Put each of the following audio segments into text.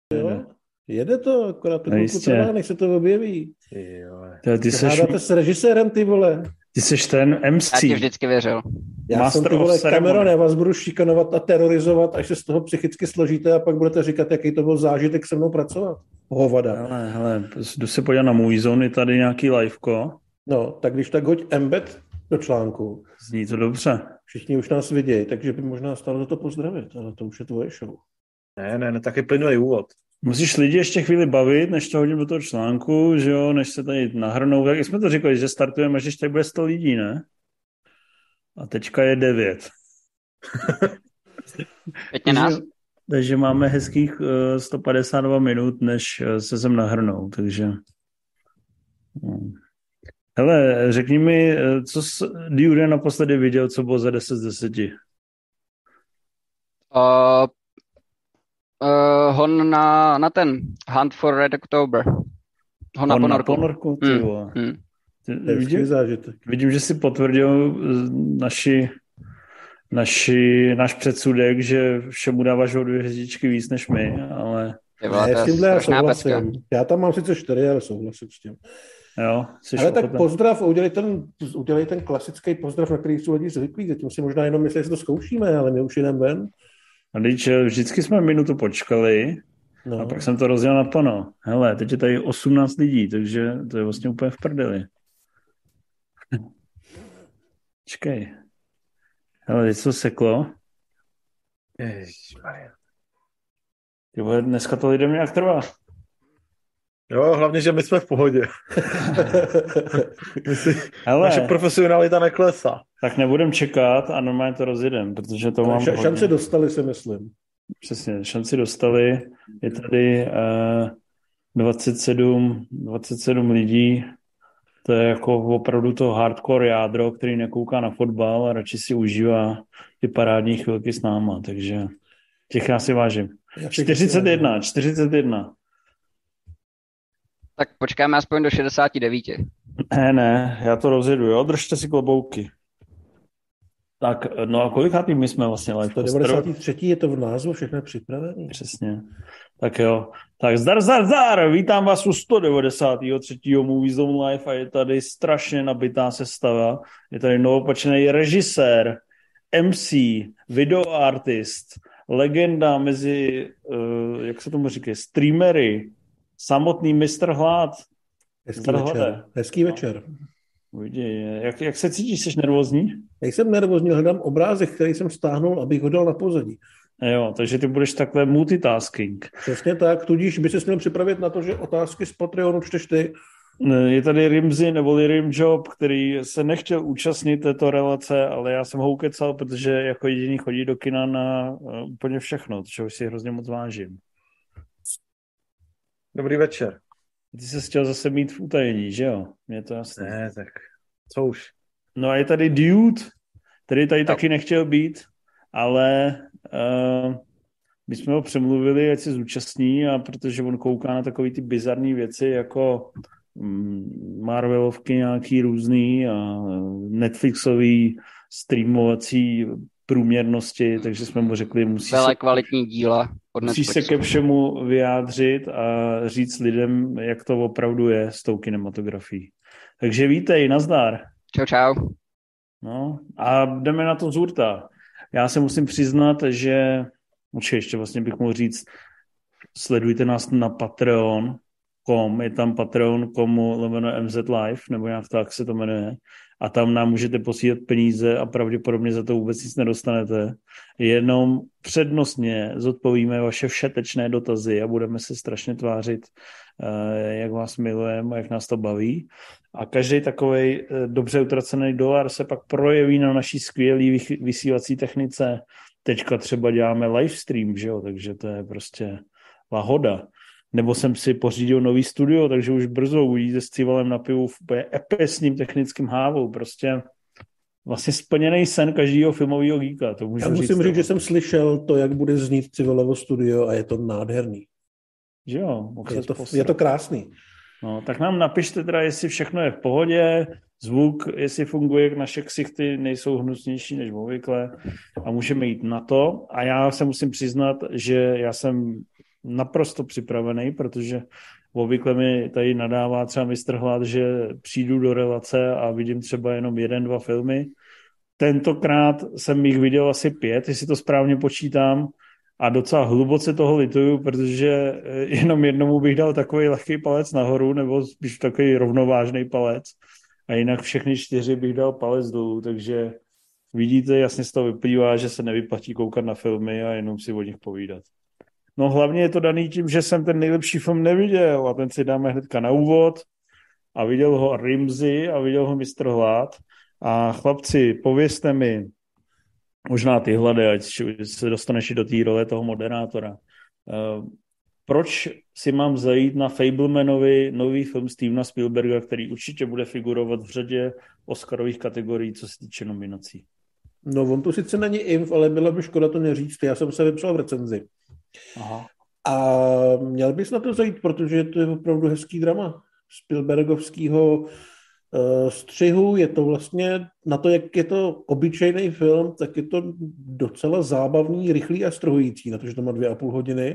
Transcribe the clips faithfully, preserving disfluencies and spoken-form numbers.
Jo? Jede to, akorát to No chvilku trvá, než se to objeví. To, ty Ty seš, hádáte s režisérem, ty vole. ty seš ten M C. Já ti vždycky věřil. Já Master jsem ty of vole ceremony. Cameron, já vás budu šikanovat a terorizovat, až se z toho psychicky složíte a pak budete říkat, jaký to byl zážitek se mnou pracovat. Hovada. Hele, hele, jdu se podívat na můj zón, je tady nějaký liveko. No, tak když tak hoď embed do článku. Zní to dobře. Všichni už nás vidějí, takže by možná stalo za to pozdravit, ale to už je tvoje show. Ne, ne, ne, taky plynulý úvod. Musíš lidi ještě chvíli bavit, než to hodím do toho článku, že jo, než se tady nahrnou. Jak jsme to říkali, že startujeme, až ještě bude sto lidí, ne? A teďka je devět. Pěkně nás. Takže, takže máme hezkých uh, sto padesát dva minut, než uh, se sem nahrnou, takže... No. Hele, řekni mi, co jsi Dune naposledy viděl, co bylo za deset z deseti? Uh, uh, hon na, na ten Hunt for Red October. Hon na On ponorku. na ponorku, ty Mm, vole. mm. Ty, vidím, vidím, že jsi potvrdil naši, naši, náš předsudek, že všemu dáváš o dvě hvězdičky víc než my, ale... Ne, s tímhle já souhlasím. Já tam mám sice čtyři, ale souhlasím s tím. Jo, ale tak pozdrav, udělej ten, udělej ten klasický pozdrav, na který jsou lidi zvyklí. Zatím si možná jenom myslí, že to zkoušíme, ale my už jdem ven. A když vždycky jsme minutu počkali, no. A pak jsem to rozdělal na plno. Hele, teď je tady osmnáct lidí, takže to je vlastně úplně v prdeli. Čekej. Hele, teď to seklo. Ježišmarja. Ty vole, dneska to lidem nějak trvá. Jo, hlavně, že my jsme v pohodě. Naše profesionalita neklesá. Tak nebudem čekat a normálně to rozjedem, protože to mám... Š- šanci dostali, si myslím. Přesně, šanci dostali. Je tady uh, dvacet sedm, dvacet sedm lidí. To je jako opravdu to hardcore jádro, který nekouká na fotbal a radši si užívá ty parádní chvilky s náma, takže těch já si vážím. čtyřicet jedna, čtyřicet jedna. Tak počkáme aspoň do šedesát devět. Ne, ne, já to rozjedu, jo, držte si klobouky. Tak, no a kolikátý my jsme vlastně live? sto devadesát tři je to v názvu, všechno je připravené. Přesně. Tak jo. Tak zdar, zdar, zdar, vítám vás u sto devadesát tři Movie Zone Live a je tady strašně nabitá sestava. Je tady novopačený režisér, M C, videoartist, legenda mezi, uh, jak se tomu říká, streamery, samotný mistr Hlad. Hezký večer. Hezký večer. Uvidí, jak, jak se cítíš, jsi nervózní? Nejsem nervózní, hledám obrázek, který jsem stáhnul, abych ho dal na pozadí. Jo, takže ty budeš takhle multitasking. Přesně tak, tudíž by se měl připravit na to, že otázky z Patreonu čteš ty. Je tady Rimzy neboli Rimjob, který se nechtěl účastnit této relace, ale já jsem ho ukecal, protože jako jediný chodí do kina na uh, úplně všechno, čeho si hrozně moc vážím. Dobrý večer. Ty jsi chtěl zase mít v utajení, že jo? Mně to jasné. Ne, tak co už. No a je tady Dude, který tady no. taky nechtěl být, ale uh, my jsme ho přemluvili, ať se zúčastní, a protože on kouká na takové ty bizarní věci, jako um, Marvelovky nějaký různý a Netflixový streamovací průměrnosti, takže jsme mu řekli, musí Velé se, kvalitní díla od musí se ke všemu vyjádřit a říct lidem, jak to opravdu je s tou kinematografií. Takže vítej, nazdar. Čau, čau. No a jdeme na to z hurta. Já se musím přiznat, že určitě ještě vlastně bych mohl říct, sledujte nás na patreon tečka com, je tam patreon tečka com lomeno mz live, nebo nějak tak se to jmenuje. A tam nám můžete posílat peníze a pravděpodobně za to vůbec nic nedostanete. Jenom přednostně zodpovíme vaše všetečné dotazy a budeme se strašně tvářit, jak vás milujeme a jak nás to baví. A každý takovej dobře utracený dolar se pak projeví na naší skvělé vysílací technice. Teďka třeba děláme livestream, že jo? Takže to je prostě lahoda. Nebo jsem si pořídil nový studio, takže už brzo uvidíte s Civalem na pivu v epesním technickým hávou. Prostě vlastně splněný sen každého filmového geeka. To můžu Já musím říct, říct, že jsem slyšel to, jak bude znít Civalovo studio a je to nádherný. Že jo? Je to, je to krásný. No, tak nám napište teda, jestli všechno je v pohodě, zvuk, jestli funguje, jak naše ksichty nejsou hnusnější než obvykle a můžeme jít na to. A já se musím přiznat, že já jsem naprosto připravený, protože obvykle mi tady nadává třeba mistr Hlad, že přijdu do relace a vidím třeba jenom jeden, dva filmy. Tentokrát jsem jich viděl asi pět, jestli to správně počítám, a docela hluboce toho lituju, protože jenom jednomu bych dal takový lehký palec nahoru, nebo spíš takový rovnovážný palec. A jinak všechny čtyři bych dal palec dolů, takže vidíte, jasně z toho vyplývá, že se nevyplatí koukat na filmy a jenom si o nich povídat. No hlavně je to daný tím, že jsem ten nejlepší film neviděl a ten si dáme hnedka na úvod a viděl ho Rimzi a viděl ho mistr Hlad. A chlapci, povězte mi, možná ty Hlade, ať se dostaneš i do té role toho moderátora. Uh, proč si mám zajít na Fablemanovi nový film Stevena Spielberga, který určitě bude figurovat v řadě Oscarových kategorií, co se týče nominací? No, on to sice není inf, ale byla by škoda to neříct. Já jsem se vypsal v recenzi. Aha. A měl bys na to zajít, protože to je opravdu hezký drama Spielbergovského uh, střihu. Je to vlastně na to, jak je to obyčejný film, tak je to docela zábavný, rychlý a strhující, na to, že to má dvě a půl hodiny.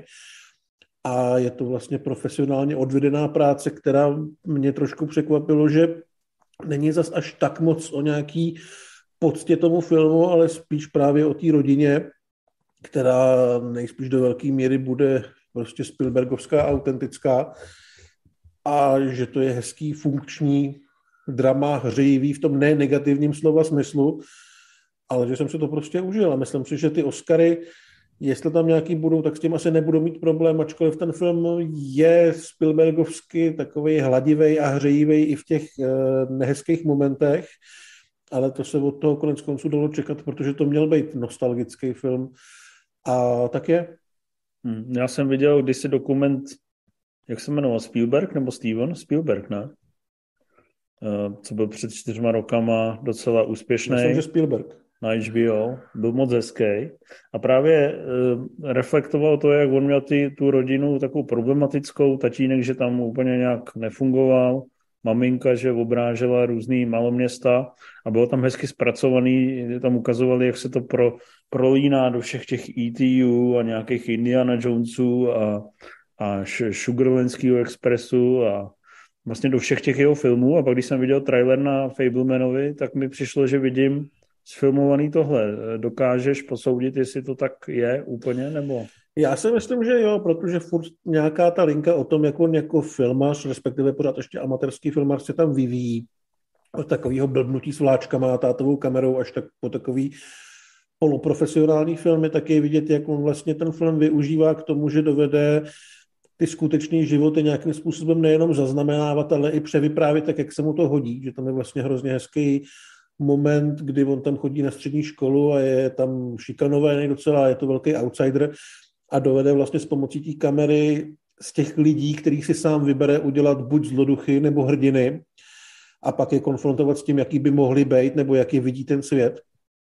A je to vlastně profesionálně odvedená práce, která mě trošku překvapilo, že není zas až tak moc o nějaký poctě tomu filmu, ale spíš právě o té rodině, která nejspíš do velké míry bude prostě Spielbergovská, autentická, a že to je hezký, funkční drama, hřejivý v tom ne negativním slova smyslu, ale že jsem se to prostě užil a myslím si, že ty Oscary, jestli tam nějaký budou, tak s tím asi nebudou mít problém, ačkoliv ten film je Spielbergovsky takovej hladivej a hřejivej i v těch uh, nehezkých momentech, ale to se od toho konec konců dalo čekat, protože to měl být nostalgický film. A tak je. Hmm, já jsem viděl kdysi dokument, jak se jmenoval, Spielberg nebo Steven? Spielberg, ne? Uh, co byl před čtyřma rokama docela úspěšný. Myslím, že Spielberg. Na H B O. Byl moc hezký. A právě uh, reflektoval to, jak on měl ty, tu rodinu takovou problematickou, tatínek, že tam úplně nějak nefungoval, maminka, že obrážela různý maloměsta a bylo tam hezky zpracovaný, tam ukazovali, jak se to pro, prolíná do všech těch E T U a nějakých Indiana Jonesů a, a Sugarlandského expressu a vlastně do všech těch jeho filmů. A pak, když jsem viděl trailer na Fablemanovi, tak mi přišlo, že vidím sfilmovaný tohle. Dokážeš posoudit, jestli to tak je úplně, nebo... Já si myslím, že jo, protože furt nějaká ta linka o tom, jak on jako filmař, respektive pořád ještě amatérský filmař se tam vyvíjí od takového blbnutí s vláčkama a tátovou kamerou až tak po takový poloprofesionální filmy, tak je vidět, jak on vlastně ten film využívá k tomu, že dovede ty skutečné životy nějakým způsobem nejenom zaznamenávat, ale i převyprávět tak, jak se mu to hodí, že tam je vlastně hrozně hezký moment, kdy on tam chodí na střední školu a je tam šikanovaný docela, je to velký outsider a dovede vlastně s pomocí té kamery z těch lidí, kterých si sám vybere, udělat buď zloduchy nebo hrdiny a pak je konfrontovat s tím, jaký by mohli být nebo jaký vidí ten svět.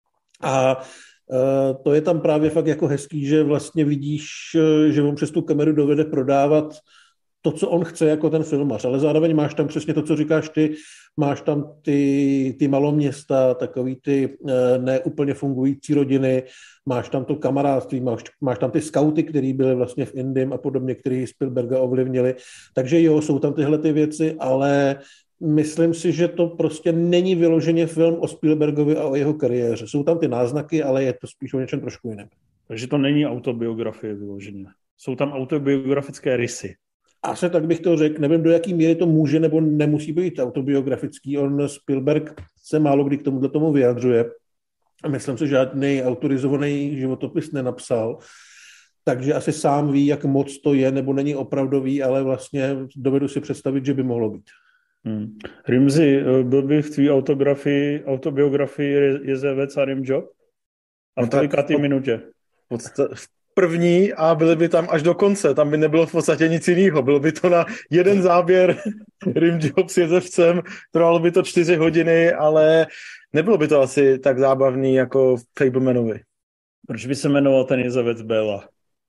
A to je tam právě fakt jako hezký, že vlastně vidíš, že on přes tu kameru dovede prodávat to, co on chce jako ten filmař, ale zároveň máš tam přesně to, co říkáš ty, máš tam ty, ty maloměsta, takový ty neúplně fungující rodiny, máš tam to kamarádství, máš, máš tam ty skauty, který byly vlastně v Indii a podobně, který Spielberga ovlivnili, takže jo, jsou tam tyhle ty věci, ale myslím si, že to prostě není vyloženě film o Spielbergovi a o jeho kariéře. Jsou tam ty náznaky, ale je to spíš o něčem trošku jiném. Takže to není autobiografie vyloženě. Jsou tam autobiografické rysy. Asi tak bych to řekl. Nevím, do jaký míry to může nebo nemusí být autobiografický. On, Spielberg, se málo kdy k tomuhle tomu vyjadřuje. Myslím si, že žádný autorizovaný životopis nenapsal. Takže asi sám ví, jak moc to je nebo není opravdový, ale vlastně dovedu si představit, že by mohlo být. Hmm. Rimzi, byl by v tvý autobiografii, autobiografii Jezevec a Rimjob? A v kolikátý minutě? V první a byly by tam až do konce. Tam by nebylo v podstatě nic jiného. Bylo by to na jeden záběr Rimjob s Jezevcem, trvalo by to čtyři hodiny, ale nebylo by to asi tak zábavný jako v Fablemanovi. Proč by se jmenoval ten Jezevec Béla?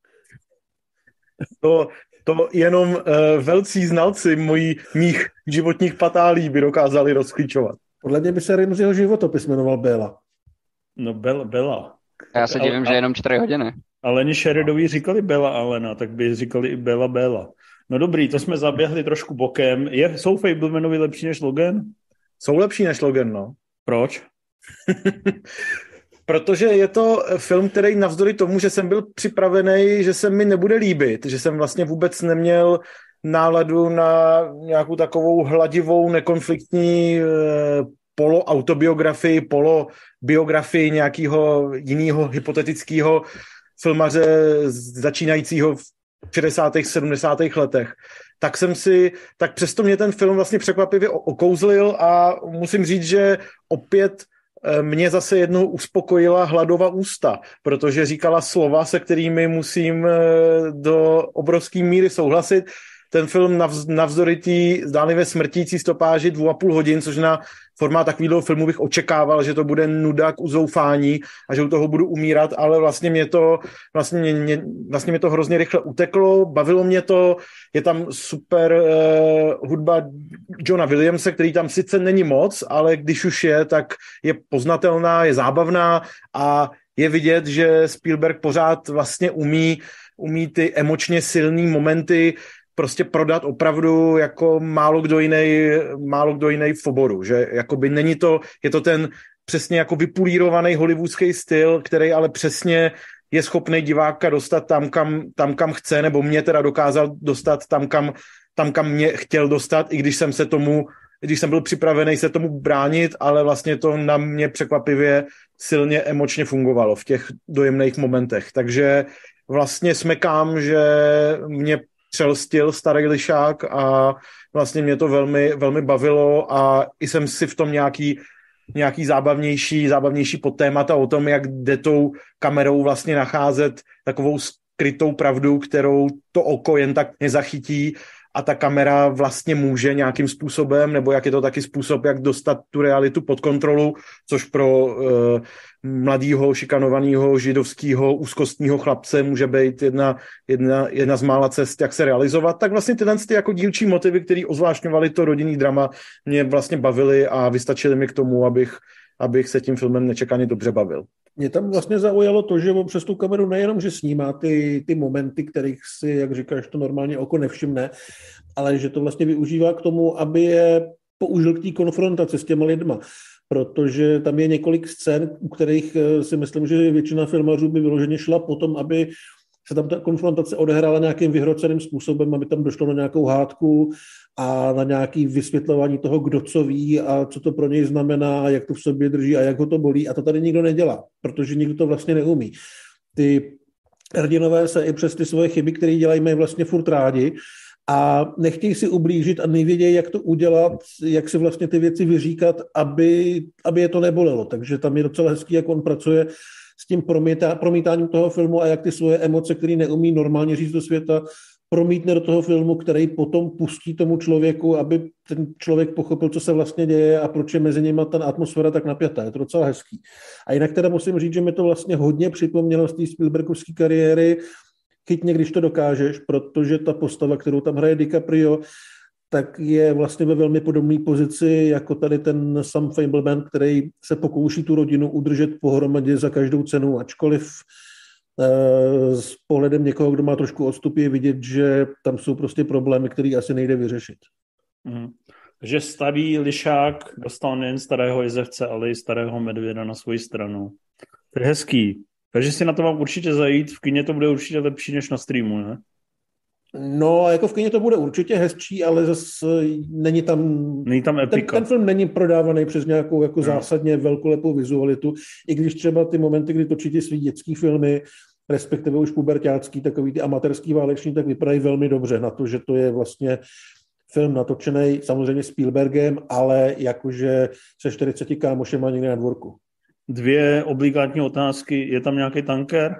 To... To jenom uh, velcí znalci mojí, mých životních patálí by dokázali rozklíčovat. Podle mě by se Rimziho životopis jmenoval Béla. No Bela. Bela. Já se divím, a, že jenom čtyři hodiny. A Leni Sheridový říkali Bella Allena, tak by říkali i Bella Bella. No dobrý, to jsme zaběhli trošku bokem. Je, jsou Fablemanovi lepší než Logan? Jsou lepší než Logan, no. Proč? Protože je to film, který navzdory tomu, že jsem byl připravený, že se mi nebude líbit, že jsem vlastně vůbec neměl náladu na nějakou takovou hladivou, nekonfliktní eh, poloautobiografii, polobiografii nějakého jiného hypotetického filmaře začínajícího v šedesátých sedmdesátých letech. Tak jsem si, tak přesto mě ten film vlastně překvapivě okouzlil a musím říct, že opět mě zase jednou uspokojila hladová ústa, protože říkala slova, se kterými musím do obrovské míry souhlasit. Ten film navz, navzdory té zdánlivě smrtící stopáži dvou a půl hodin, což na formát takového filmu bych očekával, že to bude nuda k uzoufání a že u toho budu umírat, ale vlastně mě to, vlastně mě, vlastně mě to hrozně rychle uteklo, bavilo mě to, je tam super uh, hudba Johna Williamse, který tam sice není moc, ale když už je, tak je poznatelná, je zábavná a je vidět, že Spielberg pořád vlastně umí, umí ty emočně silný momenty prostě prodat opravdu jako málo kdo jiný, málo kdo jiný v oboru, že jakoby není to, je to ten přesně jako vypulírovaný hollywoodský styl, který ale přesně je schopný diváka dostat tam kam, tam, kam chce, nebo mě teda dokázal dostat tam, kam, tam, kam mě chtěl dostat, i když jsem se tomu, když jsem byl připravený se tomu bránit, ale vlastně to na mě překvapivě silně emočně fungovalo v těch dojemných momentech. Takže vlastně smekám, že mě přelstil starý lišák a vlastně mě to velmi, velmi bavilo a i jsem si v tom nějaký, nějaký zábavnější, zábavnější podtémata o tom, jak jde tou kamerou vlastně nacházet takovou skrytou pravdu, kterou to oko jen tak nezachytí a ta kamera vlastně může nějakým způsobem, nebo jak je to taky způsob, jak dostat tu realitu pod kontrolu, což pro uh, mladýho, šikanovaného, židovského, úzkostního chlapce může být jedna, jedna, jedna z mála cest, jak se realizovat. Tak vlastně tyhle ty jako dílčí motivy, které ozvláštňovaly to rodinný drama, mě vlastně bavily a vystačily mi k tomu, abych, abych se tím filmem nečekaně dobře bavil. Mě tam vlastně zaujalo to, že přes tu kameru nejenom, že snímá ty, ty momenty, kterých si, jak říkáš, to normálně oko nevšimne, ale že to vlastně využívá k tomu, aby je použil k té konfrontaci s těma lidma. Protože tam je několik scén, u kterých si myslím, že většina filmařů by vyloženě šla potom, aby se tam ta konfrontace odehrála nějakým vyhroceným způsobem, aby tam došlo na nějakou hádku a na nějaké vysvětlování toho, kdo co ví a co to pro něj znamená, jak to v sobě drží a jak ho to bolí. A to tady nikdo nedělá, protože nikdo to vlastně neumí. Ty hrdinové se i přes ty svoje chyby, které dělají, mají vlastně furt rádi a nechtějí si ublížit a nevědějí, jak to udělat, jak si vlastně ty věci vyříkat, aby, aby je to nebolelo. Takže tam je docela hezký, jak on pracuje s tím promítá, promítáním toho filmu a jak ty svoje emoce, které neumí normálně říct do světa, promítne do toho filmu, který potom pustí tomu člověku, aby ten člověk pochopil, co se vlastně děje a proč je mezi nimi ta atmosféra tak napjatá. Je to docela hezký. A jinak teda musím říct, že mi to vlastně hodně připomnělo z té Spielbergovské kariéry, chytně, když to dokážeš, protože ta postava, kterou tam hraje DiCaprio, tak je vlastně ve velmi podobné pozici jako tady ten Sam Fableman, který se pokouší tu rodinu udržet pohromadě za každou cenu, ačkoliv eh, s pohledem někoho, kdo má trošku odstup, je vidět, že tam jsou prostě problémy, které asi nejde vyřešit. Mm. Takže starý lišák dostal nejen starého jezevce, ale i starého medvěda na svoji stranu. To je hezký. Takže si na to mám určitě zajít. V kině to bude určitě lepší než na streamu, ne? No, jako v kině to bude určitě hezčí, ale zase není tam... Není tam epika. Ten, ten film není prodávaný přes nějakou jako no. zásadně velkolepou vizualitu, i když třeba ty momenty, kdy točí ty svý dětský filmy, respektive už puberťácký, takový ty amatérský váleční, tak vypadají velmi dobře na to, že to je vlastně film natočený samozřejmě Spielbergem, ale jakože se čtyřiceti kámošema někde na dvorku. Dvě obligátní otázky. Je tam nějaký tanker?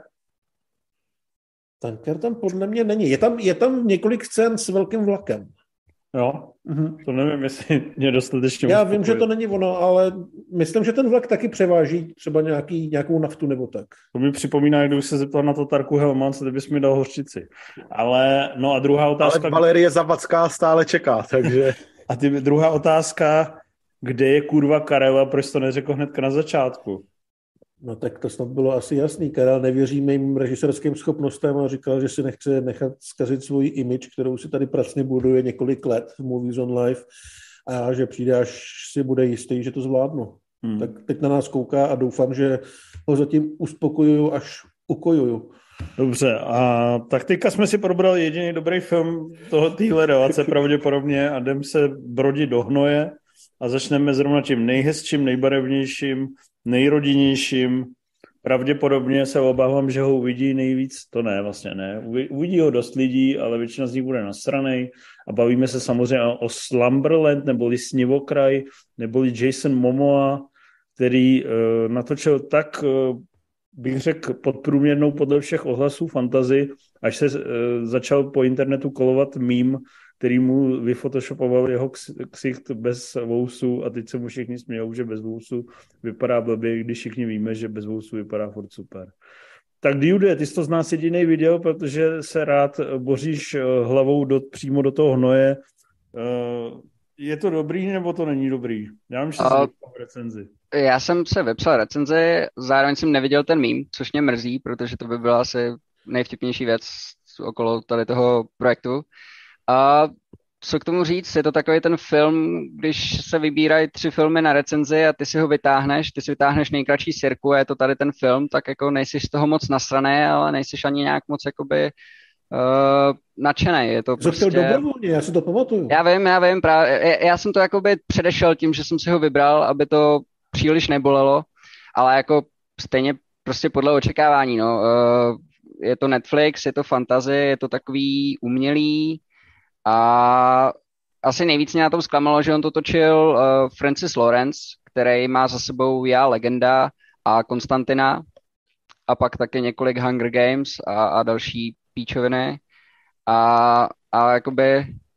Tanker tam podle mě není. Je tam, je tam několik scén s velkým vlakem. Jo? Mhm. To nevím, jestli mě dostatečně Já uspokojit. vím, že to není ono, ale myslím, že ten vlak taky převáží třeba nějaký, nějakou naftu nebo tak. To mi připomíná, jak kdybych se zeptal na to Tarku Helman, co bys mi dal hořčici. Ale, no a druhá otázka... Ale Valerie Zavacká stále čeká, takže... A ty druhá otázka, kde je kurva Karel a proč to neřekl hnedka na začátku? No tak to snad bylo asi jasný. Karel nevěří mým režisérským schopnostem a říkal, že si nechce nechat zkazit svoji image, kterou si tady pracně buduje několik let v Movies on Live a že přijde, až si bude jistý, že to zvládnu. Hmm. Tak teď na nás kouká a doufám, že ho zatím uspokojuju, až ukojuju. Dobře, a tak teďka jsme si probrali jediný dobrý film toho téhle relace pravděpodobně a jdem se brodit do hnoje a začneme zrovna tím nejhezčím, nejbarevnějším, nejrodinnějším. Pravděpodobně se obávám, že ho uvidí nejvíc, to ne, vlastně ne. Uvidí ho dost lidí, ale většina z nich bude nasranej a bavíme se samozřejmě o Slumberland, neboli Snivokraj, neboli Jason Momoa, který uh, natočil tak, uh, bych řekl, podprůměrnou podle všech ohlasů fantasy, až se uh, začal po internetu kolovat mím, který mu vyfotoshopoval jeho ksicht bez vousů a teď se mu všichni smějou, že bez vousů vypadá blbě, když všichni víme, že bez vousů vypadá furt super. Tak Dude, ty jsi to z nás jedinej viděl, protože se rád boříš hlavou do, přímo do toho hnoje. Je to dobrý, nebo to není dobrý? Já vím, že jsi vypsal recenzi. Já jsem se vypsal recenzi, zároveň jsem neviděl ten mím, což mě mrzí, protože to by byla asi nejvtipnější věc okolo tady toho projektu. A co k tomu říct, je to takový ten film, když se vybírají tři filmy na recenzi a ty si ho vytáhneš, ty si vytáhneš nejkratší sirku a je to tady ten film, tak jako nejsi z toho moc nasraný, ale nejsi ani nějak moc jakoby uh, nadšenej. Je to prostě... dobrovolně, já si to pamatuju. Já vím, já vím, právě, já, já jsem to jakoby předešel tím, že jsem si ho vybral, aby to příliš nebolelo, ale jako stejně prostě podle očekávání, no. Uh, je to Netflix, je to fantasy, je to takový umělý, a asi nejvíc mě na tom zklamalo, že on to točil uh, Francis Lawrence, který má za sebou Já, Legenda a Konstantina a pak také několik Hunger Games a, a další píčoviny a, a jakoby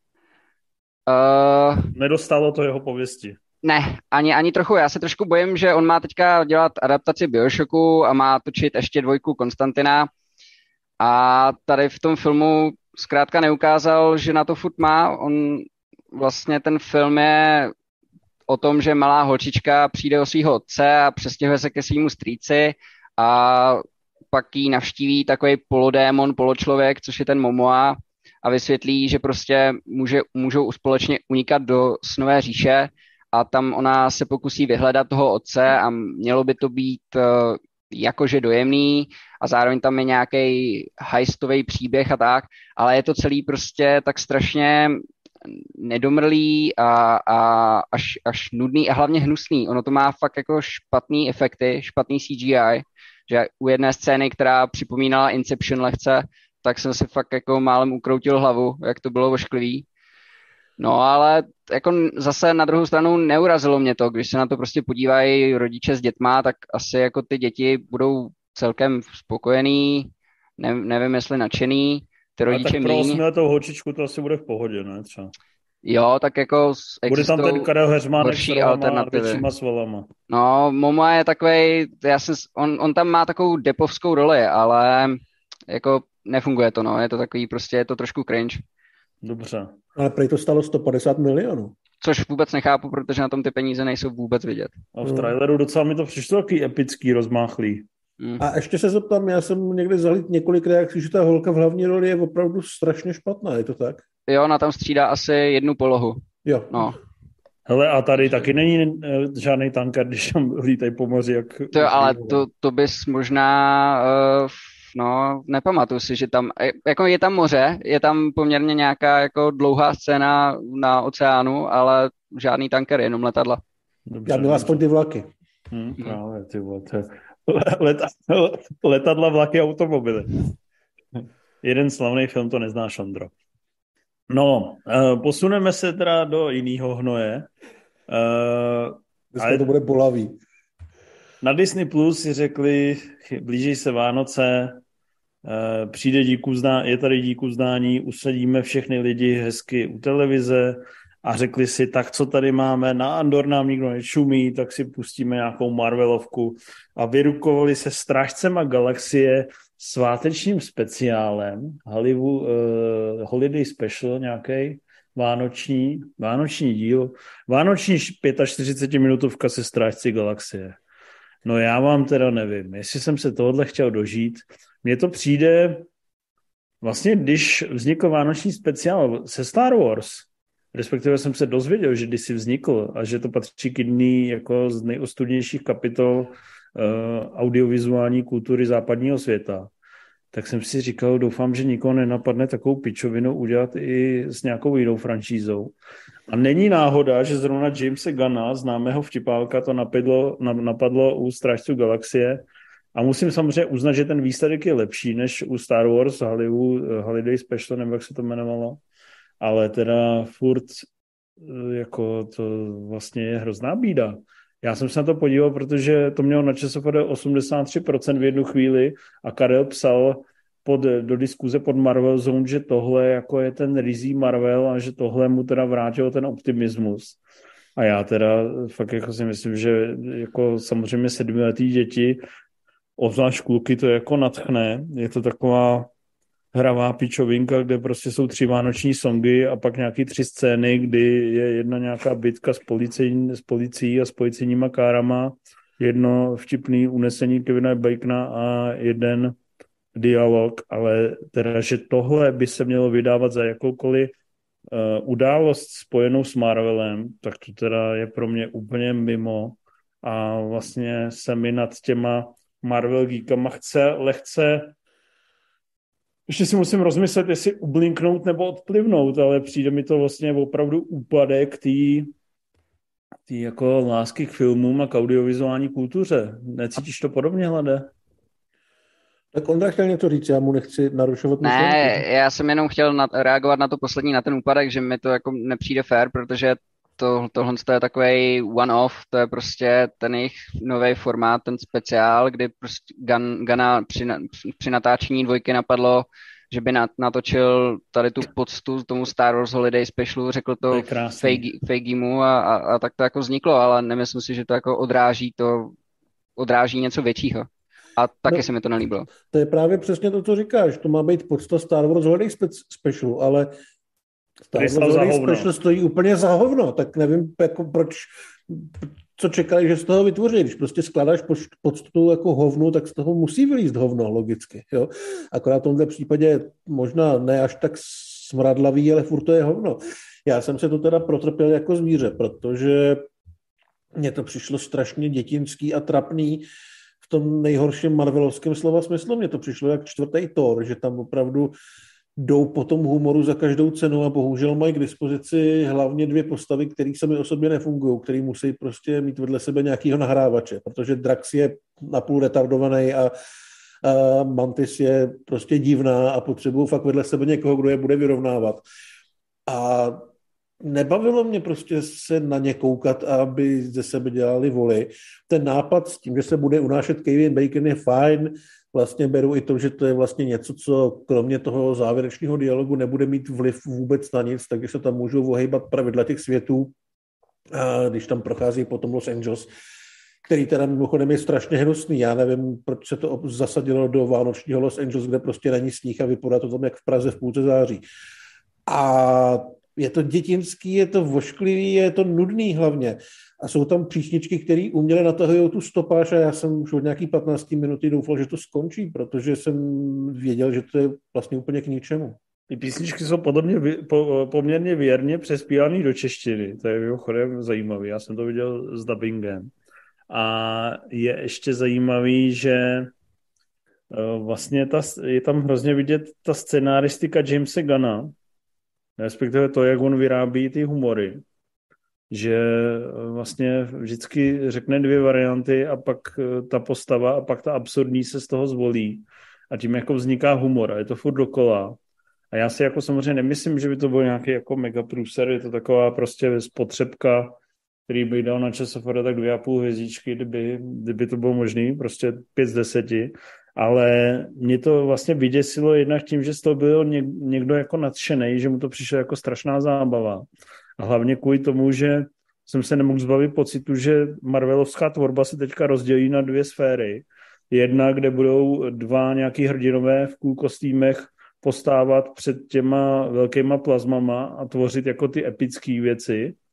uh, nedostalo to jeho pověsti. Ne, ani, ani trochu. Já se trošku bojím, že on má teďka dělat adaptaci Bioshocku a má točit ještě dvojku Konstantina a tady v tom filmu zkrátka neukázal, že na to furt má. On vlastně ten film je o tom, že malá holčička přijde o svého otce a přestěhuje se ke svýmu strýci a pak jí navštíví takový polodémon, poločlověk, což je ten Momoa a vysvětlí, že prostě může, můžou společně unikat do snové říše a tam ona se pokusí vyhledat toho otce a mělo by to být uh, jakože dojemný a zároveň tam je nějaký heistový příběh a tak, ale je to celý prostě tak strašně nedomrlý a, a až, až nudný a hlavně hnusný. Ono to má fakt jako špatný efekty, špatný C G I, že u jedné scény, která připomínala Inception lehce, tak jsem si fakt jako málem ukroutil hlavu, jak to bylo ošklivý. No ale jako zase na druhou stranu neurazilo mě to, když se na to prostě podívají rodiče s dětma, tak asi jako ty děti budou celkem spokojený, ne, nevím jestli nadšený, ty rodiče míň. A tak pro osmiletou holčičku to asi bude v pohodě, ne třeba? Jo, tak jako bude tam ten Karel Heřmánek s alternativy. většíma svalama. No, Momo je takovej, já jsem, on, on tam má takovou depovskou roli, ale jako nefunguje to, no, je to takový prostě, je to trošku cringe. Dobře. Ale prej to stalo sto padesát milionů. Což vůbec nechápu, protože na tom ty peníze nejsou vůbec vidět. A v traileru docela mi to přišlo takový epický, rozmáchlý. Mm. A ještě se zeptám, já jsem někdy zahlídl několik reakcí, že ta holka v hlavní roli je opravdu strašně špatná, je to tak? Jo, ona tam střídá asi jednu polohu. Jo. No. Hele, a tady taky není uh, žádný tanker, když tam lítají po moři, jak... To jo, ale to, to bys možná... Uh, no, nepamatuju si, že tam... Jako je tam moře, je tam poměrně nějaká jako dlouhá scéna na oceánu, ale žádný tanker, jenom letadla. Dobře, já měl aspoň ty vlaky. Hmm, právě, ty vole, to je... Leta, letadla, vlaky, automobily. Jeden slavný film to nezná, Šondro. No, uh, posuneme se teda do jiného hnoje. Uh, Dneska ale... to bude bolavý. Na Disney Plus si řekli, blíží se Vánoce, uh, přijde dík uzná, je tady dík uznání, usadíme všechny lidi hezky u televize a řekli si, tak co tady máme, na Andor nám nikdo nečumí, tak si pustíme nějakou Marvelovku a vyrukovali se Strážcema galaxie svátečním speciálem, Hollywood, uh, Holiday Special nějaký, vánoční, vánoční díl, vánoční čtyřicet pět minutovka se Strážci galaxie. No já vám teda nevím, jestli jsem se tohohle chtěl dožít. Mně to přijde, vlastně když vznikl vánoční speciál se Star Wars, respektive jsem se dozvěděl, že kdysi vznikl a že to patří k jedný jako z nejostudnějších kapitol uh, audiovizuální kultury západního světa, tak jsem si říkal, doufám, že nikoho nenapadne takovou pičovinu udělat i s nějakou jinou franšízou. A není náhoda, že zrovna Jamese Gunna, známého vtipálka, to napadlo, napadlo u Strážců galaxie. A musím samozřejmě uznat, že ten výsledek je lepší než u Star Wars, Hollywood, Holiday Special, nebo jak se to jmenovalo. Ale teda furt jako to vlastně je hrozná bída. Já jsem se na to podíval, protože to mělo na ČSFD osmdesát tři procent v jednu chvíli a Karel psal pod, do diskuze pod Marvel Zone, že tohle jako je ten rizí Marvel a že tohle mu teda vrátilo ten optimismus. A já teda fakt jako si myslím, že jako samozřejmě sedmiletý děti, obzvlášť kluky, to jako nadchne. Je to taková hravá pičovinka, kde prostě jsou tři vánoční songy a pak nějaký tři scény, kdy je jedna nějaká bitka s policií, s policií a s policejníma kárama, jedno vtipný unesení Kevina Bacona a jeden dialog, ale teda, že tohle by se mělo vydávat za jakoukoliv uh, událost spojenou s Marvelem, tak to teda je pro mě úplně mimo a vlastně se mi nad těma Marvel geekama chce lehce. Ještě si musím rozmyslet, jestli ublinknout nebo odplivnout, ale přijde mi to vlastně opravdu úpadek té jako lásky k filmům a k audiovizuální kultuře. Necítíš to podobně, Hlade? Tak Ondra chtěl něco říct, já mu nechci narušovat. Ne, myšlenky. já jsem jenom chtěl na, reagovat na to poslední, na ten úpadek, že mi to jako nepřijde fair, protože to, tohle je takový one-off, to je prostě ten jejich nový formát, ten speciál, kdy prostě Gun, Gana při, při natáčení dvojky napadlo, že by natočil tady tu poctu tomu Star Wars Holiday Specialu, řekl to Feigimu a, a, a tak to jako vzniklo, ale nemyslím si, že to jako odráží to, odráží něco většího. A taky no, se mi to nelíbilo. To je právě přesně to, co říkáš. To má být podsta Star Wars Holiday Specialu, ale Star Wars Holiday Special stojí úplně za hovno, tak nevím, jako proč, co čekali, že z toho vytvoří. Když prostě skládáš poctu jako hovnu, tak z toho musí vylízt hovno, logicky. Jo? Akorát v tomhle případě možná ne až tak smradlavý, ale furt to je hovno. Já jsem se to teda protrpěl jako zvíře, protože mně to přišlo strašně dětinský a trapný v tom nejhorším marvelovském slova smyslu. Mně to přišlo jak čtvrtý Thor, že tam opravdu jdou po tom humoru za každou cenu a bohužel mají k dispozici hlavně dvě postavy, které sami o sobě nefungují, které musí prostě mít vedle sebe nějakýho nahrávače, protože Drax je napůl retardovaný a, a Mantis je prostě divná a potřebují fakt vedle sebe někoho, kdo je bude vyrovnávat. A nebavilo mě prostě se na ně koukat, aby ze sebe dělali voli. Ten nápad s tím, že se bude unášet Kevin Bacon, je fajn. Vlastně beru i to, že to je vlastně něco, co kromě toho závěrečného dialogu nebude mít vliv vůbec na nic, takže se tam můžou ohejbat pravidla těch světů, a když tam prochází potom Los Angeles, který teda mimochodem je strašně hnusný. Já nevím, proč se to zasadilo do vánočního Los Angeles, kde prostě není sníh a vypadá to tam jak v Praze v půlce září. A je to dětinský, je to vošklivý, je to nudný hlavně. A jsou tam příšničky, které uměle natahují tu stopáž a já jsem už od nějaký patnáct minuty doufal, že to skončí, protože jsem věděl, že to je vlastně úplně k ničemu. Ty písničky jsou podobně, po, poměrně věrně přespívaný do češtiny. To je mimochodem zajímavý. Já jsem to viděl s dubbingem. A je ještě zajímavý, že vlastně ta, je tam hrozně vidět ta scenáristika Jamese Gunna, respektive to, jak on vyrábí ty humory. Že vlastně vždycky řekne dvě varianty a pak ta postava a pak ta absurdní se z toho zvolí. A tím jako vzniká humor a je to furt dokola. A já si jako samozřejmě nemyslím, že by to byl nějaký jako mega průser, je to taková prostě spotřebka, který by dal na ČSFD tak dvě a půl hvězdičky, kdyby, kdyby to bylo možný, prostě pět z deseti. Ale mě to vlastně vyděsilo jednak tím, že z toho byl někdo jako nadšenej, že mu to přišlo jako strašná zábava. A hlavně kvůli tomu, že jsem se nemohl zbavit pocitu, že marvelovská tvorba se teďka rozdělí na dvě sféry. Jedna, kde budou dva nějaký hrdinové v cool kostýmech postávat před těma velkýma plazmama a tvořit jako ty epické věci.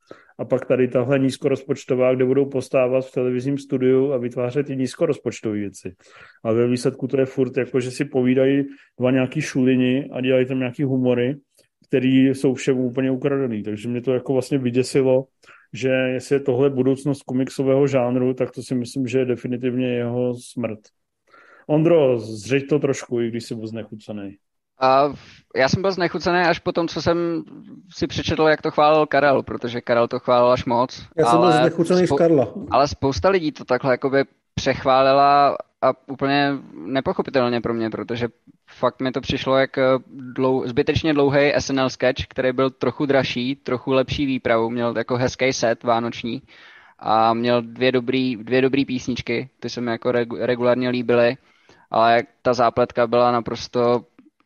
a pak tady tahle nízkorozpočtová, kde budou postávat v televizním studiu a vytvářet i nízkorozpočtové věci. A ve výsledku to je furt jako, že si povídají dva nějaký šulini a dělají tam nějaký humory, který jsou všem úplně ukradený. Takže mě to jako vlastně vyděsilo, že jestli je tohle budoucnost komiksového žánru, tak to si myslím, že je definitivně jeho smrt. Ondro, zřeď to trošku, i když jsi byl znechucený. A já jsem byl znechucený až po tom, co jsem si přečetl, jak to chválil Karel, protože Karel to chválil až moc. Já jsem byl znechucený spou- z Karla. Ale spousta lidí to takhle jakoby přechválila a úplně nepochopitelně pro mě, protože fakt mi to přišlo jak dlou, zbytečně dlouhý S N L sketch, který byl trochu dražší, trochu lepší výpravu, měl jako hezký set vánoční a měl dvě dobrý, dvě dobrý písničky, ty se mi jako regu- regulárně líbily, ale ta zápletka byla naprosto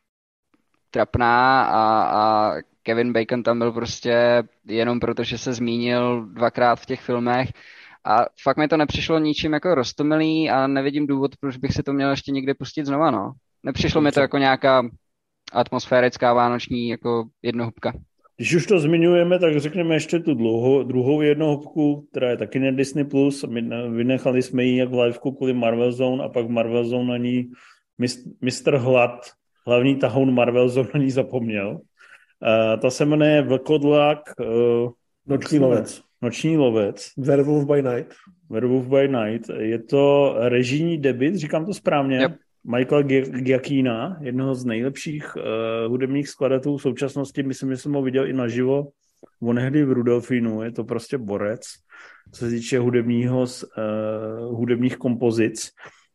trapná a, a Kevin Bacon tam byl prostě jenom proto, že se zmínil dvakrát v těch filmech a fakt mi to nepřišlo ničím jako roztomilý a nevidím důvod, proč bych si to měl ještě někdy pustit znova, no. Nepřišlo mi to jako nějaká atmosférická vánoční jako jednohubka. Když už to zmiňujeme, tak řekneme ještě tu dlouho, druhou jednohubku, která je taky na Disney plus. Vynechali jsme ji jak v liveku kvůli Marvel Zone a pak Marvel Zone na ní mistr Hlad, hlavní tahoun Marvel Zone na ní zapomněl. Uh, ta se jmenuje Vlkodlak. Uh, Noční lovec. Noční lovec. Werewolf by Night. Werewolf by Night. Je to režijní debut, říkám to správně. Yep. Michaela Giacchina, jednoho z nejlepších uh, hudebních skladatelů v současnosti. Myslím, že jsem ho viděl i naživo. Onehdy v Rudolfínu. Je to prostě borec, co se týče hudebního, uh, hudebních kompozic.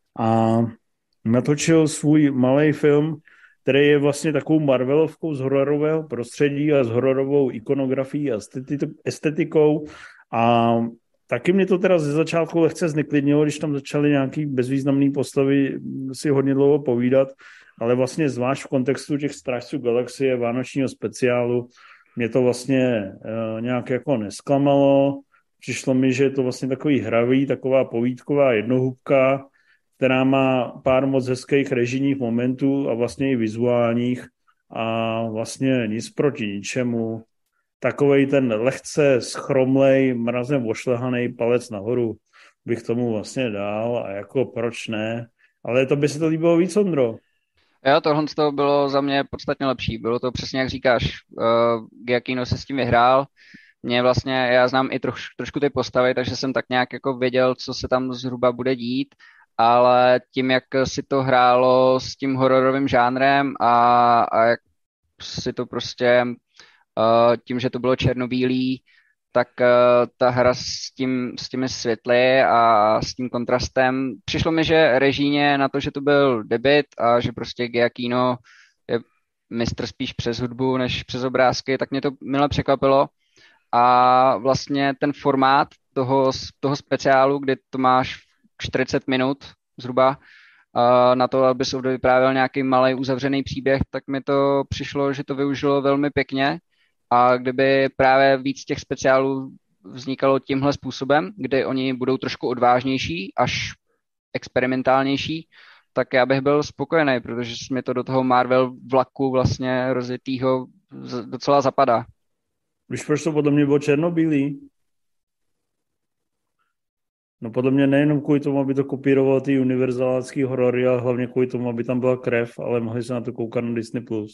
A natočil svůj malý film, který je vlastně takovou Marvelovkou z hororového prostředí a s hororovou ikonografií a estetikou. A taky mě to teda ze začátku lehce zneklidnilo, když tam začaly nějaký bezvýznamný postavy si hodně dlouho povídat, ale vlastně zvlášť v kontextu těch Strážců galaxie, vánočního speciálu, mě to vlastně uh, nějak jako nesklamalo. Přišlo mi, že je to vlastně takový hravý, taková povídková jednohubka, která má pár moc hezkých režijních momentů a vlastně i vizuálních a vlastně nic proti ničemu. Takovej ten lehce schromlej, mrazem ošlehaný palec nahoru bych tomu vlastně dal a jako proč ne. Ale to by se to líbilo víc, Ondro. Jo, tohle z toho bylo za mě podstatně lepší. Bylo to přesně jak říkáš. Uh, Giacchino se s tím vyhrál. Mě vlastně, já znám i troš, trošku ty postavy, takže jsem tak nějak jako věděl, co se tam zhruba bude dít. Ale tím, jak si to hrálo s tím hororovým žánrem a, a jak si to prostě, uh, tím, že to bylo černobílý, tak uh, ta hra s, tím, s těmi světly a s tím kontrastem, přišlo mi, že režijně na to, že to byl debut a že prostě Giacchino je mistr spíš přes hudbu než přes obrázky, tak mě to mile překvapilo. A vlastně ten formát toho, toho speciálu, kdy to máš čtyřicet minut zhruba uh, na to, aby se vyprávěl nějaký malý uzavřený příběh, tak mi to přišlo, že to využilo velmi pěkně a kdyby právě víc těch speciálů vznikalo tímhle způsobem, kdy oni budou trošku odvážnější, až experimentálnější, tak já bych byl spokojený, protože mi to do toho Marvel vlaku vlastně rozjetýho docela zapadá. Víš, proč to podle mě bylo černobílý? No podle mě nejenom kvůli tomu, aby to kopírovalo ty univerzálácký horory, ale hlavně kvůli tomu, aby tam byla krev, ale mohli se na to koukat na Disney plus.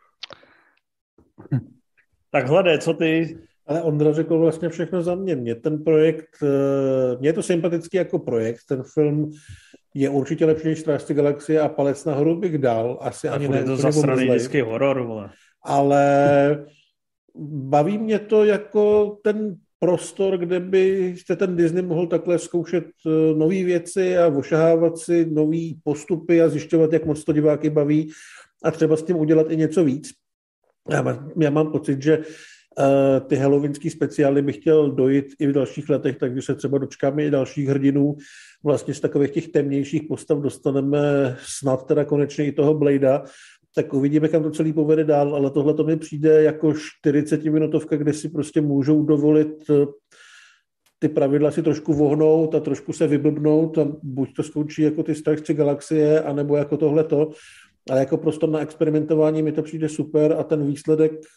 Tak Hlade, co ty? Ale Ondra řekl vlastně všechno za mě. Mně ten projekt, mně je to sympatický jako projekt, ten film je určitě lepší než Strážci galaxie a palec nahoru bych dal. Asi a ani ne. Je to zasraný vždycky horor, vole. Ale baví mě to jako ten prostor, kde by se ten Disney mohl takhle zkoušet nové věci a ošahávat si nový postupy a zjišťovat, jak moc to diváky baví a třeba s tím udělat i něco víc. Já mám, já mám pocit, že uh, ty halloweenský speciály bych chtěl dojít i v dalších letech, takže se třeba dočkáme i dalších hrdinů. Vlastně z takových těch temnějších postav dostaneme snad teda konečně i toho Bladea, tak uvidíme, kam to celý povede dál, ale tohle to mi přijde jako čtyřicetiminutovka, kde si prostě můžou dovolit ty pravidla si trošku vohnout a trošku se vyblbnout a buď to skončí jako ty Strážci galaxie, anebo jako tohleto, ale jako prostor na experimentování mi to přijde super a ten výsledek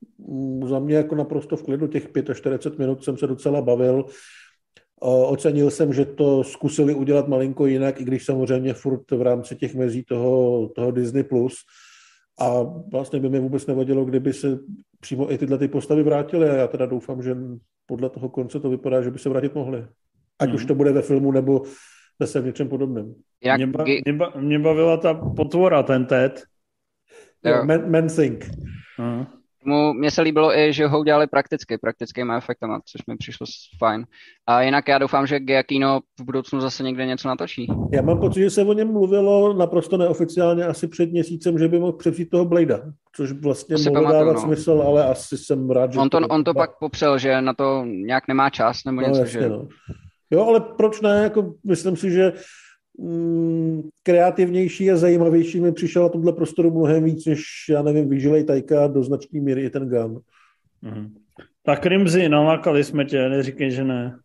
za mě jako naprosto v klidu, těch čtyřicet pět minut jsem se docela bavil. Ocenil jsem, že to zkusili udělat malinko jinak, i když samozřejmě furt v rámci těch mezí toho, toho Disney plus. A vlastně by mi vůbec nevadilo, kdyby se přímo i tyhle ty postavy vrátily. A já teda doufám, že podle toho konce to vypadá, že by se vrátit mohly. Ať hmm. už to bude ve filmu, nebo zase v něčem podobném. Jak... Mě, ba, mě, ba, mě bavila ta potvora, ten Ted. Man, man Think. Uh-huh. Mně se líbilo i, že ho udělali prakticky, praktickými efektama, což mi přišlo fajn. A jinak já doufám, že Giacchino v budoucnu zase někde něco natočí. Já mám pocit, že se o něm mluvilo naprosto neoficiálně asi před měsícem, že by mohl převzít toho Bladea, což vlastně mohlo dávat no. smysl, ale asi jsem rád, že... On to, to, on to pak popřel, že na to nějak nemá čas nebo no, něco, jasně, že... No. Jo, ale proč ne? Jako, myslím si, že mm, kreativnější a zajímavější mi přišel na tomhle prostoru mnohem víc, než, já nevím, Výžilej Tajka, do značné míry i ten Gunn. Mhm. Tak Rimzi, nalákali jsme tě, neříkej, že ne.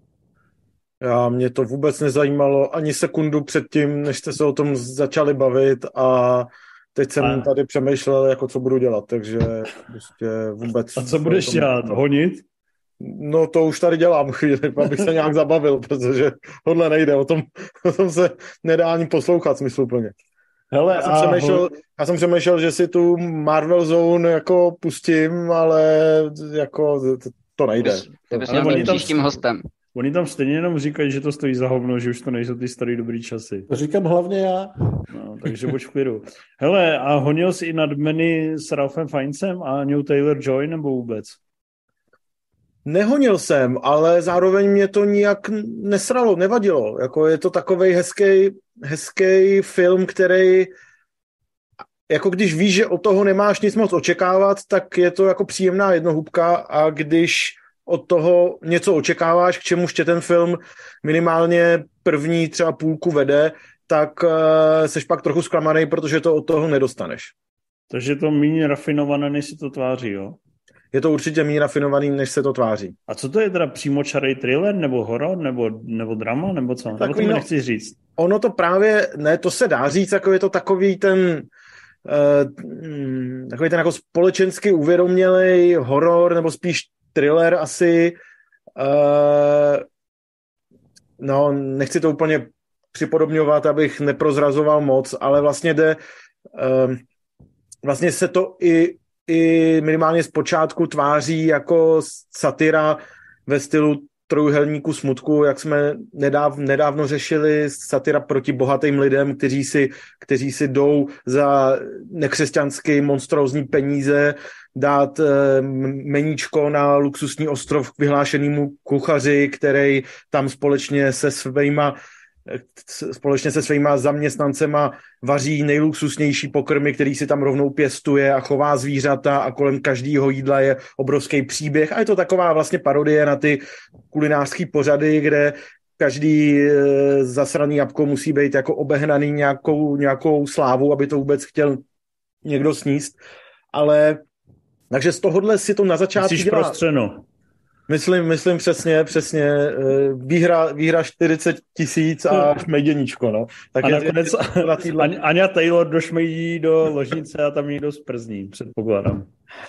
Já, mě to vůbec nezajímalo ani sekundu předtím, než jste se o tom začali bavit a teď jsem a... tady přemýšlel, jako co budu dělat, takže prostě vůbec... A co budeš dělat? Honit? No to už tady dělám chvíli, abych se nějak zabavil, protože tohle nejde, o tom, o tom se nedá ani poslouchat smysluplně. Hele, já, jsem a... přemýšlel, já jsem přemýšlel, že si tu Marvel Zone jako pustím, ale jako to, to nejde. Ty bys měl být příštím hostem. Oni tam stejně jenom říkají, že to stojí za hovno, že už to nejsou ty starý dobrý časy. To říkám hlavně já. No, takže buď v klidu. Hele, a honil jsi i nad Many s Ralphem Fiennesem a New Taylor-Joy nebo vůbec? Nehonil jsem, ale zároveň mě to nijak nesralo, nevadilo. Jako je to takovej hezký, hezký film, který jako když víš, že od toho nemáš nic moc očekávat, tak je to jako příjemná jednohubka a když od toho něco očekáváš, k čemuž tě ten film minimálně první třeba půlku vede, tak uh, seš pak trochu zklamaný, protože to od toho nedostaneš. Takže to méně rafinované, než si to tváří, jo? Je to určitě méně rafinovaný, než se to tváří. A co to je teda přímočarý thriller, nebo horor, nebo, nebo drama, nebo co? Takový, nebo to mi no, nechci říct. Ono to právě, ne, to se dá říct, jako je to takový ten uh, takový ten jako společensky uvědomělej horor, nebo spíš thriller asi. Uh, no, nechci to úplně připodobňovat, abych neprozrazoval moc, ale vlastně jde, uh, vlastně se to i i minimálně zpočátku tváří jako satira ve stylu Trojúhelníku smutku, jak jsme nedáv, nedávno řešili, satira proti bohatým lidem, kteří si, kteří si jdou za nekřesťanský monstrózní peníze dát e, meníčko na luxusní ostrov k vyhlášenému kuchaři, který tam společně se svýma společně se svýma zaměstnancema vaří nejluxusnější pokrmy, který si tam rovnou pěstuje a chová zvířata a kolem každého jídla je obrovský příběh a je to taková vlastně parodie na ty kulinářský pořady, kde každý e, zasraný jabko musí být jako obehnaný nějakou, nějakou slávu, aby to vůbec chtěl někdo sníst, ale takže z tohohle si to na začátku Myslíš dělá. Prostřeno. Myslím, myslím přesně, přesně. Výhra, výhra čtyřicet tisíc a šmejděníčko, no. Tak a je, nakonec je, je Aňa Taylor došmejí do ložnice a tam někdo sprzní, předpokládám.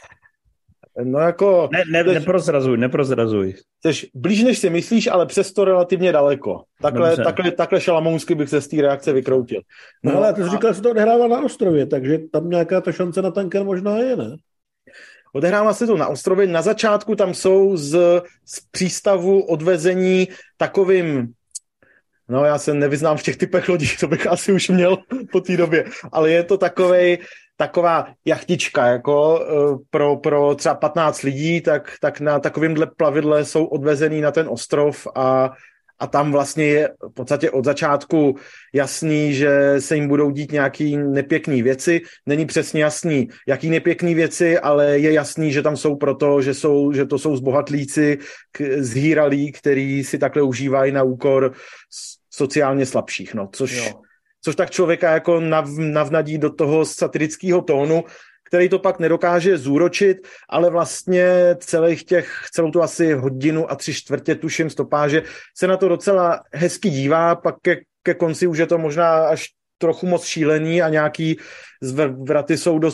No jako... Ne, ne, tež, neprozrazuj, neprozrazuj. Tež blíž než si myslíš, ale přesto relativně daleko. Takhle, takhle, takhle šalamounsky bych se z té reakce vykroutil. No, no ale ty jsi říkal, že se to odehrává na ostrově, takže tam nějaká ta šance na tanker možná je, ne? Odehrává se to na ostrově. Na začátku tam jsou z, z přístavu odvezení takovým, no já se nevyznám v těch typech lodí, to bych asi už měl po té době, ale je to takovej, taková jachtička, jako pro, pro třeba patnáct lidí, tak, tak na takovýmhle plavidle jsou odvezený na ten ostrov a A tam vlastně je v podstatě od začátku jasný, že se jim budou dít nějaký nepěkný věci. Není přesně jasný, jaký nepěkný věci, ale je jasný, že tam jsou proto, že, jsou, že to jsou zbohatlíci, zhýralí, který si takhle užívají na úkor sociálně slabších. No, což, což tak člověka jako nav, navnadí do toho satirického tónu, který to pak nedokáže zúročit, ale vlastně celých těch, celou tu asi hodinu a tři čtvrtě, tuším, stopáže, se na to docela hezky dívá, pak ke, ke konci už je to možná až trochu moc šílený a nějaký zvraty jsou dost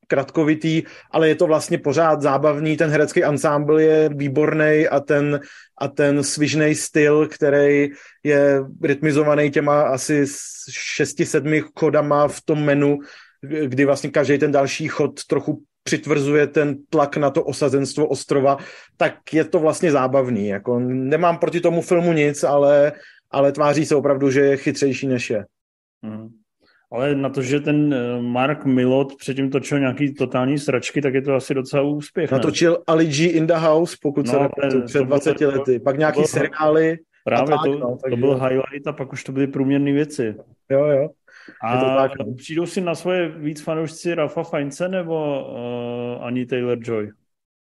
zkratkovitý, ale je to vlastně pořád zábavný, ten herecký ansámbl je výborný a ten, a ten svižnej styl, který je rytmizovaný těma asi šesti, sedmi chodama v tom menu, kdy vlastně každý ten další chod trochu přitvrzuje ten tlak na to osazenstvo ostrova, tak je to vlastně zábavný. Jako nemám proti tomu filmu nic, ale, ale tváří se opravdu, že je chytřejší než je. Hmm. Ale na to, že ten Mark Millot předtím točil nějaký totální sračky, tak je to asi docela úspěch. Natočil Ali G in the House, pokud no, se nepamatuju, před dvaceti lety. Pak nějaký to seriály. Právě tak, to, no, to byl highlight a pak už to byly průměrné věci. Jo, jo. A to tak, no. Přijdou si na svoje víc fanoušci Ralpha Fiennese nebo uh, Anya Taylor-Joy?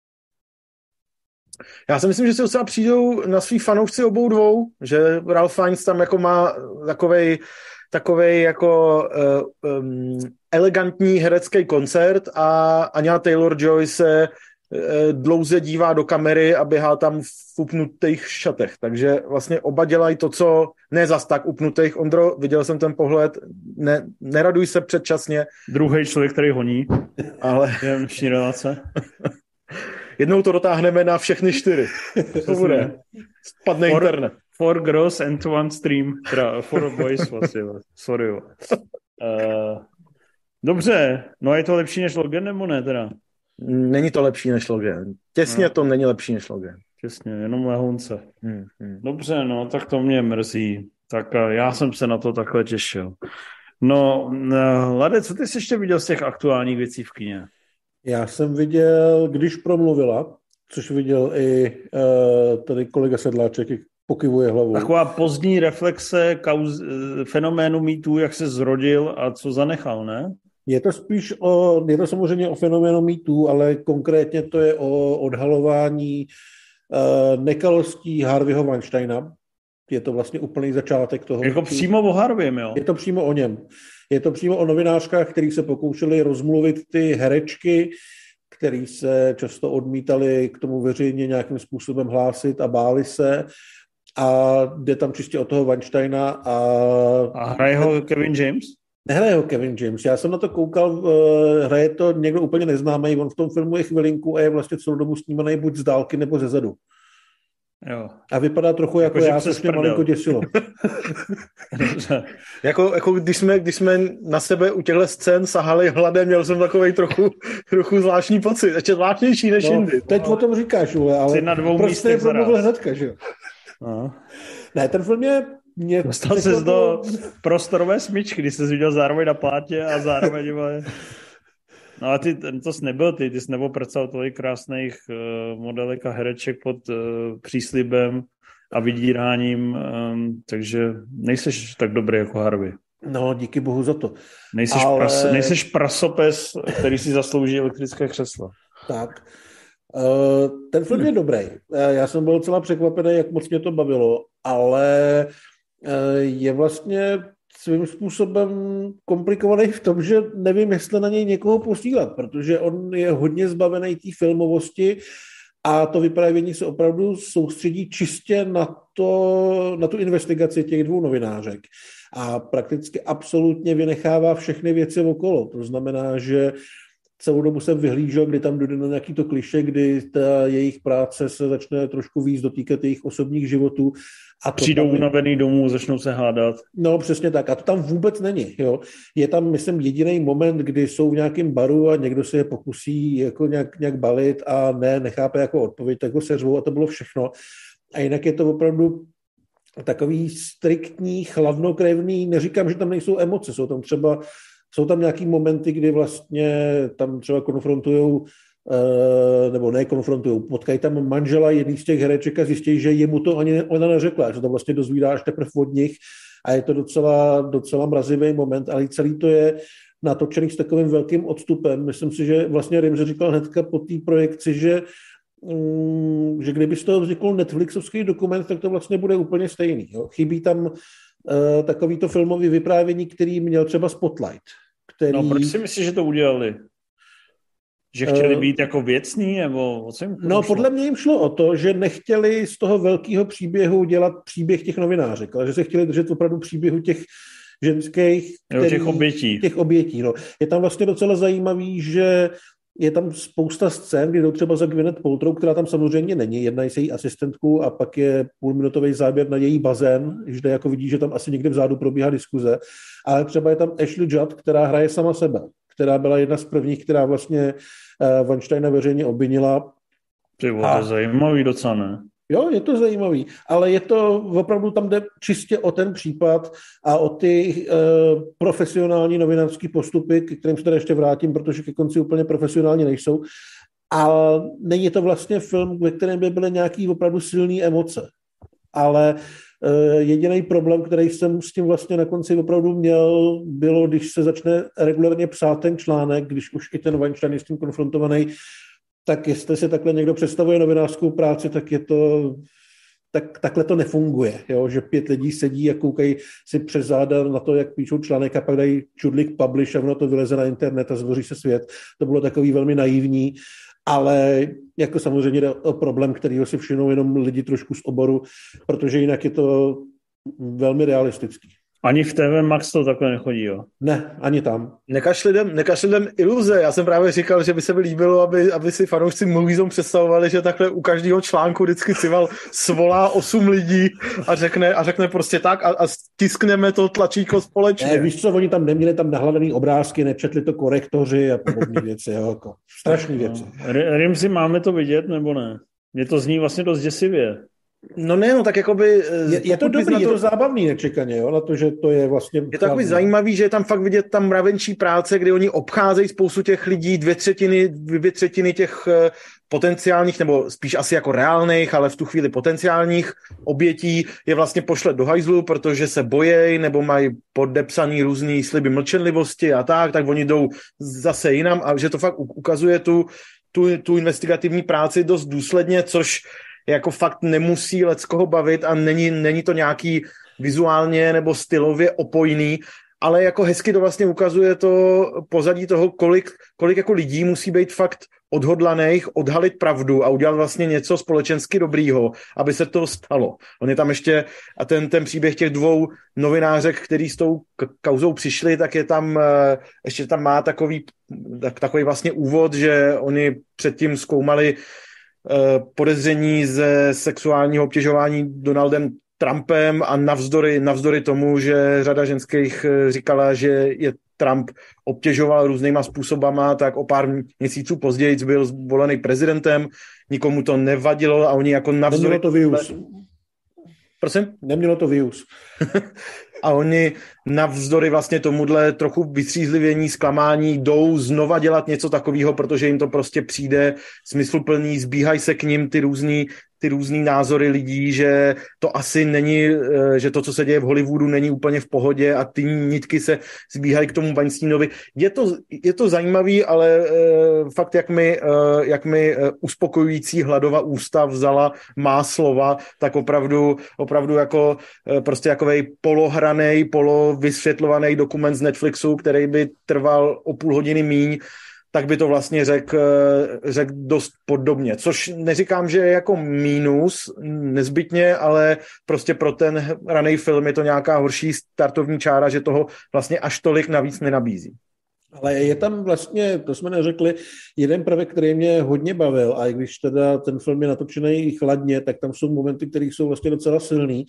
Já si myslím, že si docela přijdou na svý fanoušci obou dvou, že Ralph Fiennes tam jako má takovej takovej jako uh, um, elegantní herecký koncert a Anya Taylor-Joy se uh, dlouze dívá do kamery a běhá tam v upnutých šatech. Takže vlastně oba dělají to, co ne zas tak upnutých. Ondro, viděl jsem ten pohled, ne, neraduj se předčasně. Druhý člověk, který honí, ale je dnešní relace. Jednou to dotáhneme na všechny čtyři. To bude. Spadne for, internet. Four girls and one stream. Teda four boys vlastně. Sorry. Uh, dobře. No je to lepší než Logan, nebo ne teda? Není to lepší než Logan. Těsně no. To není lepší než Logan. Těsně, jenom lehonce. Hmm, hmm. Dobře, no tak to mě mrzí. Tak já jsem se na to takhle těšil. No, Lade, co ty jsi ještě viděl z těch aktuálních věcí v kině? Já jsem viděl, Když promluvila, což viděl i uh, tady kolega Sedláček, jak pokyvuje hlavou. Taková pozdní reflexe kauz, fenoménu mýtů, jak se zrodil a co zanechal, ne? Je to spíš o, je to samozřejmě o fenoménu mýtů, ale konkrétně to je o odhalování uh, nekalostí Harveyho Weinsteina. Je to vlastně úplný začátek toho. Jako přímo o Harveym, jo? Je to přímo o něm. Je to přímo o novinářkách, kteří se pokoušeli rozmluvit ty herečky, který se často odmítali k tomu veřejně nějakým způsobem hlásit a báli se. A jde tam čistě o toho Weinsteina. A, a hraje ho Kevin James? Nehraje ho Kevin James. Já jsem na to koukal, hraje to někdo úplně neznámý. On v tom filmu je chvilinku a je vlastně celou dobu snímaný buď z dálky nebo ze zadu. Jo. A vypadá trochu jako, jako já, což mě malinko děsilo. jako, jako když, jsme, když jsme na sebe u těchto scén sahali hladem, měl jsem takovej trochu, trochu zvláštní pocit. Ještě zvláštnější než no, jindy. Teď no. O tom říkáš, ale, ale na dvou prostě je promluvil hnedka, že jo? No. Ne, ten film je... Mě Dostal ses do prostorové smyčky, když jsi viděl zároveň na plátě a zároveň... No a ty, to jsi nebyl ty, ty jsi nebo pracoval tolik krásných uh, modelek a hereček pod uh, příslibem a vydíráním, um, takže nejseš tak dobrý jako Harvey. No, díky bohu za to. Nejseš, Ale... pras, nejseš prasopes, který si zaslouží elektrické křeslo. Tak. Uh, ten film je dobrý. Uh, já jsem byl celá překvapený, jak moc mě to bavilo, ale uh, je vlastně svým způsobem komplikovaný v tom, že nevím, jestli na něj někoho posílat, protože on je hodně zbavený té filmovosti a to vyprávění se opravdu soustředí čistě na, to, na tu investigaci těch dvou novinářek a prakticky absolutně vynechává všechny věci okolo. To znamená, že celou dobu jsem vyhlížel, kdy tam dojde na nějaký to kliše, kdy ta jejich práce se začne trošku víc dotýkat jejich osobních životů. A to přijdou tam... unavený domů, začnou se hádat. No, přesně tak. A to tam vůbec není. Jo. Je tam, myslím, jediný moment, kdy jsou v nějakém baru a někdo se je pokusí jako nějak, nějak balit a ne, nechápe jako odpověď, tak ho seřvou a to bylo všechno. A jinak je to opravdu takový striktní, chladnokrevný, neříkám, že tam nejsou emoce, jsou tam třeba Jsou tam nějaký momenty, kdy vlastně tam třeba konfrontujou, nebo ne konfrontujou, potkají tam manžela jedný z těch hereček a zjistí, že jemu to ani ona neřekla, že to vlastně dozvídá až teprve od nich a je to docela, docela mrazivý moment, ale celý to je natočený s takovým velkým odstupem. Myslím si, že vlastně Rimze říkal hnedka po té projekci, že, um, že kdyby z toho vznikl Netflixovský dokument, tak to vlastně bude úplně stejný. Jo. Chybí tam Uh, takovýto filmový vyprávění, který měl třeba Spotlight. Který... No, proč si myslíš, že to udělali? Že chtěli uh, být jako věcný, nebo o co jim No, šlo? Podle mě jim šlo o to, že nechtěli z toho velkého příběhu dělat příběh těch novinářek, ale že se chtěli držet opravdu příběhu těch, ženských, který, jo, těch obětí. Těch obětí no. Je tam vlastně docela zajímavý, že je tam spousta scén, kdy jdou třeba za Gwyneth Paltrow, která tam samozřejmě není, jednají se její asistentku a pak je půlminutový záběr na její bazén, kde jako vidí, že tam asi někde vzadu probíhá diskuze, ale třeba je tam Ashley Judd, která hraje sama sebe, která byla jedna z prvních, která vlastně uh, Weinsteina veřejně obvinila. Ty vole, to je zajímavý docela, ne? Jo, je to zajímavý, ale je to opravdu tam jde čistě o ten případ a o ty uh, profesionální novinářský postupy, k kterým se tady ještě vrátím, protože ke konci úplně profesionální nejsou. A není to vlastně film, ve kterém by byly nějaký opravdu silné emoce. Ale uh, jediný problém, který jsem s tím vlastně na konci opravdu měl, bylo, když se začne regulárně psát ten článek, když už i ten Weinstein je s tím konfrontovaný, tak jestli si takhle někdo představuje novinářskou práci, tak je to, tak, takhle to nefunguje, jo? Že pět lidí sedí a koukají si přes záda na to, jak píšou článek a pak dají čudlik publish a ono to vyleze na internet a zboří se svět. To bylo takový velmi naivní, ale jako samozřejmě jde o problém, kterýho si všimnou jenom lidi trošku z oboru, protože jinak je to velmi realistický. Ani v T V Max to takhle nechodí, jo? Ne, ani tam. Nekaž lidem, nekaž lidem iluze. Já jsem právě říkal, že by se mi líbilo, aby, aby si fanoušci Moviezone představovali, že takhle u každého článku vždycky Cival svolá osm lidí a řekne, a řekne prostě tak a, a stiskneme to tlačítko společně. Ne, víš co, oni tam neměli tam nahladaný obrázky, nečetli to korektoři a podobné věci, jo, jako strašný věci. No. Rimzi, máme to vidět, nebo ne? Mně to zní vlastně dost děsivě. No ne, no tak jakoby... Je, je to dobrý, to, je to zábavný nečekaně, jo, na to, že to je vlastně... Je to takový zajímavý, že je tam fakt vidět tam mravenčí práce, kdy oni obcházejí spoustu těch lidí, dvě třetiny, dvě třetiny těch potenciálních, nebo spíš asi jako reálných, ale v tu chvíli potenciálních obětí je vlastně pošle do hajzlu, protože se bojejí, nebo mají podepsaný různý sliby mlčenlivosti a tak, tak oni jdou zase jinam a že to fakt ukazuje tu, tu, tu investigativní práci dost důsledně, což jako fakt nemusí leckoho bavit a není, není to nějaký vizuálně nebo stylově opojný, ale jako hezky to vlastně ukazuje to pozadí toho, kolik, kolik jako lidí musí být fakt odhodlaných, odhalit pravdu a udělat vlastně něco společensky dobrýho, aby se to stalo. On je tam ještě, a ten, ten příběh těch dvou novinářek, který s tou kauzou přišli, tak je tam, ještě tam má takový, tak, takový vlastně úvod, že oni předtím zkoumali podezření ze sexuálního obtěžování Donaldem Trumpem a navzdory, navzdory tomu, že řada ženských říkala, že je Trump obtěžoval různýma způsobama, tak o pár měsíců později byl zvolený prezidentem, nikomu to nevadilo a oni jako navzdory... Nemělo to výus. Prosím? Nemělo to výus. A oni navzdory vlastně tomuhle trochu vystřízlivění, zklamání jdou znova dělat něco takového, protože jim to prostě přijde smysluplný, zbíhají se k nim ty různý, ty různý názory lidí, že to asi není, že to, co se děje v Hollywoodu, není úplně v pohodě a ty nitky se zbíhají k tomu Weinsteinovi. Je to, je to zajímavý, ale uh, fakt, jak mi, uh, jak mi uh, uspokojující hladová ústa vzala má slova, tak opravdu, opravdu jako uh, prostě jakovej polohranej, polovysvětlovaný dokument z Netflixu, který by trval o půl hodiny míň, tak by to vlastně řekl řek dost podobně. Což neříkám, že je jako mínus nezbytně, ale prostě pro ten raný film je to nějaká horší startovní čára, že toho vlastně až tolik navíc nenabízí. Ale je tam vlastně, to jsme neřekli, jeden prvek, který mě hodně bavil, a i když teda ten film je natočený chladně, tak tam jsou momenty, které jsou vlastně docela silný.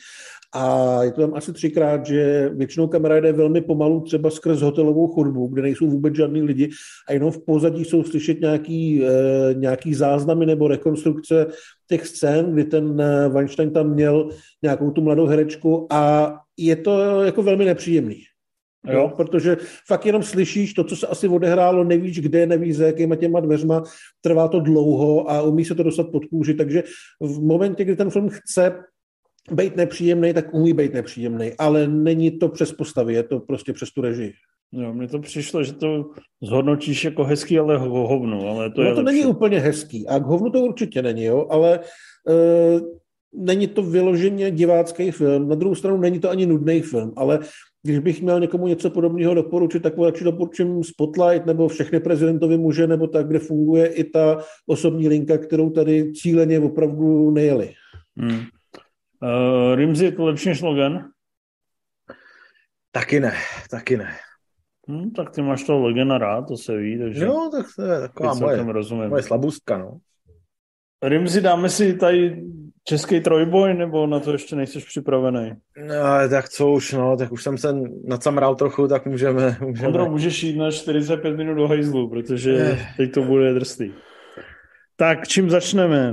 A je to tam asi třikrát, že většinou kamera jde velmi pomalu třeba skrz hotelovou chodbu, kde nejsou vůbec žádný lidi a jenom v pozadí jsou slyšet nějaký, eh, nějaký záznamy nebo rekonstrukce těch scén, kdy ten Weinstein tam měl nějakou tu mladou herečku a je to jako velmi nepříjemný. Jo. Jo, protože fakt jenom slyšíš to, co se asi odehrálo, nevíš kde, nevíš za jakýma těma dveřma, trvá to dlouho a umí se to dostat pod kůži, takže v momentě, kdy ten film chce být nepříjemný, tak umí být nepříjemný, ale není to přes postavy, je to prostě přes tu režii. Jo, mně to přišlo, že to zhodnotíš jako hezký, ale hovno, ale to no je to lepší. není úplně hezký a k hovnu to určitě není, jo, ale e, není to vyloženě divácký film, na druhou stranu není to ani nudný film, ale když bych měl někomu něco podobného doporučit, tak radši doporučím Spotlight nebo Všechny prezidentovi muže, nebo tak, kde funguje i ta osobní linka, kterou tady cíleně opravdu nejeli. Hmm. Uh, Rimzi, je to lepší než Logan? Taky ne, taky ne. Hm, tak ty máš toho Legena rád, to se ví, takže... No, tak to je taková moje, moje slabůstka, no. Rimzi, dáme si tady český trojboj, nebo na to ještě nejseš připravený? No, tak co už, no, tak už jsem se nacamral trochu, tak můžeme... můžeme. Ondro, můžeš jít na čtyřicet pět minut do hajzlu, protože teď to bude drsný. Tak, čím začneme?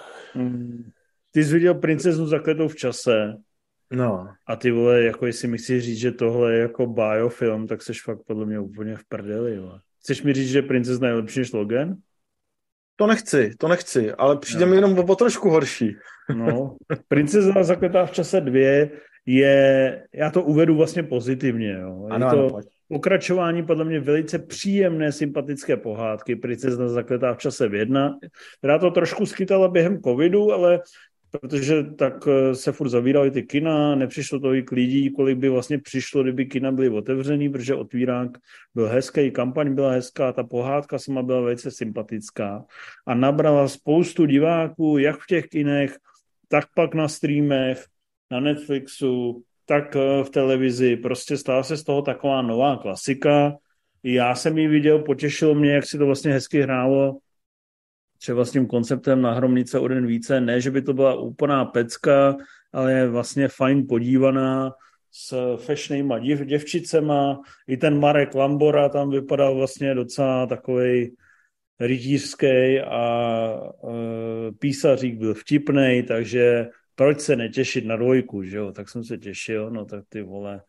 Ty jsi viděl Princeznu zakletou v čase. No. A ty vole, jako jestli mi chceš říct, že tohle je jako biofilm, tak seš fakt podle mě úplně v prdeli. Vole. Chceš mi říct, že Princezna je lepší než Logan? To nechci, to nechci, ale přijde no. mi jenom o trošku horší. No, Princezna zakletá v čase dvě je, já to uvedu vlastně pozitivně, jo. Je ano, to ano, pokračování podle mě velice příjemné, sympatické pohádky Princezna zakletá v čase jedna, která to trošku schytala během covidu, ale protože tak se furt zavíraly ty kina, nepřišlo tolik lidí, kolik by vlastně přišlo, kdyby kina byly otevřený, protože otvírák byl hezký, kampaň byla hezká, ta pohádka sama byla velice sympatická a nabrala spoustu diváků, jak v těch kinech, tak pak na streamech, na Netflixu, tak v televizi, prostě stala se z toho taková nová klasika. Já jsem ji viděl, potěšilo mě, jak si to vlastně hezky hrálo, třeba s tím konceptem Na hromnice o den více, ne, že by to byla úplná pecka, ale je vlastně fajn podívaná s fashnejma děv, děvčicema. I ten Marek Lambora tam vypadal vlastně docela takovej rytířský a e, písařík byl vtipnej, takže proč se netěšit na dvojku, že jo? Tak jsem se těšil, no tak ty vole.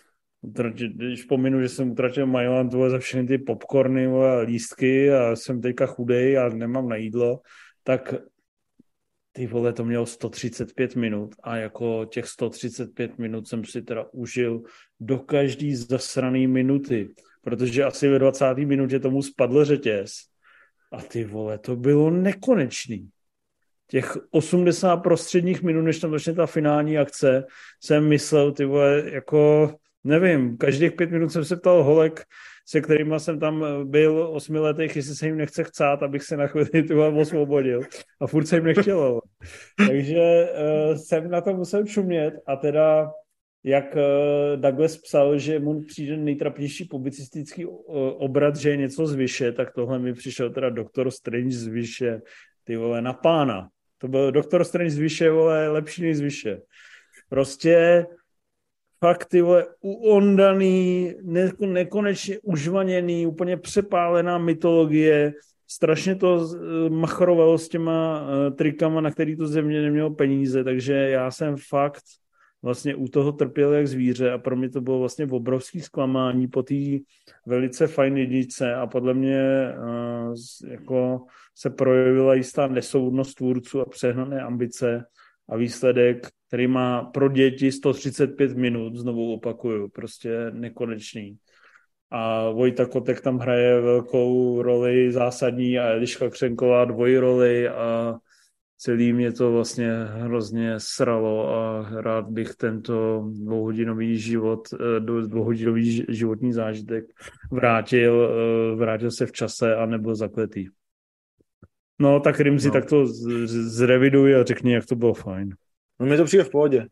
Když pominu, že jsem utratil Majland za všechny ty popcorny a lístky a jsem teďka chudej a nemám na jídlo, tak ty vole, to mělo sto třicet pět minut a jako těch sto třicet pět minut jsem si teda užil do každý zasraný minuty, protože asi ve dvacáté minutě tomu spadl řetěz a ty vole, to bylo nekonečný. Těch osmdesát prostředních minut, než tam začne ta finální akce, jsem myslel, ty vole, jako nevím, každých pět minut jsem se ptal holek, se kterýma jsem tam byl osmiletých, jestli se jim nechce chcát, abych se na chvíli tyhle osvobodil. A furt se jim nechtělo. Takže uh, jsem na to musel čumět a teda, jak uh, Douglas psal, že mu přijde nejtrapnější publicistický uh, obrat, že je něco z Vyše, tak tohle mi přišel teda Doktor Strange z Vyše, ty vole, na pána. To byl Doktor Strange z Vyše, vole, lepší než z Vyše. Prostě fakt, ty vole, uondaný, ne, nekonečně užvaněný, úplně přepálená mytologie, strašně to machrovalo s těma uh, trikama, na který to země nemělo peníze, takže já jsem fakt vlastně u toho trpěl jak zvíře a pro mě to bylo vlastně obrovský zklamání po té velice fajn jedničce a podle mě uh, jako se projevila jistá nesoudnost tvůrců a přehnané ambice a výsledek, který má pro děti sto třicet pět minut, znovu opakuju, prostě nekonečný. A Vojta Kotek tam hraje velkou roli zásadní a Eliška Křenková dvojroli a celý mě to vlastně hrozně sralo a rád bych tento dvouhodinový život, dvouhodinový životní zážitek vrátil, vrátil se v čase a nebyl zakletý. No, tak Rimzi, no. Tak to z- zreviduj a řekni, jak to bylo fajn. No, mi to přijde v pohodě.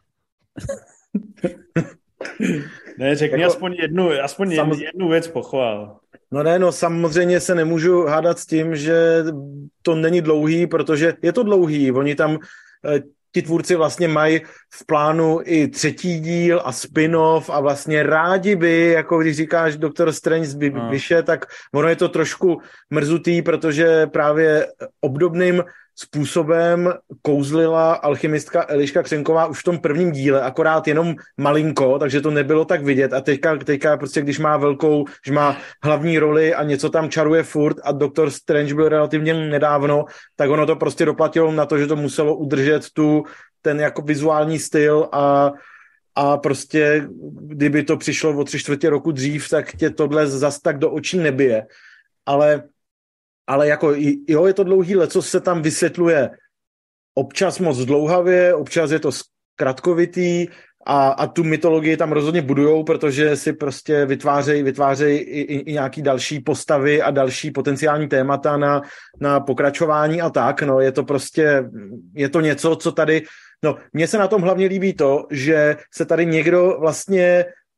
Ne, řekni jako, aspoň jednu, aspoň samoz... jednu věc pochvál. No ne, no samozřejmě se nemůžu hádat s tím, že to není dlouhý, protože je to dlouhý. Oni tam, ti tvůrci vlastně mají v plánu i třetí díl a spin-off a vlastně rádi by, jako když říkáš Doktor Strange by vyše, tak ono je to trošku mrzutý, protože právě obdobným způsobem kouzlila alchymistka Eliška Křenková už v tom prvním díle, akorát jenom malinko, takže to nebylo tak vidět a teďka, teďka prostě, když má velkou, že má hlavní roli a něco tam čaruje furt a Doktor Strange byl relativně nedávno, tak ono to prostě doplatilo na to, že to muselo udržet tu, ten jako vizuální styl a a prostě, kdyby to přišlo o tři čtvrtě roku dřív, tak tě tohle zas tak do očí nebije. Ale Ale jako jo, je to dlouhý, leco se tam vysvětluje občas moc dlouhavě, občas je to zkratkovitý a, a tu mytologii tam rozhodně budujou, protože si prostě vytvářejí vytvářej i, i, i nějaký další postavy a další potenciální témata na, na pokračování a tak. No, je to prostě, je to něco, co tady, no, mně se na tom hlavně líbí to, že se tady někdo vlastně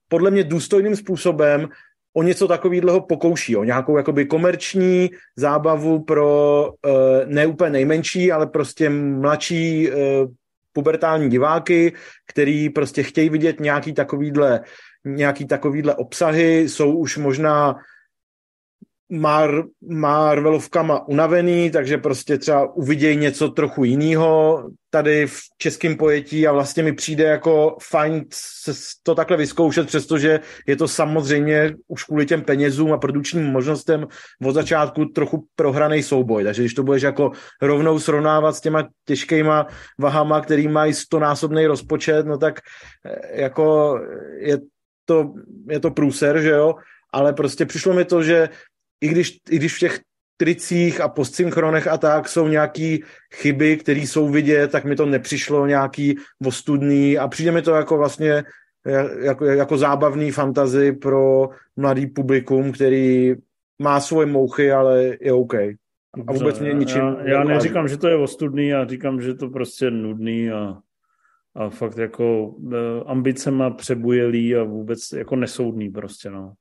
podle mě důstojným způsobem o něco takového pokouší, o nějakou jakoby komerční zábavu pro uh, ne úplně nejmenší, ale prostě mladší uh, pubertální diváky, který prostě chtějí vidět nějaký takovýhle, nějaký takovýhle obsahy, jsou už možná Mar, Marvelovkama unavený, takže prostě třeba uvidějí něco trochu jiného tady v českém pojetí a vlastně mi přijde jako fajn to takhle vyzkoušet, přestože je to samozřejmě už kvůli těm penězům a produkčním možnostem od začátku trochu prohraný souboj, takže když to budeš jako rovnou srovnávat s těma těžkýma vahama, který mají stonásobný rozpočet, no tak jako je to, je to průser, že jo, ale prostě přišlo mi to, že I když, I když v těch tricích a postsynchronech a tak jsou nějaký chyby, které jsou vidět, tak mi to nepřišlo nějaký ostudný a přijde mi to jako vlastně jako, jako zábavný fantasy pro mladý publikum, který má svoje mouchy, ale je OK. A vůbec mě ničím... Já, já neříkám, že to je ostudný, já říkám, že to prostě je nudný a, a fakt jako ambicema přebujelý a vůbec jako nesoudný prostě, no.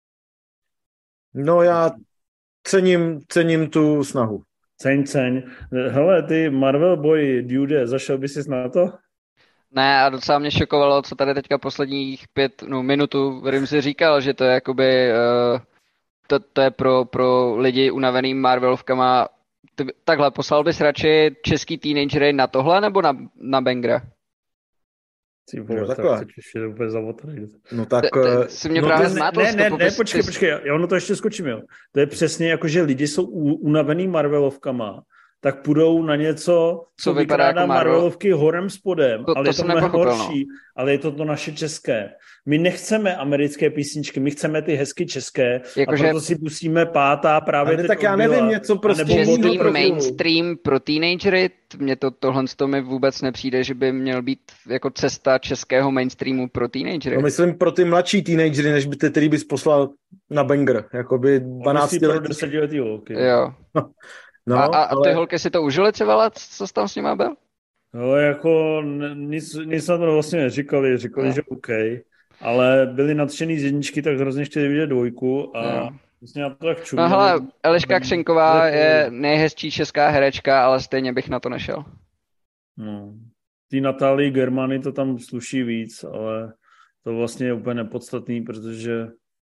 No já cením, cením tu snahu. Ceň, ceň. Hele, ty Marvel Boy Dude, zašel by jsi na to? Ne, a docela mě šokovalo, co tady teďka posledních pět no, minutu Rimzi říkal, že to je jakoby, uh, to, to je pro, pro lidi unavený Marvelovkama. Ty, takhle, poslal bys radši český teenagery na tohle nebo na, na Bangra? Ty vole, no, tak teď už je úplně zamotaný. No tak... Te, te, si mě no, právě ne, zmátl. Ne, ne, ne, počkej, počkej, já ono to ještě skočím, jo. To je přesně jako, že lidi jsou unavený Marvelovkama, tak půjdou na něco, co, co vypadá jako Marvel. Marvelovky horem spodem, to, ale to je to mnohem horší, no. Ale je to to naše české. My nechceme americké písničky, my chceme ty hezky české jako a proto že... si pustíme pátá právě teď tak já nevím, něco prostě... Český mainstream pro teenagery, mně to tohle to mi vůbec nepřijde, že by měl být jako cesta českého mainstreamu pro teenagery. No myslím pro ty mladší teenagery, než by ty, který bys poslal na banger, jakoby dvanáctiletý holky. Jo. No, a, a ale... ty holky si to užily třeba, co jsi tam s nima byl? No, jako nic, nic na to vlastně neříkali, říkali, no. Že OK, ale byli nadšený z jedničky, tak hrozně chtěli vidět dvojku a no. Vlastně na to tak čumě. No hele, Eliška Křenková je nejhezčí česká herečka, ale stejně bych na to nešel. No, ty Natálii Germany to tam sluší víc, ale to vlastně je úplně nepodstatný, protože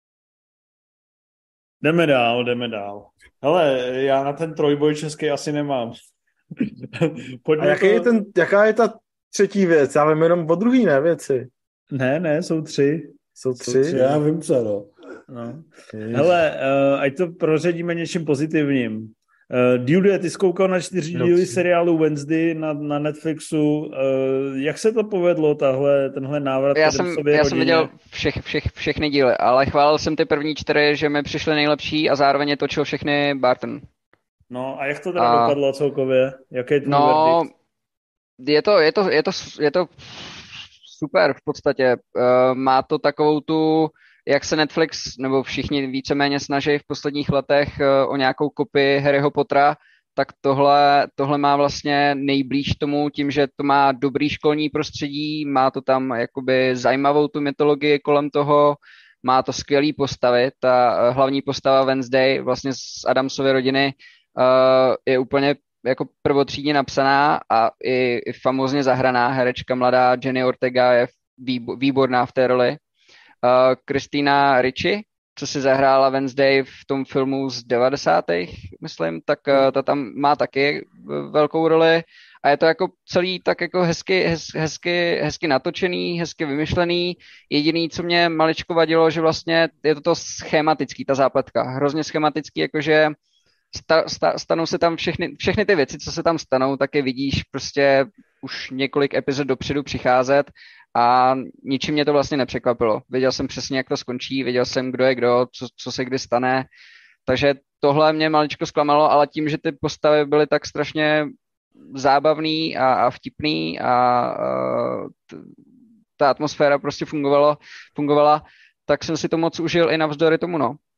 jdeme dál, jdeme dál. Hele, já na ten trojboj český asi nemám. A jaký to... je ten, jaká je ta třetí věc? Já vím jenom o druhý, ne, věci. Ne, ne, jsou tři. Jsou tři? Jsou tři. Já vím co, no. no. Hele, uh, ať to proředíme něčím pozitivním. Uh, Dude, ty jsi koukal na čtyři díly seriálu Wednesday na, na Netflixu. Uh, jak se to povedlo, tahle, tenhle návrat? Já jsem, já jsem viděl všech, všech, všechny díly, ale chválil jsem ty první čtyři, že mi přišly nejlepší a zároveň je točil všechny Barton. No a jak to teda a... dopadlo celkově? Jaký je ten no, verdikt? Je to, je to, je to, je to super v podstatě. Uh, má to takovou tu, jak se Netflix nebo všichni víceméně snaží v posledních letech uh, o nějakou kopii Harryho Pottera, tak tohle, tohle má vlastně nejblíž tomu tím, že to má dobrý školní prostředí, má to tam jakoby zajímavou tu mytologii kolem toho, má to skvělý postavy. Ta uh, hlavní postava Wednesday vlastně z Adamsovy rodiny uh, je úplně jako prvotřídně napsaná a i, i famózně zahraná herečka mladá Jenny Ortega je výborná v té roli. Kristýna uh, Ricci, co si zahrála Wednesday v tom filmu z devadesátých, myslím, tak uh, ta tam má taky velkou roli a je to jako celý tak jako hezky, hez, hezky, hezky natočený, hezky vymyšlený. Jediný, co mě maličko vadilo, že vlastně je to to schematický, ta zápletka. Hrozně schematický, jakože sta, sta, stanou se tam všechny, všechny ty věci, co se tam stanou, tak je vidíš prostě už několik epizod dopředu přicházet a ničím mě to vlastně nepřekvapilo. Věděl jsem přesně, jak to skončí, věděl jsem, kdo je kdo, co, co se kdy stane, takže tohle mě maličko zklamalo, ale tím, že ty postavy byly tak strašně zábavný a, a vtipný a, a t, ta atmosféra prostě fungovalo, fungovala, tak jsem si to moc užil i navzdory tomu, no.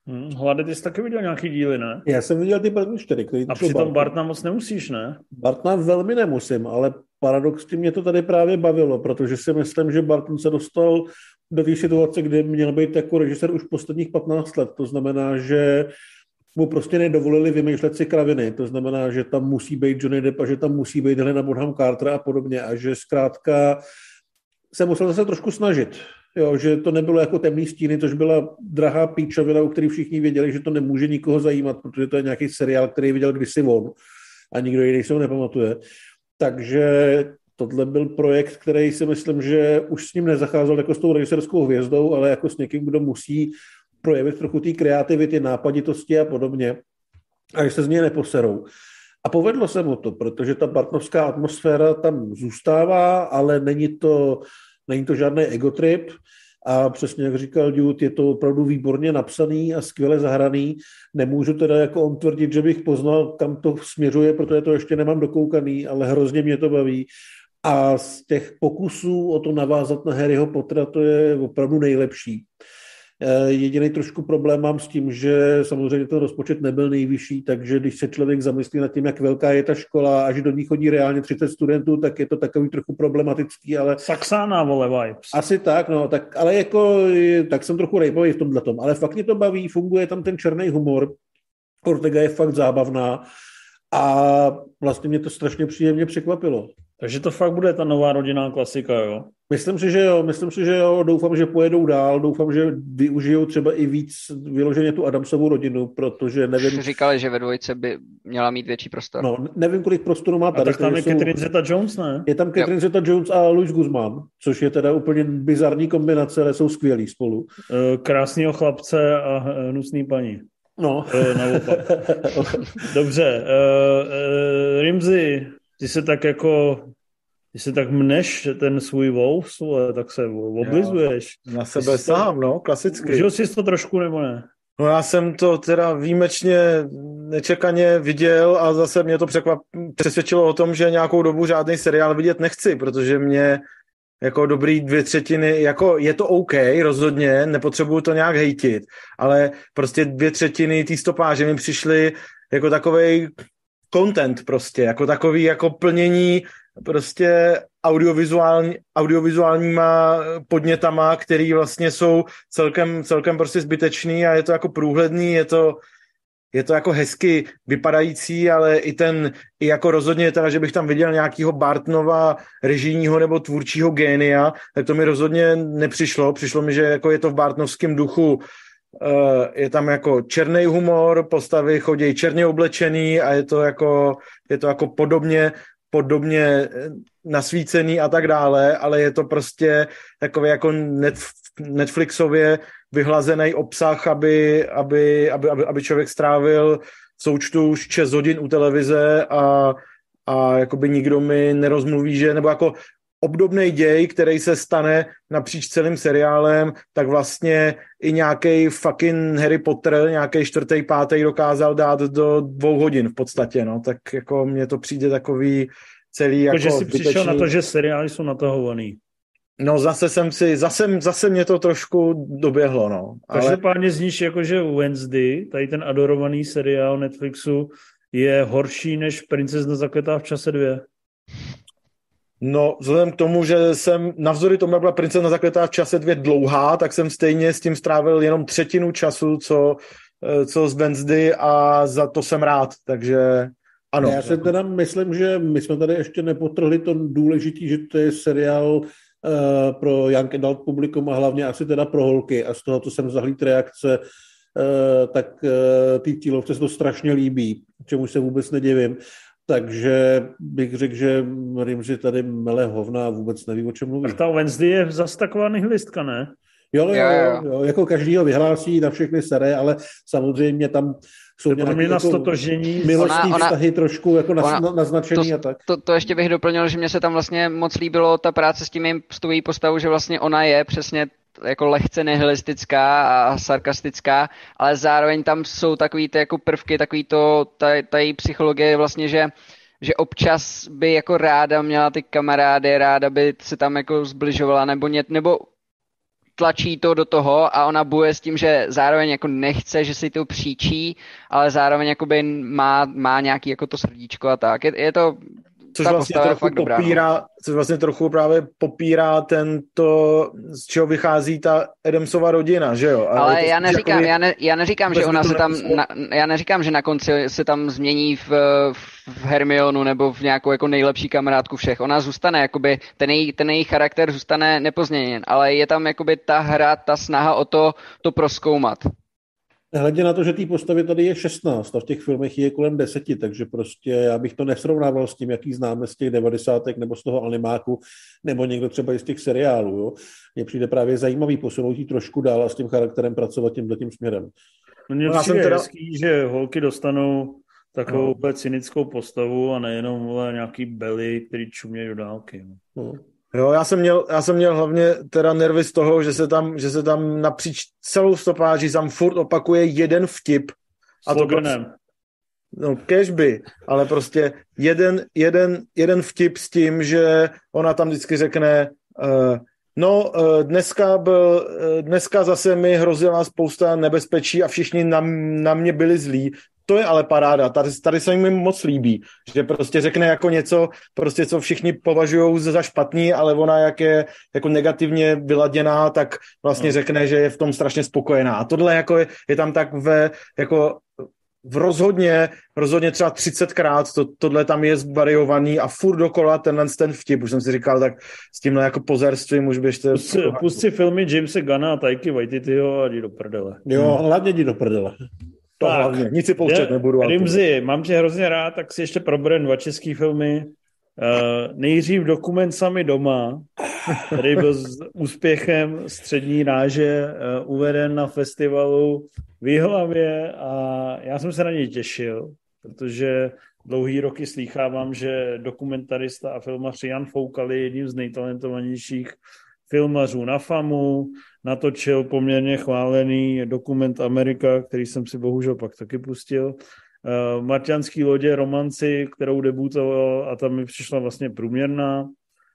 Hmm, Hlade, ty jsi taky viděl nějaký díly, ne? Já jsem viděl ty první čtyři, který A přitom Bartna moc nemusíš, ne? Bartna velmi nemusím, ale paradoxně mě to tady právě bavilo, protože si myslím, že Barton se dostal do té situace, kdy měl být jako režisér už posledních patnáct let. To znamená, že mu prostě nedovolili vymýšlet si kraviny. To znamená, že tam musí být Johnny Depp a že tam musí být Helena Bonham Carter a podobně. A že zkrátka se musel zase trošku snažit. Jo, že to nebylo jako Temný stíny, což byla drahá píčovina, u který všichni věděli, že to nemůže nikoho zajímat, protože to je nějaký seriál, který viděl kdysi on a nikdo jiný se ho nepamatuje. Takže tohle byl projekt, který si myslím, že už s ním nezacházel jako s tou režisérskou hvězdou, ale jako s někým, kdo musí projevit trochu té kreativity, nápaditosti a podobně, a že se z něj neposerou. A povedlo se mu to, protože ta bartnovská atmosféra tam zůstává, ale není to, není to žádný egotrip. A přesně jak říkal Dude, je to opravdu výborně napsaný a skvěle zahraný. Nemůžu teda jako on tvrdit, že bych poznal, kam to směřuje, protože to ještě nemám dokoukaný, ale hrozně mě to baví. A z těch pokusů o to navázat na Harryho Pottera, to je opravdu nejlepší. Jediný trošku problém mám s tím, že samozřejmě ten rozpočet nebyl nejvyšší, takže když se člověk zamyslí nad tím, jak velká je ta škola, až do ní chodí reálně třicet studentů, tak je to takový trochu problematický, ale... Saxána, vole, vibes. Asi tak, no, tak, ale jako, tak jsem trochu rejpavý v tomhletom, ale fakt mě to baví, funguje tam ten černý humor, Ortega je fakt zábavná a vlastně mě to strašně příjemně překvapilo. Takže to fakt bude ta nová rodinná klasika, jo? Myslím si, že jo, myslím si, že jo, doufám, že pojedou dál, doufám, že využijou třeba i víc vyloženě tu Adamsovu rodinu, protože nevím... Říkali, že ve dvojce by měla mít větší prostor. No, nevím, kolik prostoru má tady. A tak tam je jsou... Catherine Zeta-Jones, ne? Je tam Catherine Zeta-Jones a Luis Guzmán, což je teda úplně bizarní kombinace, ale jsou skvělí spolu. Krásného chlapce a hnusný paní. No. Naopak. Dobře. Uh, uh, Rimzi, ty se tak jako... Ty se tak mneš ten svůj Wolves, tak se oblizuješ. Já na sebe sám, no, klasicky. Užil jsi to trošku, nebo ne? No já jsem to teda výjimečně nečekaně viděl a zase mě to překvap... přesvědčilo o tom, že nějakou dobu žádný seriál vidět nechci, protože mě jako dobrý dvě třetiny, jako je to OK, rozhodně, nepotřebuju to nějak hejtit, ale prostě dvě třetiny té stopáže mi přišly jako takovej content prostě, jako takový jako plnění prostě audiovizuální, audiovizuálníma podnětama, který vlastně jsou celkem, celkem prostě zbytečný a je to jako průhledný, je to, je to jako hezky vypadající, ale i ten, i jako rozhodně teda, že bych tam viděl nějakýho Bartonova režijního nebo tvůrčího génia, tak to mi rozhodně nepřišlo. Přišlo mi, že jako je to v bartonovském duchu, je tam jako černý humor, postavy chodí černě oblečený a je to jako, je to jako podobně podobně nasvícený a tak dále, ale je to prostě takový jako Netflixově vyhlazený obsah, aby, aby, aby, aby člověk strávil v součtu šest hodin u televize a, a jakoby nikdo mi nerozmluví, že nebo jako obdobný děj, který se stane napříč celým seriálem, tak vlastně i nějaký fucking Harry Potter, nějaký čtvrtý, pátý dokázal dát do dvou hodin v podstatě, no, tak jako mně to přijde takový celý jako... Takže jsi zbytečný. Přišel na to, že seriály jsou natahovaný. No zase jsem si, zase, zase mě to trošku doběhlo, no. Každopádně ale... zníš jako, že Wednesday, tady ten adorovaný seriál Netflixu, je horší než Princezna zakletá v čase dvě. No, vzhledem k tomu, že jsem navzdory tomu, jak byla Princezna zakletá v čase dvě dlouhá, tak jsem stejně s tím strávil jenom třetinu času, co, co z Wednesday a za to jsem rád, takže ano. Já si teda myslím, že my jsme tady ještě nepotrhli to důležitý, že to je seriál uh, pro young adult publikum a hlavně asi teda pro holky a z toho, co jsem zahlíd reakce, uh, tak uh, ty cílovce se to strašně líbí, čemu se vůbec nedivím. Takže bych řekl, že Rimzi tady mele hovna a vůbec neví, o čem mluví. Tak ta Wednesday je zase taková nihlistka, ne? Jo, jo, jo, jo, jako každý ho vyhlásí na všechny sere, ale samozřejmě tam jsou nějaké jako milostní ona, vztahy ona, trošku jako ona, naznačený to, a tak. To, to ještě bych doplnil, že mě se tam vlastně moc líbilo ta práce s tím jejím stojí postavu, že vlastně ona je přesně jako lehce nihilistická a sarkastická, ale zároveň tam jsou takový ty jako prvky, takový to, ta, ta její psychologie vlastně, že že občas by jako ráda měla ty kamarády, ráda by se tam jako zbližovala nebo, ně, nebo tlačí to do toho a ona buje s tím, že zároveň jako nechce, že si to příčí, ale zároveň jakoby má, má nějaký jako to srdíčko a tak. Je, je to Což vlastně, trochu popírá, dobrá, no. což vlastně trochu právě popírá tento, z čeho vychází ta Adamsova rodina, že jo? Ale, ale já neříkám, jakoby, já, ne, já neříkám, že ona se tam, na, já neříkám, že na konci se tam změní v, v Hermionu nebo v nějakou jako nejlepší kamarádku všech. Ona zůstane, jakoby, ten její, ten její charakter zůstane nepozměněn, ale je tam jakoby ta hra, ta snaha o to, to prozkoumat. Hledě na to, že té postavy tady je šestnáct a v těch filmech je kolem deseti, takže prostě já bych to nesrovnával s tím, jaký známe z těch devadesátek nebo z toho animáku, nebo někdo třeba i z těch seriálů. Jo. Mně přijde právě zajímavý posunout jí trošku dál a s tím charakterem pracovat tímhletím směrem. No mně přijde teda... hezký, že holky dostanou takovou úplně no. cynickou postavu a nejenom vole, nějaký belly, který čumějí do dálky. No. Jo, já jsem měl, já jsem měl hlavně teda nervy z toho, že se tam, že se tam napříč celou stopáží tam furt opakuje jeden vtip. A to prostě, no, cashby, ale prostě jeden, jeden, jeden vtip s tím, že ona tam vždycky řekne, uh, no, uh, dneska byl, uh, dneska zase mi hrozila spousta nebezpečí a všichni na, na mě byli zlí. To je ale paráda, tady, tady se mi moc líbí, že prostě řekne jako něco, prostě co všichni považují za špatný, ale ona jak je jako negativně vyladěná, tak vlastně no. řekne, že je v tom strašně spokojená. A tohle jako je, je tam tak ve, jako v rozhodně, rozhodně třeba třicetkrát to, tohle tam je zvariovaný a furt dokola tenhle ten vtip, už jsem si říkal, tak s tímhle jako pozerstvím už běžte. Pust, pust si filmy Jamese Gunna a Taiki Waititiho a jdi do prdele. Jo, hmm. hlavně jdi do prdele. To tak, hlavně, nic si pouštět nebudu. Rimzi, mám tě hrozně rád, tak si ještě proberem dva český filmy. Uh, nejdřív Dokument Sami doma, který byl s úspěchem střední ráže uh, uveden na festivalu v Jihlavě a já jsem se na něj těšil, protože dlouhý roky slýchávám, že dokumentarista a filmař Jan Foukal je jedním z nejtalentovanějších filmařů na FAMu, natočil poměrně chválený dokument Amerika, který jsem si bohužel pak taky pustil. Uh, Marťanský lodě, romanci, kterou debutoval a tam mi přišla vlastně průměrná.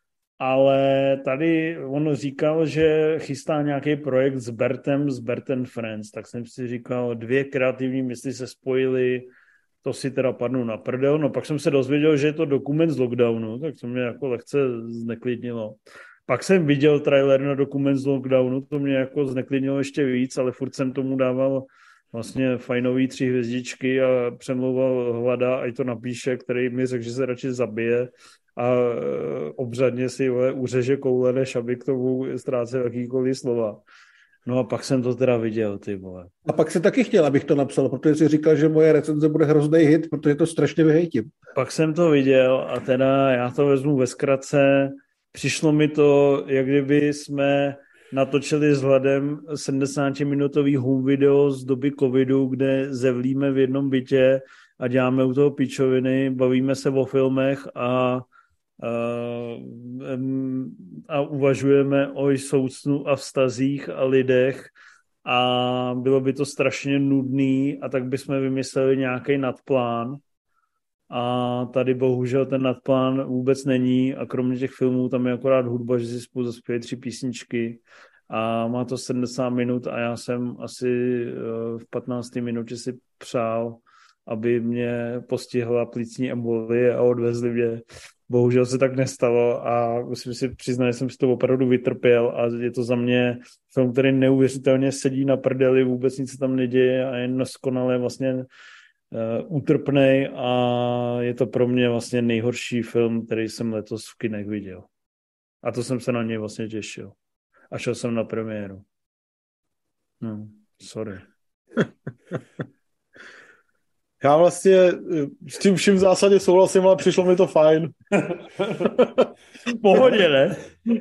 Ale tady on říkal, že chystá nějaký projekt s Bertem, s Bert and Friends, tak jsem si říkal, dvě kreativní mysli se spojily, to si teda padnu na prdel. No pak jsem se dozvěděl, že je to dokument z lockdownu, tak to mě jako lehce zneklidnilo. Pak jsem viděl trailer na dokument z lockdownu, to mě jako zneklidnilo ještě víc, ale furt jsem tomu dával vlastně fajnový tři hvězdičky a přemlouval Hlada, ať to napíše, který mi řekl, že se radši zabije a obřadně si vole, uřeže koule, než aby k tomu ztrácel jakýkoliv slova. No a pak jsem to teda viděl, ty vole. A pak se taky chtěl, abych to napsal, protože si říkal, že moje recenze bude hrozný hit, protože to strašně vyhejtím. Pak jsem to viděl a teda já to vezmu ve zkratce. Přišlo mi to, jak kdyby jsme natočili s Hladem sedmdesátiminutový home video z doby covidu, kde zevlíme v jednom bytě a děláme u toho pičoviny, bavíme se o filmech a, a, a uvažujeme o soucnu a vztazích a lidech a bylo by to strašně nudný a tak bychom vymysleli nějaký nadplán. A tady bohužel ten nadplán vůbec není a kromě těch filmů tam je akorát hudba, že si spolu zaspějí tři písničky a má to sedmdesát minut a já jsem asi v patnácté minutě si přál, aby mě postihla plicní embolie a odvezli mě. Bohužel se tak nestalo a musím si přiznat, že jsem si to opravdu vytrpěl a je to za mě film, který neuvěřitelně sedí na prdeli, vůbec nic se tam neděje a jen skonale vlastně Uh, útrpnej a je to pro mě vlastně nejhorší film, který jsem letos v kinech viděl. A to jsem se na něj vlastně těšil. A šel jsem na premiéru. No, sorry. Já vlastně s tím vším v zásadě souhlasím, ale přišlo mi to fajn. V pohodě, ne?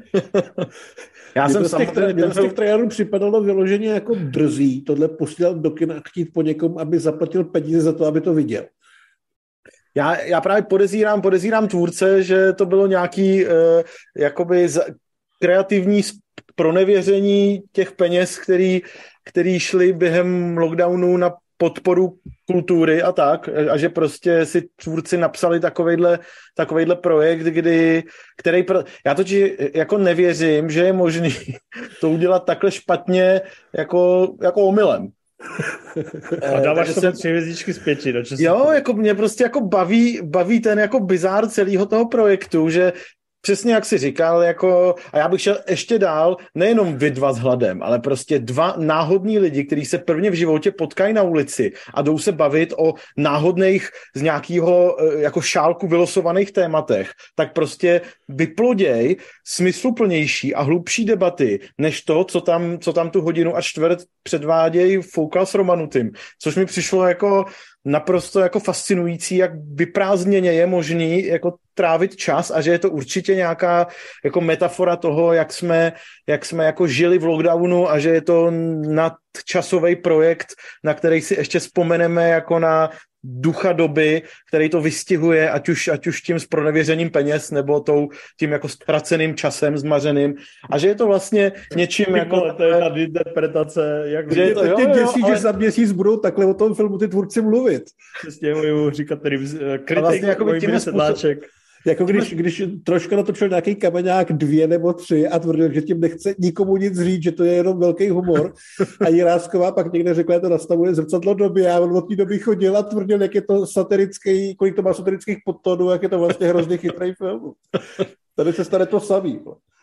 Já jsem z těch, tra- z těch trailerů připadalo vyloženě jako drzí tohle posílat do kina a chtít po někom, aby zaplatil peníze za to, aby to viděl. Já, já právě podezírám, podezírám tvůrce, že to bylo nějaký uh, jakoby z, kreativní pronevěření těch peněz, který, který šli během lockdownu na podporu kultury a tak, a že prostě si tvůrci napsali takovejhle, takovejhle projekt, kdy, který, pro, já totiž jako nevěřím, že je možný to udělat takhle špatně jako, jako omylem. A dáváš to jsem... tři hvězdičky z pěti. No, jo, jako mě prostě jako baví, baví ten jako bizár celého toho projektu, že přesně jak jsi říkal, jako, a já bych šel ještě dál, nejenom vy dva s hladem, ale prostě dva náhodní lidi, kteří se prvně v životě potkají na ulici a jdou se bavit o náhodných z nějakého jako šálku vylosovaných tématech, tak prostě vyploděj smysluplnější a hlubší debaty, než to, co tam, co tam tu hodinu a čtvrt předvádějí Foukal s Romanutým. Což mi přišlo jako naprosto jako fascinující, jak vyprázdněně je možný jako trávit čas a že je to určitě nějaká jako metafora toho, jak jsme, jak jsme jako žili v lockdownu a že je to nadčasový projekt, na který si ještě vzpomeneme jako na ducha doby, který to vystihuje, ať už, ať už tím zpronevěřením peněz, nebo tou, tím jako ztraceným časem, zmařeným. A že je to vlastně něčím jako... To je ta interpretace, jak... Že je to, jo, jo, děsí, ale... že za měsíc budou takhle o tom filmu ty tvůrci mluvit. Přesně, budu říkat tady kritik, vlastně jako tím sedláček. Jako když, když trošku natočil nějaký Kameňák dvě nebo tři a tvrdil, že tím nechce nikomu nic říct, že to je jenom velký humor. A Jirásková pak někde řekla, že to nastavuje zrcadlo doby a on od té doby chodil a tvrdil, jak je to satirický, kolik to má satirických podtónů, jak je to vlastně hrozně chytrý film. Tady se stane to samý.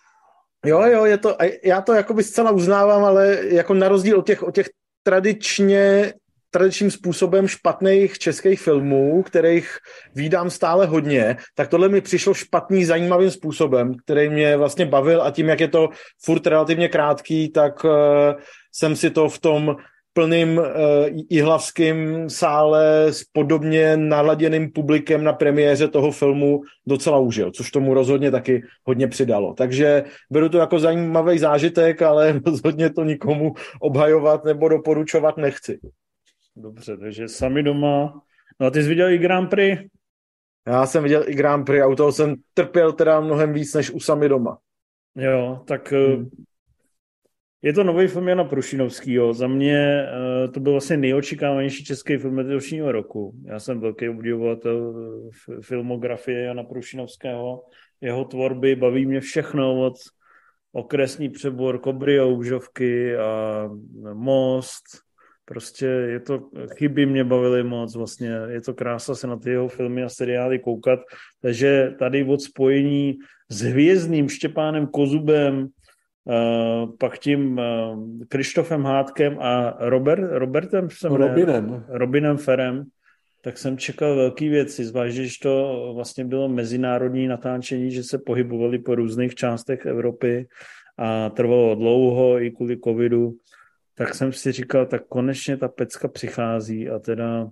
Jo, jo, je to, já to jakoby zcela uznávám, ale jako na rozdíl od těch, od těch tradičně tradičním způsobem špatných českých filmů, kterých vídám stále hodně, tak tohle mi přišlo špatný zajímavým způsobem, který mě vlastně bavil a tím, jak je to furt relativně krátký, tak uh, jsem si to v tom plným uh, jihlavským sále s podobně naladěným publikem na premiéře toho filmu docela užil, což tomu rozhodně taky hodně přidalo. Takže beru to jako zajímavý zážitek, ale rozhodně to nikomu obhajovat nebo doporučovat nechci. Dobře, takže sami doma. No a ty jsi viděl i Grand Prix? Já jsem viděl i Grand Prix a u toho jsem trpěl teda mnohem víc než u Sami doma. Jo, tak hmm. je to nový film Jana Prušinovskýho. Za mě to byl vlastně nejočekávanější český film letošního roku. Já jsem velký obdivovatel filmografie Jana Prušinovského. Jeho tvorby baví mě všechno od Okresní přebor, Kobry a Úžovky a Most. Prostě je to, chyby mě bavily moc, vlastně je to krása se na ty jeho filmy a seriály koukat, takže tady od spojení s Hvězdným Štěpánem Kozubem, uh, pak tím uh, Krištofem Hádkem a Robert, Robertem jsem Robinem. Ne, Robinem Ferem, tak jsem čekal velký věci, zvlášť, když to vlastně bylo mezinárodní natáčení, že se pohybovali po různých částech Evropy a trvalo dlouho i kvůli covidu. Tak jsem si říkal, tak konečně ta pecka přichází a teda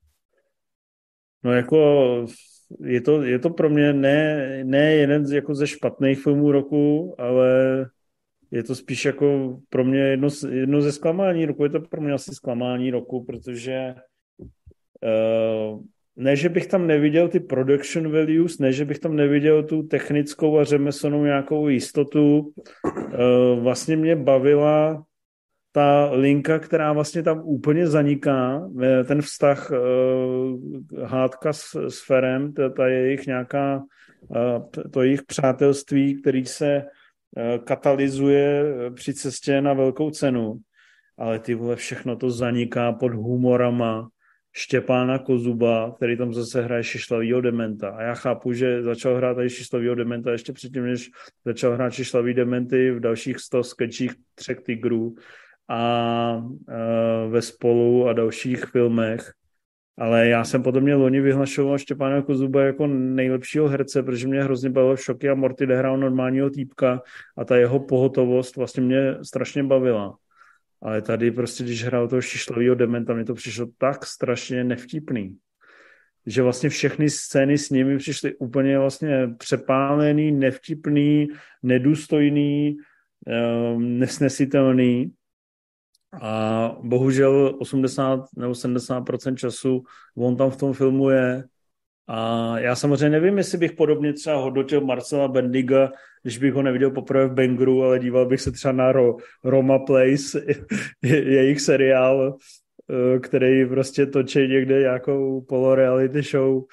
no jako je to, je to pro mě ne, ne jeden z, jako ze špatných filmů roku, ale je to spíš jako pro mě jedno, jedno ze zklamání roku, je to pro mě asi zklamání roku, protože uh, ne, že bych tam neviděl ty production values, ne, že bych tam neviděl tu technickou a řemeslnou nějakou jistotu, uh, vlastně mě bavila ta linka, která vlastně tam úplně zaniká, ten vztah uh, Hádka s, s Ferem, ta, ta jejich nějaká, uh, to jejich přátelství, který se uh, katalyzuje při cestě na velkou cenu, ale ty vole, všechno to zaniká pod humorama Štěpána Kozuba, který tam zase hraje šišlavýho dementa. A já chápu, že začal hrát tady šišlavýho dementa ještě předtím, než začal hrát šišlavý dementy v dalších sto skečích Třech tigrů a uh, ve Spolu a dalších filmech. Ale já jsem potom mě loni vyhlašoval Štěpána Kozuba jako nejlepšího herce, protože mě hrozně bavilo Šoky a Morty, kde hrál normálního týpka a ta jeho pohotovost vlastně mě strašně bavila. Ale tady prostě, když hrál toho šišlavýho dementa, mi to přišlo tak strašně nevtipný, že vlastně všechny scény s nimi přišly úplně vlastně přepálený, nevtipný, nedůstojný, um, nesnesitelný. A bohužel osmdesát nebo sedmdesát procent času on tam v tom filmu je. A já samozřejmě nevím, jestli bych podobně třeba hodnotil Marcela Bendiga, když bych ho neviděl poprvé v Bangru, ale díval bych se třeba na Ro, Roma Place, jejich seriál který prostě točí někde nějakou poloreality show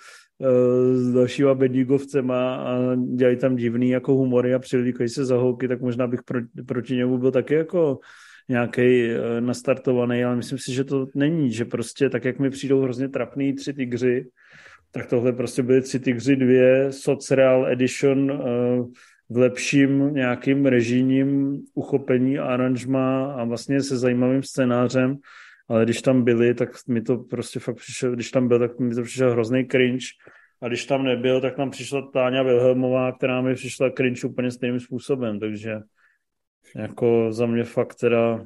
s dalšíma bedníkovcema a dělají tam divný jako humory a přilíkají se za holky, tak možná bych pro, proti němu byl taky jako nějaký nastartovaný, ale myslím si, že to není, že prostě tak, jak mi přijdou hrozně trapný tři tygři, tak tohle prostě byly tři tygři dvě, Socreal Edition v lepším nějakým režijním uchopení a aranžma a vlastně se zajímavým scénářem, ale když tam byli, tak mi to prostě fakt přišel, když tam byl, tak mi to přišel hrozný cringe a když tam nebyl, tak tam přišla Táňa Wilhelmová, která mi přišla cringe úplně stejným způsobem, takže jako za mě fakt teda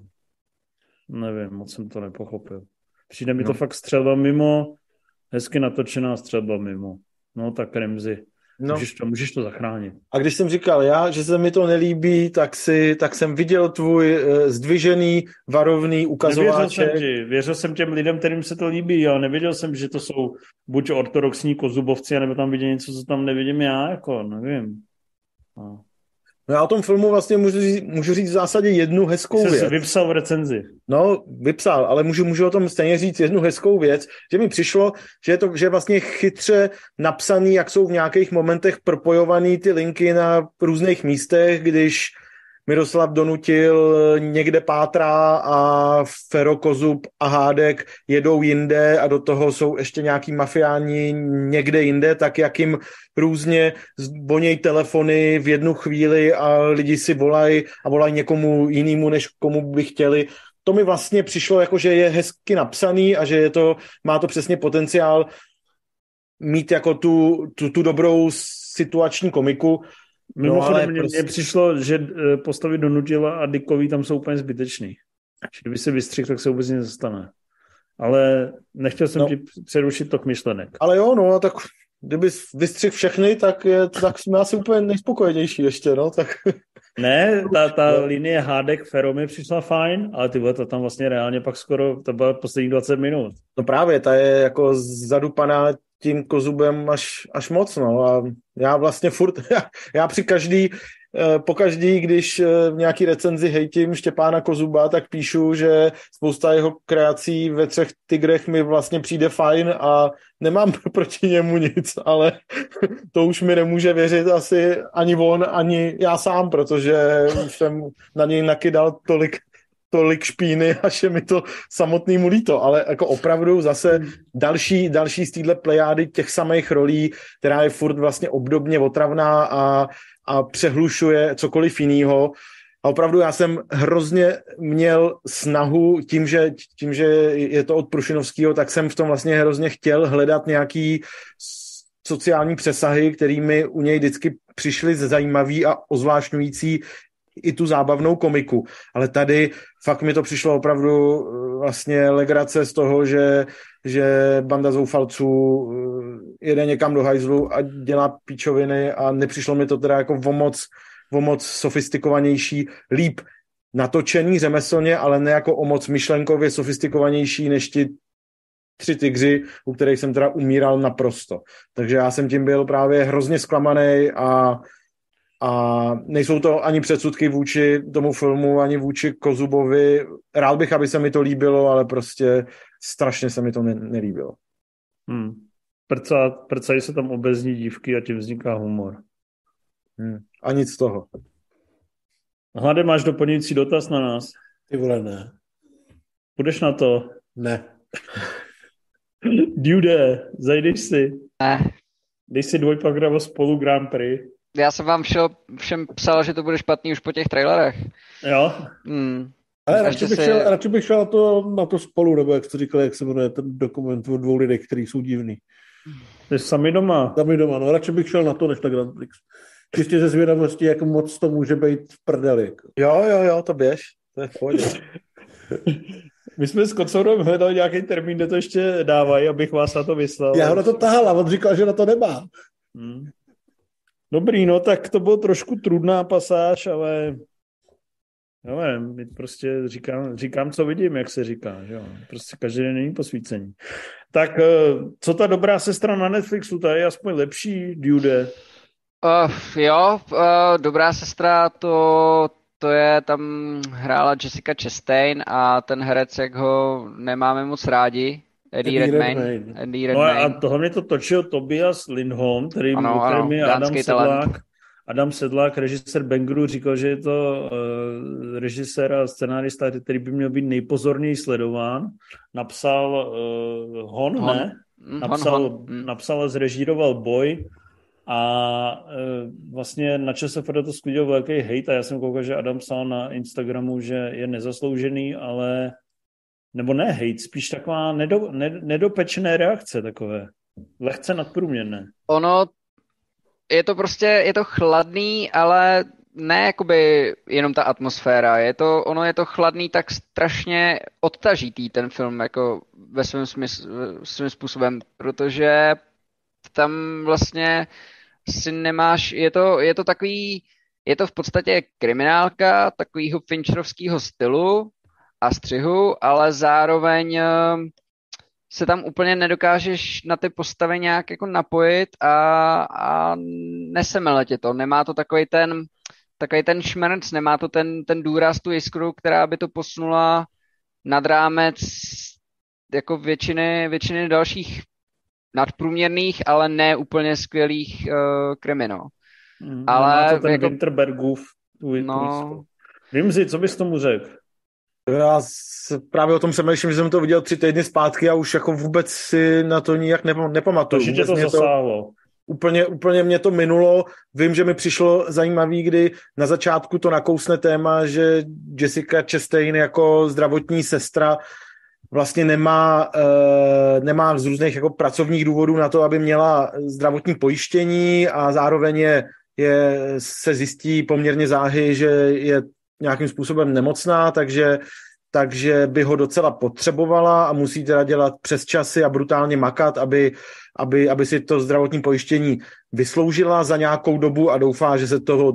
nevím, moc jsem to nepochopil. Přijde mi no. to fakt střelba mimo, hezky natočená střelba mimo. No tak Ramsey, no. můžeš, to, můžeš to zachránit. A když jsem říkal já, že se mi to nelíbí, tak, si, tak jsem viděl tvůj uh, zdvižený, varovný ukazováček. Nevěřil jsem ti, věřil jsem těm lidem, kterým se to líbí, ale nevěděl jsem, že to jsou buď ortodoxní kozubovci, nebo tam vidí něco, co tam nevidím já, jako nevím. No. No já o tom filmu vlastně můžu říct, můžu říct v zásadě jednu hezkou věc. Jsi vypsal v recenzi. No, vypsal, ale můžu, můžu o tom stejně říct jednu hezkou věc, že mi přišlo, že je to že je vlastně chytře napsaný, jak jsou v nějakých momentech propojovaný ty linky na různých místech, když Miroslav Donutil někde pátrá a Fero Kozub a Hádek jedou jinde a do toho jsou ještě nějaký mafiáni někde jinde, tak jak jim různě zvonějí telefony v jednu chvíli a lidi si volají a volají někomu jinému, než komu by chtěli. To mi vlastně přišlo, jako že je hezky napsaný a že je to, má to přesně potenciál mít jako tu, tu, tu dobrou situační komiku. Mimochodem, no, mně prostě... přišlo, že postavy Donutila a Dickový tam jsou úplně zbytečný. Kdyby se vystřihl, tak se vůbec nic nestane. Ale nechtěl jsem no. ti přerušit tok myšlenek. Ale jo, no, tak kdyby vystřihl všechny, tak, je, tak jsme asi úplně nejspokojenější ještě, no, tak... Ne, ta, ta no. linie Hádek Fero mi přišla fajn, ale ty vole, to tam vlastně reálně pak skoro, to byla poslední dvacet minut. No právě, ta je jako zadupaná tím Kozubem až, až moc, no, a já vlastně furt, já, já při každý, po každý, když v nějaký recenzi hejtím Štěpána Kozuba, tak píšu, že spousta jeho kreací ve Třech tygrech mi vlastně přijde fajn a nemám proti němu nic, ale to už mi nemůže věřit asi ani on, ani já sám, protože už jsem na něj nakydal tolik tolik špíny, až je mi to samotnému líto, ale jako opravdu zase další, další z téhle plejády těch samých rolí, která je furt vlastně obdobně otravná a, a přehlušuje cokoliv jinýho. A opravdu já jsem hrozně měl snahu tím, že, tím, že je to od Prušinovského, tak jsem v tom vlastně hrozně chtěl hledat nějaký sociální přesahy, kterými u něj vždycky přišly zajímavý a ozvláštňující i tu zábavnou komiku, ale tady fakt mi to přišlo opravdu vlastně legrace z toho, že, že banda zoufalců jede někam do hajzlu a dělá píčoviny a nepřišlo mi to teda jako o moc, o moc sofistikovanější, líp natočený řemeslně, ale ne jako o moc myšlenkově sofistikovanější než ti Tři tygři, u kterých jsem teda umíral naprosto. Takže já jsem tím byl právě hrozně zklamaný a A nejsou to ani předsudky vůči tomu filmu, ani vůči Kozubovi. Rád bych, aby se mi to líbilo, ale prostě strašně se mi to ne- nelíbilo. Hmm. Prca, prcají se tam obezní dívky a tím vzniká humor. Hmm. A nic z toho. Hlade, máš doplňující dotaz na nás? Ty vole, ne. Půjdeš na to? Ne. Dude, zajdeš si. Ne. Dej si dvojprogram spolu Grand Prix. Já jsem vám všel, všem psal, že to bude špatný už po těch trailerech. Jo? Hmm. Ale radši bych, si... šel, radši bych šel na to, na to spolu, nebo jak jste říkali, jak se jmenuje ten dokument o dvou lidech, který jsou divný. Jsi sami doma. Sami doma, no radši bych šel na to, než na Grand Prix. Čistě ze zvědavosti, jak moc to může být v prdeli. Jo, jo, jo, to běž. To je v pohodě. My jsme s Kocourem hledali nějaký termín, kde to ještě dávají, abych vás na to vyslal. Já ho na to tahal a on říkal, že na to nemá. Hmm. Dobrý, no tak to bylo trošku trudná pasáž, ale nevím, prostě říkám, říkám, co vidím, jak se říká, že jo. Prostě každý den není posvícení. Tak co ta dobrá sestra na Netflixu, ta je aspoň lepší, Dude? Uh, jo, uh, dobrá sestra, to to je, tam hrála Jessica Chastain a ten herec, jak ho nemáme moc rádi, Eddie, Eddie Redmayne. Redmayne. Eddie No a Redmayne. to hlavně to točil Tobias Lindholm, který, Ano, který ano, mi Adam dánský Sedlák, talent. Adam Sedlák, režisér Bangeru, říkal, že je to uh, režisér a scenárista, který by měl být nejpozorněji sledován. Napsal uh, Hon, Hon. ne? Mm, Napsal, Hon, Hon. Mm. napsal a zrežíroval Boj a uh, vlastně na ČSFD to sklidil velký hejt a já jsem koukal, že Adam psal na Instagramu, že je nezasloužený, ale nebo ne hejt, spíš taková nedo, ne, nedopečené reakce takové. Lehce nadprůměrné. Ono, je to prostě, je to chladný, ale ne jakoby jenom ta atmosféra, je to, ono je to chladný tak strašně odtažitý ten film, jako ve svém smyslu, svým způsobem, protože tam vlastně si nemáš, je to, je to takový, je to v podstatě kriminálka takovýho fincherovského stylu a střihu, ale zároveň se tam úplně nedokážeš na ty postavy nějak jako napojit a, a nesemele tě to. Nemá to takový ten, takový ten šmrnc, nemá to ten, ten důraz, tu jiskru, která by to posunula nad rámec jako většiny, většiny dalších nadprůměrných, ale ne úplně skvělých uh, krimi, Mm, ale to ten jako, Winterbergův tu, no, tu Rimzi, co bys tomu řekl? Já právě o tom přemýšlím, že jsem to viděl tři týdny zpátky a už jako vůbec si na to nijak nepamatuju. Takže tě to zasáhlo. Úplně, úplně mě to minulo. Vím, že mi přišlo zajímavý, kdy na začátku to nakousne téma, že Jessica Chastain jako zdravotní sestra vlastně nemá, uh, nemá z různých jako pracovních důvodů na to, aby měla zdravotní pojištění a zároveň je, je, se zjistí poměrně záhy, že je nějakým způsobem nemocná, takže, takže by ho docela potřebovala a musí teda dělat přesčasy a brutálně makat, aby, aby, aby si to zdravotní pojištění vysloužila za nějakou dobu a doufá, že se toho,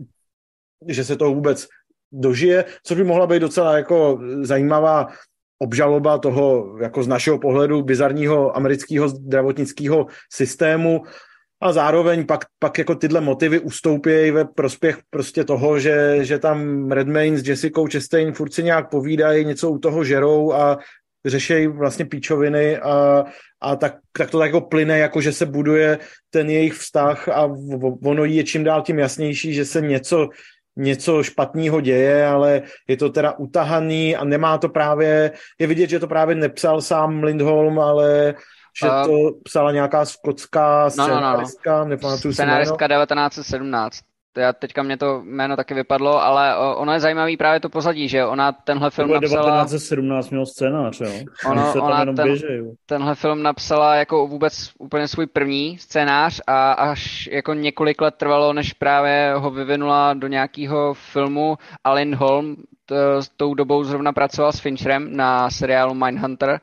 že se toho vůbec dožije, což by mohla být docela jako zajímavá obžaloba toho jako z našeho pohledu bizarního amerického zdravotnického systému. A zároveň pak, pak jako tyhle motivy ustoupějí ve prospěch prostě toho, že, že tam Redmayne s Jessicou Chastain furt si nějak povídají, něco u toho žerou a řešejí vlastně píčoviny a, a tak, tak to tak jako plyne, jako že se buduje ten jejich vztah a ono jí je čím dál tím jasnější, že se něco, něco špatného děje, ale je to teda utahaný a nemá to právě, je vidět, že to právě nepsal sám Lindholm, ale že Uh, to psala nějaká skotská scénáristka, no, no, no. Scénáristka devatenáct set sedmnáct. Já teďka mě to jméno taky vypadlo, ale ono je zajímavý právě to pozadí, že ona tenhle film napsala... devatenáct set sedmnáct měl scénář, jo? Ono, se ona tam ten, běžej, tenhle film napsala jako vůbec úplně svůj první scénář a až jako několik let trvalo, než právě ho vyvinula do nějakého filmu. A Lindholm s tou dobou zrovna pracoval s Fincherem na seriálu Mindhunter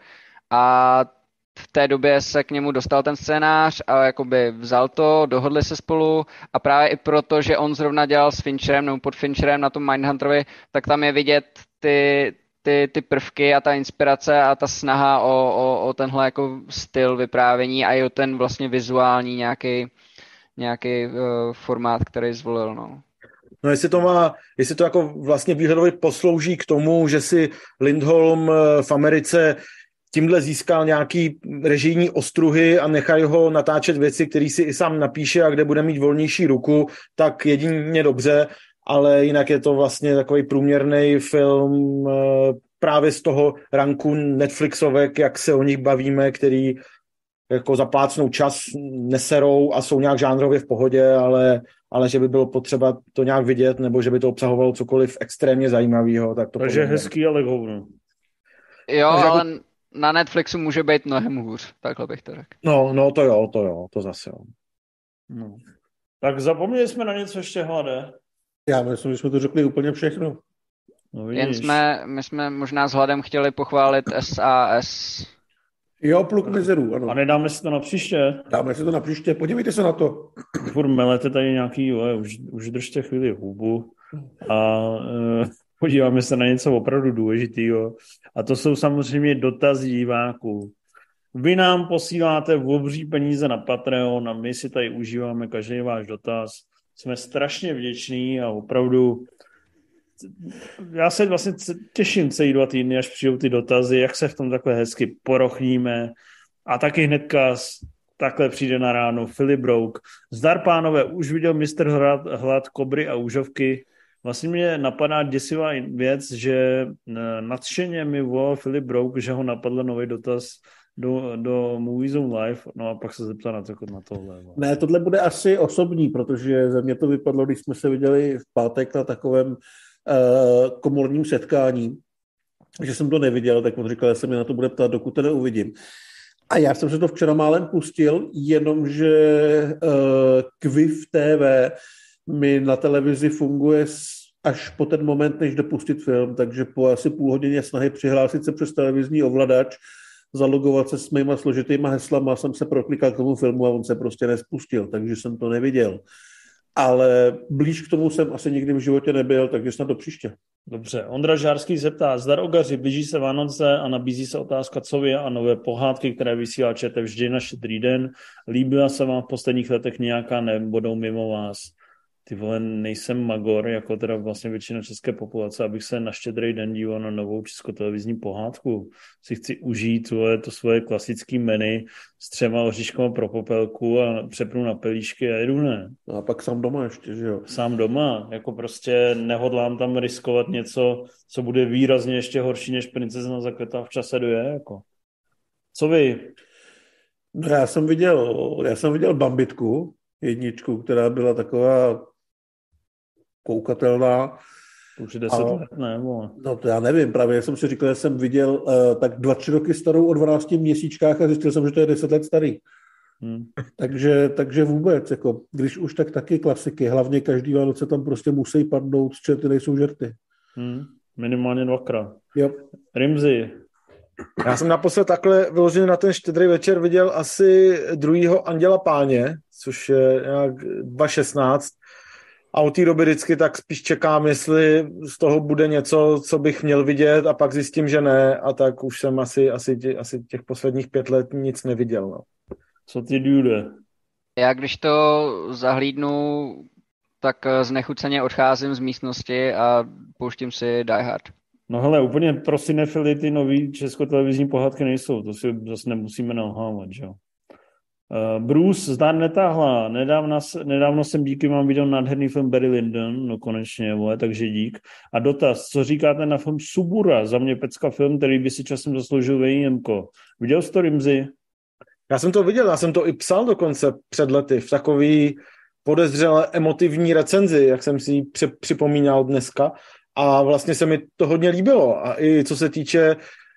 a v té době se k němu dostal ten scénář a jakoby vzal to, dohodli se spolu a právě i proto, že on zrovna dělal s Fincherem nebo pod Fincherem na tom Mindhunterovi, tak tam je vidět ty, ty, ty prvky a ta inspirace a ta snaha o, o, o tenhle jako styl vyprávění a i o ten vlastně vizuální nějaký, nějaký uh, formát, který zvolil, no. No jestli to má, jestli to jako vlastně výhledově poslouží k tomu, že si Lindholm v Americe tímhle získal nějaký režijní ostruhy a nechají ho natáčet věci, které si i sám napíše a kde bude mít volnější ruku, tak jedině dobře, ale jinak je to vlastně takový průměrný film právě z toho ranku Netflixovek, jak se o nich bavíme, který jako zaplácnou čas, neserou a jsou nějak žánrově v pohodě, ale, ale že by bylo potřeba to nějak vidět, nebo že by to obsahovalo cokoliv extrémně zajímavého, tak to takže hezký, ale hovno. Jo, takže ale jako... na Netflixu může být mnohem hůř, takhle bych to řekl. No, no to jo, to jo, to zase jo. No. Tak zapomněli jsme na něco ještě, Hlade? Já myslím, že jsme to řekli úplně všechno. No, Jen jsme, my jsme možná s Hladem chtěli pochválit S A S. Jo, Pluk mizerů, ano. A nedáme si to na příště? Dáme si to na příště, podívejte se na to. Furt melete tady nějaký, jo, už, už držte chvíli hubu a e, podíváme se na něco opravdu důležitého. A to jsou samozřejmě dotazy diváků. Vy nám posíláte obří peníze na Patreon a my si tady užíváme každý váš dotaz. Jsme strašně vděční a opravdu já se vlastně těším celý dva týdny, až přijdou ty dotazy, jak se v tom takhle hezky porochníme. A taky hnedka takhle přijde na ráno Filip Brouk. Zdar, pánové, už viděl mistr Hlad, hlad Kobry a Úžovky. Vlastně mě napadá děsivá věc, že nadšeně mi volal Filip Brouk, že ho napadl nový dotaz do, do Movie Zone Live, no a pak se zeptal na, to, na tohle. Ne, tohle bude asi osobní, protože ze mě to vypadlo, když jsme se viděli v pátek na takovém uh, komorním setkání, že jsem to neviděl, tak on říkal, že se mě na to bude ptát, dokud to neuvidím. A já jsem se to včera málem pustil, jenomže uh, Kviv T V mi na televizi funguje až po ten moment, než dopustit film, takže po asi půl hodině snahy přihlásit se přes televizní ovladač, zalogovat se s mýma složitýma heslama, jsem se proklikal k tomu filmu a on se prostě nespustil, takže jsem to neviděl. Ale blíž k tomu jsem asi nikdy v životě nebyl, takže snad do příště. Dobře, Ondra Žárský se ptá, zdar Ogaři, blíží se Vánoce a nabízí se otázka, co vy a nové pohádky, které vysílá ČT vždy na Štědrý den. Líbila se vám v posledních letech nějaká, nebo jdou mimo vás? Ty vole, nejsem magor, jako teda vlastně většina české populace, abych se na Štědrý den díval na novou českotelevizní pohádku. Si chci užít vole, to svoje klasické menu s třema oříškama pro popelku a přepnu na pelíšky a jedu, ne? A pak sám doma ještě, že jo? Sám doma, jako prostě nehodlám tam riskovat něco, co bude výrazně ještě horší, než Princezna zakletá v čase doje, jako. Co vy? No já jsem viděl, já jsem viděl Bambitku, jedničku, která byla taková koukatelná. To už je deset a, let, ne? No to já nevím, právě jsem si říkal, že jsem viděl uh, tak dva, tři roky starou o dvanácti měsíčkách a zjistil jsem, že to je deset let starý. Hmm. takže, takže vůbec, jako, když už tak taky klasiky, hlavně každý Vánoce tam prostě musí padnout, z čerty nejsou žerty. Hmm. Minimálně dvakrát. Jo. Rimzi. Já jsem naposled takhle vyloženě na ten Štědrý večer viděl asi druhýho Anděla Páně, což je nějak dva šestnáct. A od té doby vždycky tak spíš čekám, jestli z toho bude něco, co bych měl vidět a pak zjistím, že ne. A tak už jsem asi, asi, tě, asi těch posledních pět let nic neviděl. No. Co ty, Dude? Já když to zahlídnu, tak znechuceně odcházím z místnosti a pouštím si Die Hard. No hele, úplně pro cinefily ty nový českotelevizní pohádky nejsou, to si zase nemusíme nalhávat, že jo. Uh, Bruce zdár netáhla, nedávno, nedávno jsem díky vám viděl nádherný film Barry Lyndon, no konečně, vole, takže dík. A dotaz, co říkáte na film Subura, za mě pecka film, který by si časem zasloužil VIMko. Viděl jsi to, Rimzi? Já jsem to viděl, já jsem to i psal dokonce před lety, v takový podezřele emotivní recenzi, jak jsem si ji připomínal dneska. A vlastně se mi to hodně líbilo. A i co se týče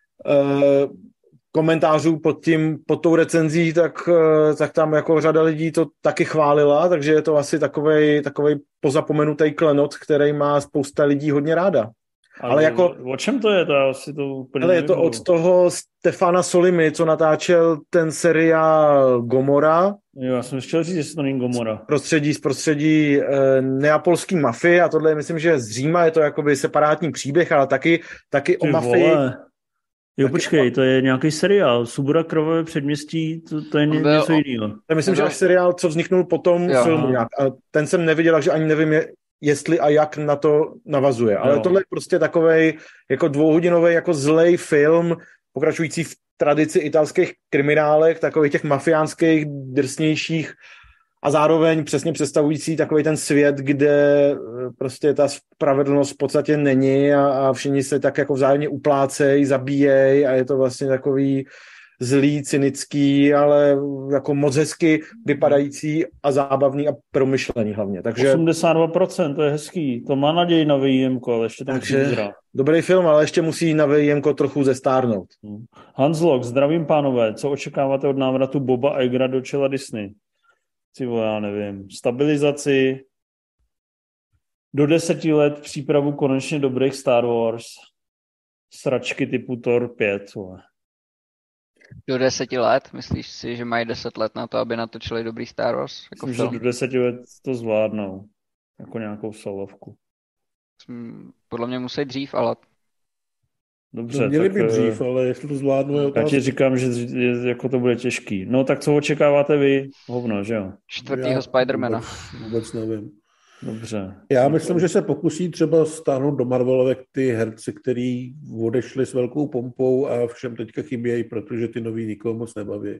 uh, komentářů pod tím, pod tou recenzí, tak, uh, tak tam jako řada lidí to taky chválila, takže je to asi takovej, takovej pozapomenutý klenot, který má spousta lidí hodně ráda. Ale, ale jako, o čem to je? To asi to úplně ale je to od toho Stefana Solimy, co natáčel ten seriál Gomorra. Jo, já jsem chtěl říct, jestli to není Gomorra. Z prostředí, z prostředí e, neapolský mafie a tohle myslím, že z Říma je to jakoby separátní příběh, ale taky, taky o mafii. Vole. Jo, taky počkej, o... to je nějaký seriál. Subura Krvavé předměstí, to, to je ně, byl, něco jiného. To myslím, že až seriál, co vzniknul po tom jo, filmu nějak. A ten jsem neviděl, takže ani nevím, je, jestli a jak na to navazuje. Ale jo. Tohle je prostě takovej jako dvouhodinový jako zlej film, pokračující v tradici italských kriminálek, takových těch mafiánských, drsnějších a zároveň přesně představující takový ten svět, kde prostě ta spravedlnost v podstatě není a, a všichni se tak jako vzájemně uplácejí, zabíjejí a je to vlastně takový zlý, cynický, ale jako moc hezky vypadající a zábavný a promyšlený hlavně. Takže, osmdesát dva procent, to je hezký. To má naději na VIMko, ale ještě tam takže musí dobrý film, ale ještě musí na VIMko trochu zestárnout. Hmm. Hans Lok, zdravím pánové. Co očekáváte od návratu Boba Igera do čela Disney? Civo, já nevím. Stabilizaci, do deseti let přípravu konečně dobrých Star Wars, sračky typu Thor pět. Vole. Do deseti let? Myslíš si, že mají deset let na to, aby natočili dobrý Star Wars? Jako Myslím, film? že do deseti let to zvládnou. Jako nějakou solovku. Podle mě musí dřív, ale... Dobře, no, měli tak, by dřív, ale jestli to zvládnu, je otázka. Já ti říkám, že je, jako to bude těžký. No tak co očekáváte vy? Hovno, že jo? Čtvrtýho Spidermana. Vůbec, vůbec nevím. Dobře. Já myslím, že se pokusí třeba stáhnout do Marvelovek ty herci, který odešli s velkou pompou a všem teďka chybějí, protože ty nový nikoho moc nebaví.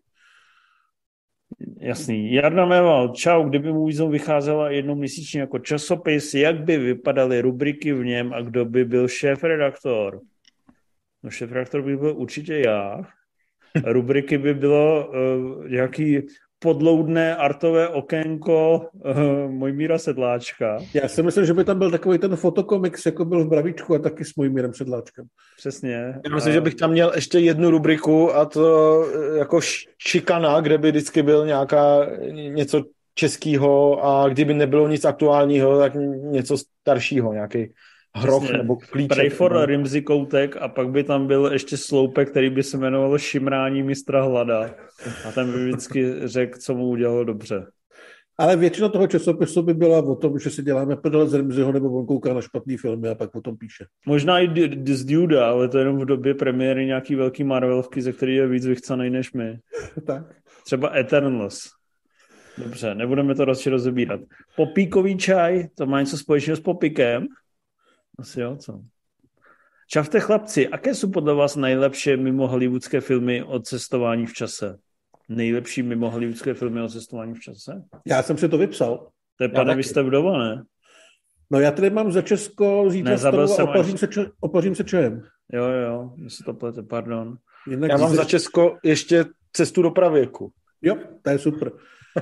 Jasný. Jarda Méval, čau, kdyby Movie Zone vycházela jednou měsíčně jako časopis, jak by vypadaly rubriky v něm a kdo by byl šéfredaktor? No šéfredaktor by byl určitě já. Rubriky by bylo uh, nějaký podloudné artové okénko uh, Mojmíra Sedláčka. Já si myslím, že by tam byl takový ten fotokomiks, jako byl v Bravíčku a taky s Mojmírem Sedláčkem. Přesně. Já myslím, a... že bych tam měl ještě jednu rubriku a to jako šikana, kde by vždycky byl nějaká něco českýho a kdyby nebylo nic aktuálního, tak něco staršího, nějaký hroch Přesně. nebo klíček. Pray for Rimzy Koutek a pak by tam byl ještě sloupek, který by se jmenoval Šimrání mistra Hlada. A ten by vždycky řekl, co mu udělalo dobře. Ale většina toho časopisu by byla o tom, že si děláme prdele z Rimzyho nebo on kouká na špatný filmy a pak o tom píše. Možná i z Duda, ale to jenom v době premiéry nějaký velký Marvelovky, ze který je víc vychcanej než my. Tak. Třeba Eternals. Dobře, nebudeme to radši rozebírat. Popíkový čaj, to má něco společného s popíkem? Asi jo, co? Čavte chlapci, aké jsou podle vás nejlepší mimo hollywoodské filmy o cestování v čase? Nejlepší mimo hollywoodské filmy o cestování v čase? Já jsem si to vypsal. To je pane, vy jste vdova, ne? No já tady mám za Česko zítra stavu a opařím se, č- opařím se čajem. Jo, jo, mi se to plete, pardon. Jinak já mám zde... za Česko ještě Cestu do pravěku. Jo, to je super.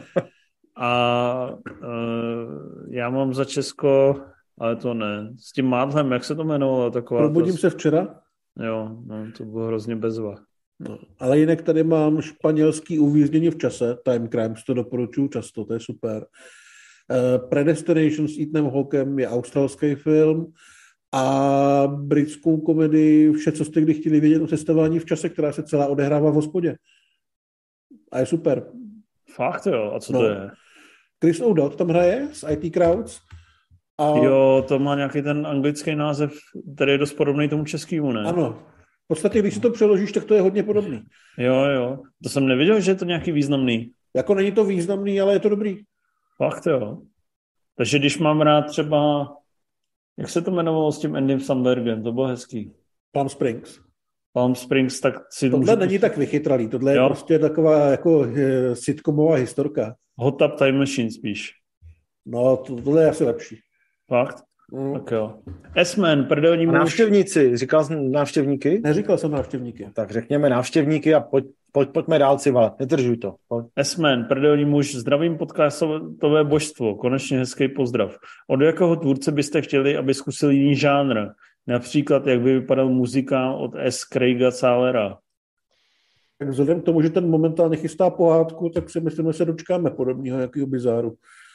A uh, já mám za Česko... Ale to ne. S tím Mádlem, jak se to jmenovalo? Taková Probudím to... se včera. Jo, no, to bylo hrozně bezva. No, ale jinak tady mám španělský uvíznění v čase, Time Crimes, to doporučuji často, to je super. Uh, Predestination s Ethanem Hawkem je australský film a britskou komedii Vše, co jste kdy chtěli vědět o cestování v čase, která se celá odehrává v hospodě. A je super. Fakt jo? A co no. to je? Chris O'Dowd tam hraje z I T Crowds. A... Jo, to má nějaký ten anglický název, který je dost podobný tomu českému, ne? Ano. V podstatě, když si to přeložíš, tak to je hodně podobný. Jo, jo. To jsem nevěděl, že je to nějaký významný. Jako není to významný, ale je to dobrý. Fakt jo. Takže když mám rád třeba, jak se to jmenovalo s tím Andym Sambergem, to bylo hezký. Palm Springs. Palm Springs, tak si... Tohle můžu... není tak vychytralý, tohle jo. je prostě taková jako e, sitcomová historka. Hot Tub Time Machine spíš. No, to, tohle je asi lepší. Fakt? Mm. Tak jo. S-Man, prdelní muž. Návštěvníci, říkal jsem návštěvníky? Neříkal jsem návštěvníky. Tak řekněme návštěvníky a pojď, pojď, pojďme dál, Civale, nedržuj to. Pojď. S-Man, prdelní muž, zdravím podcastové božstvo, konečně hezký pozdrav. Od jakého tvůrce byste chtěli, aby zkusil jiný žánr? Například, jak by vypadal muzikál od S. Craiga Salera. Tak vzhledem k tomu, že ten momentálně chystá pohádku, tak si myslím, že se dočkáme podobného jakýho bizáru.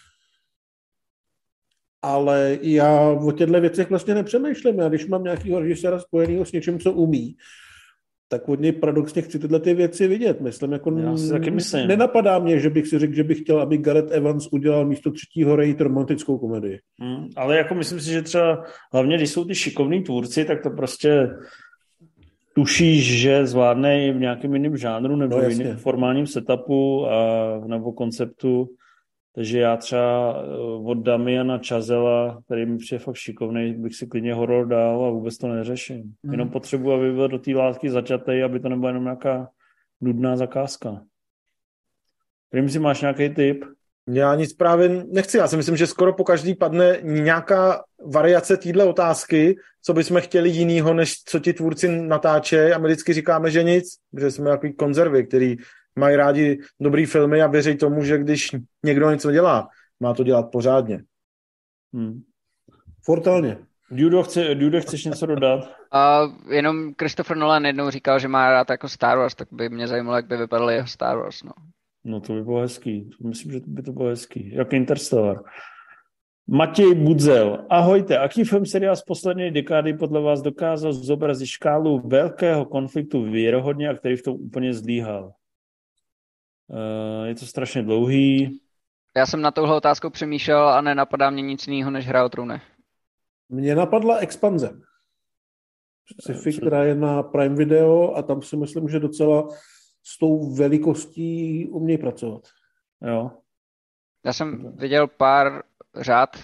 Ale já o těchto věcech vlastně nepřemýšlím. Já když mám nějakého režiséra spojeného s něčím, co umí, tak od něj paradoxně chci tyhle ty věci vidět. Myslím, jako já si taky myslím. Nenapadá mě, že bych si řekl, že bych chtěl, aby Gareth Evans udělal místo třetího rejt romantickou komedii. Hmm, ale jako myslím si, že třeba hlavně, když jsou ty šikovní tvůrci, tak to prostě tušíš, že zvládne v nějakém jiném žánru nebo no, v jiném formálním setupu a, nebo konceptu. Takže já třeba od Damiana Chazela, který mi přijde fakt šikovnej, bych si klidně horor dal a vůbec to neřeším. Mm. Jenom potřebuji, aby byl do té látky začatý, aby to nebyla jenom nějaká nudná zakázka. Kterým si máš nějaký tip? Já nic právě nechci. Já si myslím, že skoro po každý padne nějaká variace téhle otázky, co bychom chtěli jinýho, než co ti tvůrci natáčejí. A my vždycky říkáme, že nic, že jsme takový konzervy, který mají rádi dobrý filmy a věří tomu, že když někdo něco dělá, má to dělat pořádně. Hmm. Fortálně. Dudo, chce, Dudo, chceš něco dodat? Uh, jenom Christopher Nolan jednou říkal, že má rád jako Star Wars, tak by mě zajímalo, jak by vypadal jeho Star Wars. No, no to by bylo hezký. Myslím, že by to bylo hezký. Jak Interstellar. Matěj Budzel. Ahojte, aký film seriál z poslední dekády podle vás dokázal zobrazit škálu velkého konfliktu věrohodně a který v tom úplně zlíhal? Uh, je to strašně dlouhý. Já jsem na touhle otázkou přemýšlel a nenapadá mě nic jiného, než Hra o trůny. Mně napadla Expanze. Sci-fi, která je na Prime Video a tam si myslím, že docela s tou velikostí umějí pracovat. Jo. Já jsem viděl pár řád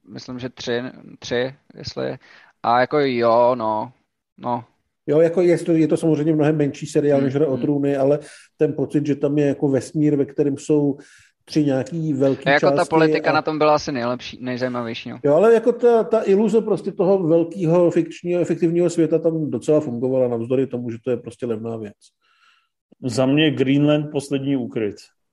myslím, že tři, tři, jestli. A jako jo, no, no. Jo, jako je to, je to samozřejmě mnohem menší seriál, než Hra o Mm. trůny, ale ten pocit, že tam je jako vesmír, ve kterém jsou tři nějaký velký A jako části. ta politika a... na tom byla asi nejlepší, nejzajímavější. No. Jo, ale jako ta, ta iluze prostě toho velkého fikčního, efektivního světa tam docela fungovala navzdory tomu, že to je prostě levná věc. Za mě Greenland poslední úkryt.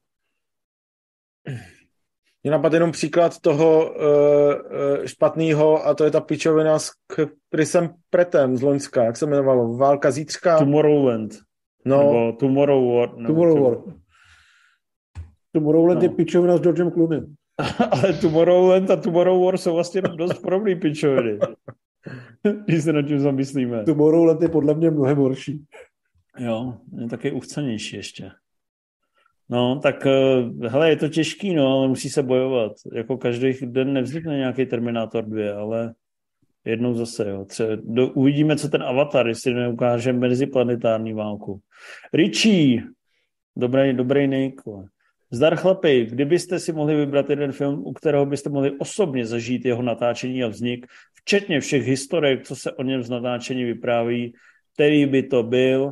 Mě napadl jenom příklad toho uh, uh, špatného, a to je ta pičovina s Chrisem Prattem z Loňska, jak se jmenovalo? Válka zítřka? Tomorrowland. No. Nebo Tomorrow War. No, Tomorrow War. Tomorrowland no. je pičovina s Georgem Clooneym. Ale Tomorrowland a Tomorrow War jsou vlastně dost podobný pičoviny. Když se nad tím zamyslíme. Tomorrowland je podle mě mnohem horší. Jo, je taky uchcenější ještě. No, tak hele, je to těžký, no, ale musí se bojovat. Jako každý den nevznikne nějaký Terminátor dva, ale jednou zase, jo. Třeba do, uvidíme, co ten Avatar, jestli neukáže meziplanetární válku. Richie, dobrý, dobrý nejko. Zdar chlapi, kdybyste si mohli vybrat jeden film, u kterého byste mohli osobně zažít jeho natáčení a vznik, včetně všech historiek, co se o něm z natáčení vypráví, který by to byl?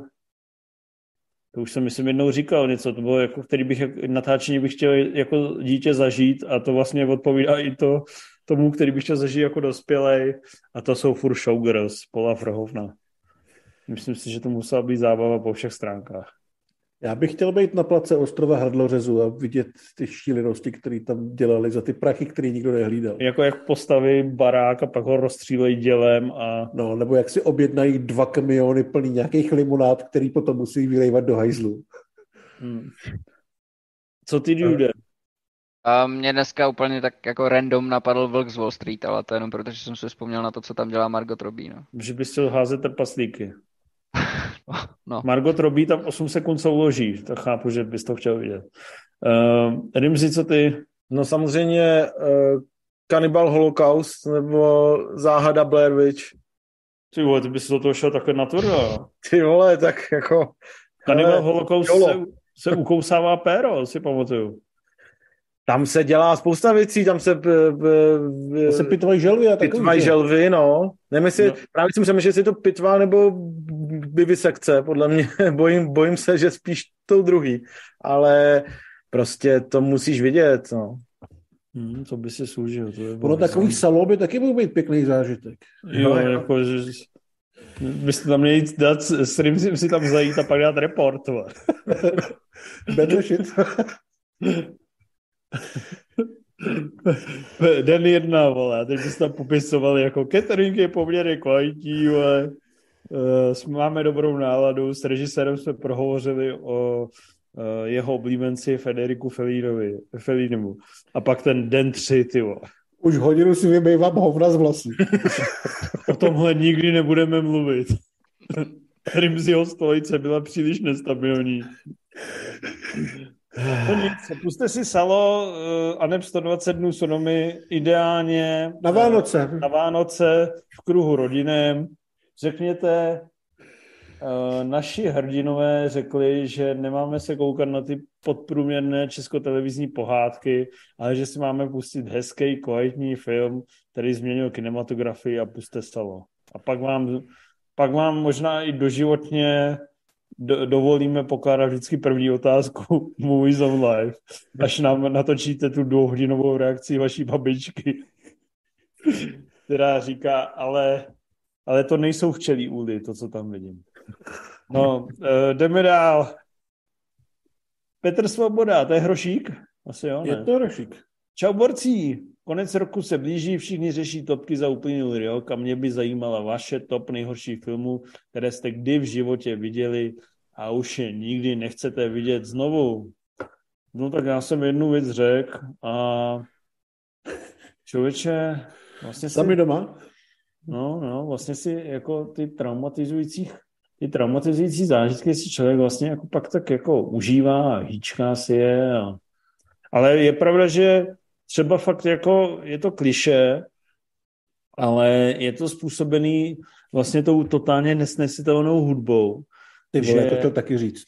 To už jsem, myslím, jednou říkal něco, to bylo jako, který bych, natáčení bych chtěl jako dítě zažít a to vlastně odpovídá i to tomu, který bych chtěl zažít jako dospělej, a to jsou furt Showgirls, Paula Verhoevena. Myslím si, že to musela být zábava po všech stránkách. Já bych chtěl být na place ostrova Hrdlořezu a vidět ty šílenosti, které tam dělali za ty prachy, které nikdo nehlídal. Jako jak postaví barák a pak ho rozstřílejí dělem a... No, nebo jak si objednají dva kamiony plný nějakých limonád, který potom musí vylejvat do hajzlu. Hmm. Co ty, Dude? A mě dneska úplně tak jako random napadl Vlk z Wall Street, ale to jenom proto, že jsem si vzpomněl na to, co tam dělá Margot Robbie. No. Že bys chtěl házet trpaslíky. No. Margot Robbie tam osm sekund souloží, to chápu, že bys to chtěl vidět. Uh, Rimzi, co ty? No samozřejmě uh, Cannibal Holocaust nebo Záhada Blair Witch. Ty vole, ty bys do toho šel takhle natvrdo. Ty vole, tak jako... Cannibal Holocaust jolo. se, se ukousává péro, si pamatuju. Tam se dělá spousta věcí, tam se... B, b, b, To se pitvají želvy a takový. pitvají že? želvy, no. Nevím, jestli, No. právě jsem přemýšlel, jestli je to pitva nebo vivisekce, podle mě. bojím, bojím se, že spíš tou druhý. Ale prostě to musíš vidět, no. Hmm, to by si služil. To je Ono takový salon by taky mohl být pěkný zážitek. Jo, No, jo. jako, že byste tam měli jít dát, s Rimzim si tam zajít a pak dát report. Better shit. Den jedna, vole, a teď byste tam popisovali, jako catering je poměrně kvalitní, vole. Uh, máme dobrou náladu, s režisérem jsme prohovořili o uh, jeho oblíbenci Federiku Fellinovi, Fellinimu. A pak ten den tři, ty vole. Už hodinu si vymývám hovna z vlasů. O tomhle nikdy nebudeme mluvit. Rimziho stolice byla příliš nestabilní. To nic, puste si Salo uh, a neb sto dvacet dnů Sodomy ideálně Na Vánoce. na Vánoce v kruhu rodinem. Řekněte, uh, naši hrdinové řekli, že nemáme se koukat na ty podprůměrné českotelevizní pohádky, ale že si máme pustit hezký, kvalitní film, který změnil kinematografii, a puste Salo. A pak vám, pak vám možná i doživotně do, dovolíme pokládat vždycky první otázku Movies on Live, až nám natočíte tu dvouhodinovou reakci vaší babičky, která říká, ale, ale to nejsou včelí úly, to, co tam vidím. No, uh, jdeme dál. Petr Svoboda, to je Hrošík? Asi jo, ne? Je to Hrošík. Čau borcí, konec roku se blíží, všichni řeší topky za uplynulý rok a mě by zajímala vaše top nejhorších filmů, které jste kdy v životě viděli a už je nikdy nechcete vidět znovu. No tak já jsem jednu věc řekl a člověče, vlastně si... Sami doma? No, no, vlastně si jako ty traumatizující, ty traumatizující zážitky si člověk vlastně jako pak tak jako užívá a hýčká si je. A... Ale je pravda, že třeba fakt jako je to klišé, ale je to způsobený vlastně tou totálně nesnesitelnou hudbou. Ty vole, že, to chtěl taky říct.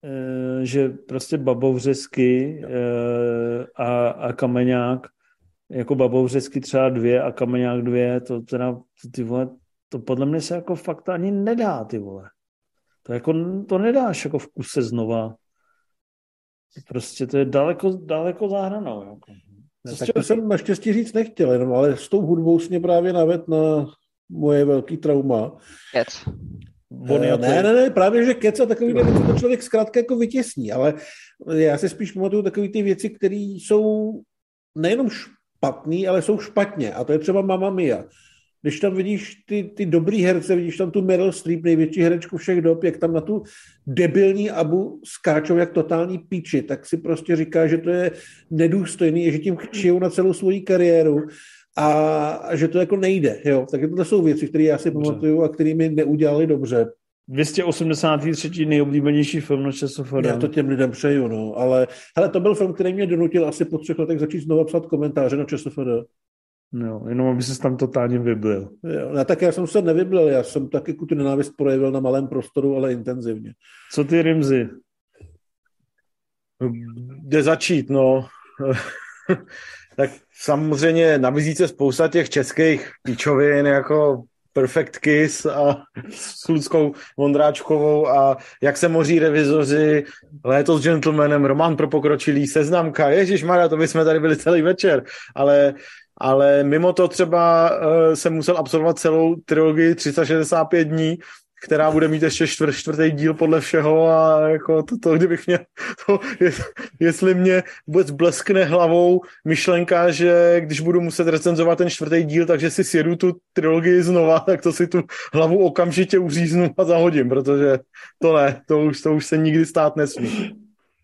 že prostě babovřesky a, a kameňák jako Babouřecky třeba dvě a Kameňák dvě, to teda, to, ty vole, to podle mě se jako fakt ani nedá, ty vole. To jako, to nedáš jako v kuse znova. Prostě to je daleko, daleko za hranou. Jako. Ne, tak to jsem naštěstí říct nechtěl, jenom, ale s tou hudbou jsi mě právě navedl na moje velký trauma. Kec. Ne, ne, ne, právě, že kec a takový věci to člověk zkrátka jako vytěsní, ale já si spíš pamatuju takové ty věci, které jsou nejenom špatný, ale jsou špatně. A to je třeba Mamma Mia. Když tam vidíš ty, ty dobrý herce, vidíš tam tu Meryl Streep, největší herečku všech dob, jak tam na tu debilní Abu skáčou jak totální píči, tak si prostě říká, že to je nedůstojný, že tím chčijou na celou svoji kariéru a že to jako nejde. Jo? Tak to jsou věci, které já si pamatuju a které mi neudělali dobře. dvě stě osmdesát tři nejoblíbenější film na ČSFD. Já to těm lidem přeju, no, ale hele, to byl film, který mě donutil asi po třech letech začít znovu psát komentáře na ČSFD. No, jenom aby ses tam totálně vyblil. Jo, no, tak já jsem se nevyblil, já jsem taky tu nenávist projevil na malém prostoru, ale intenzivně. Co ty, Rimzi? Kde začít, no. Tak samozřejmě nabízí se spousta těch českých píčovin, jako Perfect Kiss a s Luckou Vondráčkovou a Jak se moří revizoři, Léto s gentlemanem, Román pro pokročilý, Seznamka, ježišmarja, to bychom tady byli celý večer, ale, ale mimo to třeba uh, jsem musel absolvovat celou trilogii tři sta šedesát pět dní, která bude mít ještě čtvrt, čtvrtý díl podle všeho a jako to, to kdybych měl, to, jestli mě vůbec bleskne hlavou myšlenka, že když budu muset recenzovat ten čtvrtý díl, takže si sjedu tu trilogii znova, tak to si tu hlavu okamžitě uříznu a zahodím, protože to ne, to už, to už se nikdy stát nesmí.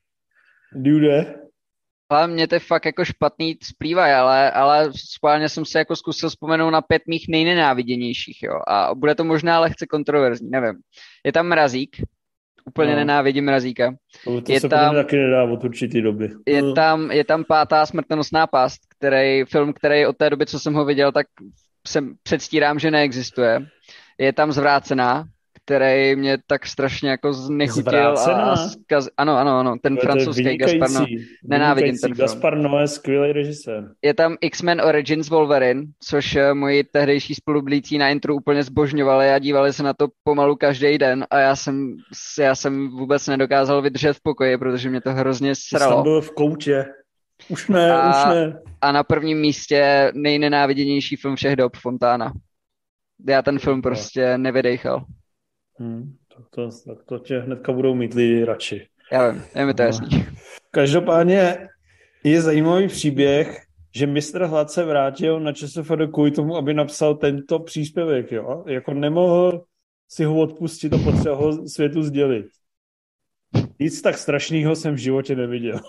Dude? Ale mě to je fakt jako špatný splývaj, ale, ale schválně jsem se jako zkusil vzpomenout na pět mých nejnenáviděnějších, jo. A bude to možná lehce kontroverzní, nevím. Je tam Mrazík, úplně no. Nenávidím Mrazíka. To, to je se tam, taky nedá od určitý doby. Je, no. tam, je tam Pátá smrtonosná past, který, film, který od té doby, co jsem ho viděl, tak jsem předstírám, že neexistuje. Je tam Zvrácená, který mě tak strašně jako znechutil a, a zkaz... Ano, ano, ano, ten to francouzský Gaspar Noé. Nenávidím ten film. Gaspar Noé, skvělý režisér. Je tam X-Men Origins Wolverine, což moji tehdejší spolublící na intru úplně zbožňovali a dívali se na to pomalu každý den a já jsem, já jsem vůbec nedokázal vydržet v pokoji, protože mě to hrozně sralo. Jsi tam byl v koutě. Už ne, a, už ne. A na prvním místě nejnenáviděnější film všech dob, Fontána. Já ten film prostě nevydejchal. Hmm, tak, to, tak to tě hnedka budou mít lidi radši. Já vím, je mi to jasný. Každopádně je zajímavý příběh, že mistr Hlad se vrátil na ČSFD kvůli tomu, aby napsal tento příspěvek, jo? Jako nemohl si ho odpustit a potřeba ho světu sdělit. Nic tak strašného jsem v životě neviděl.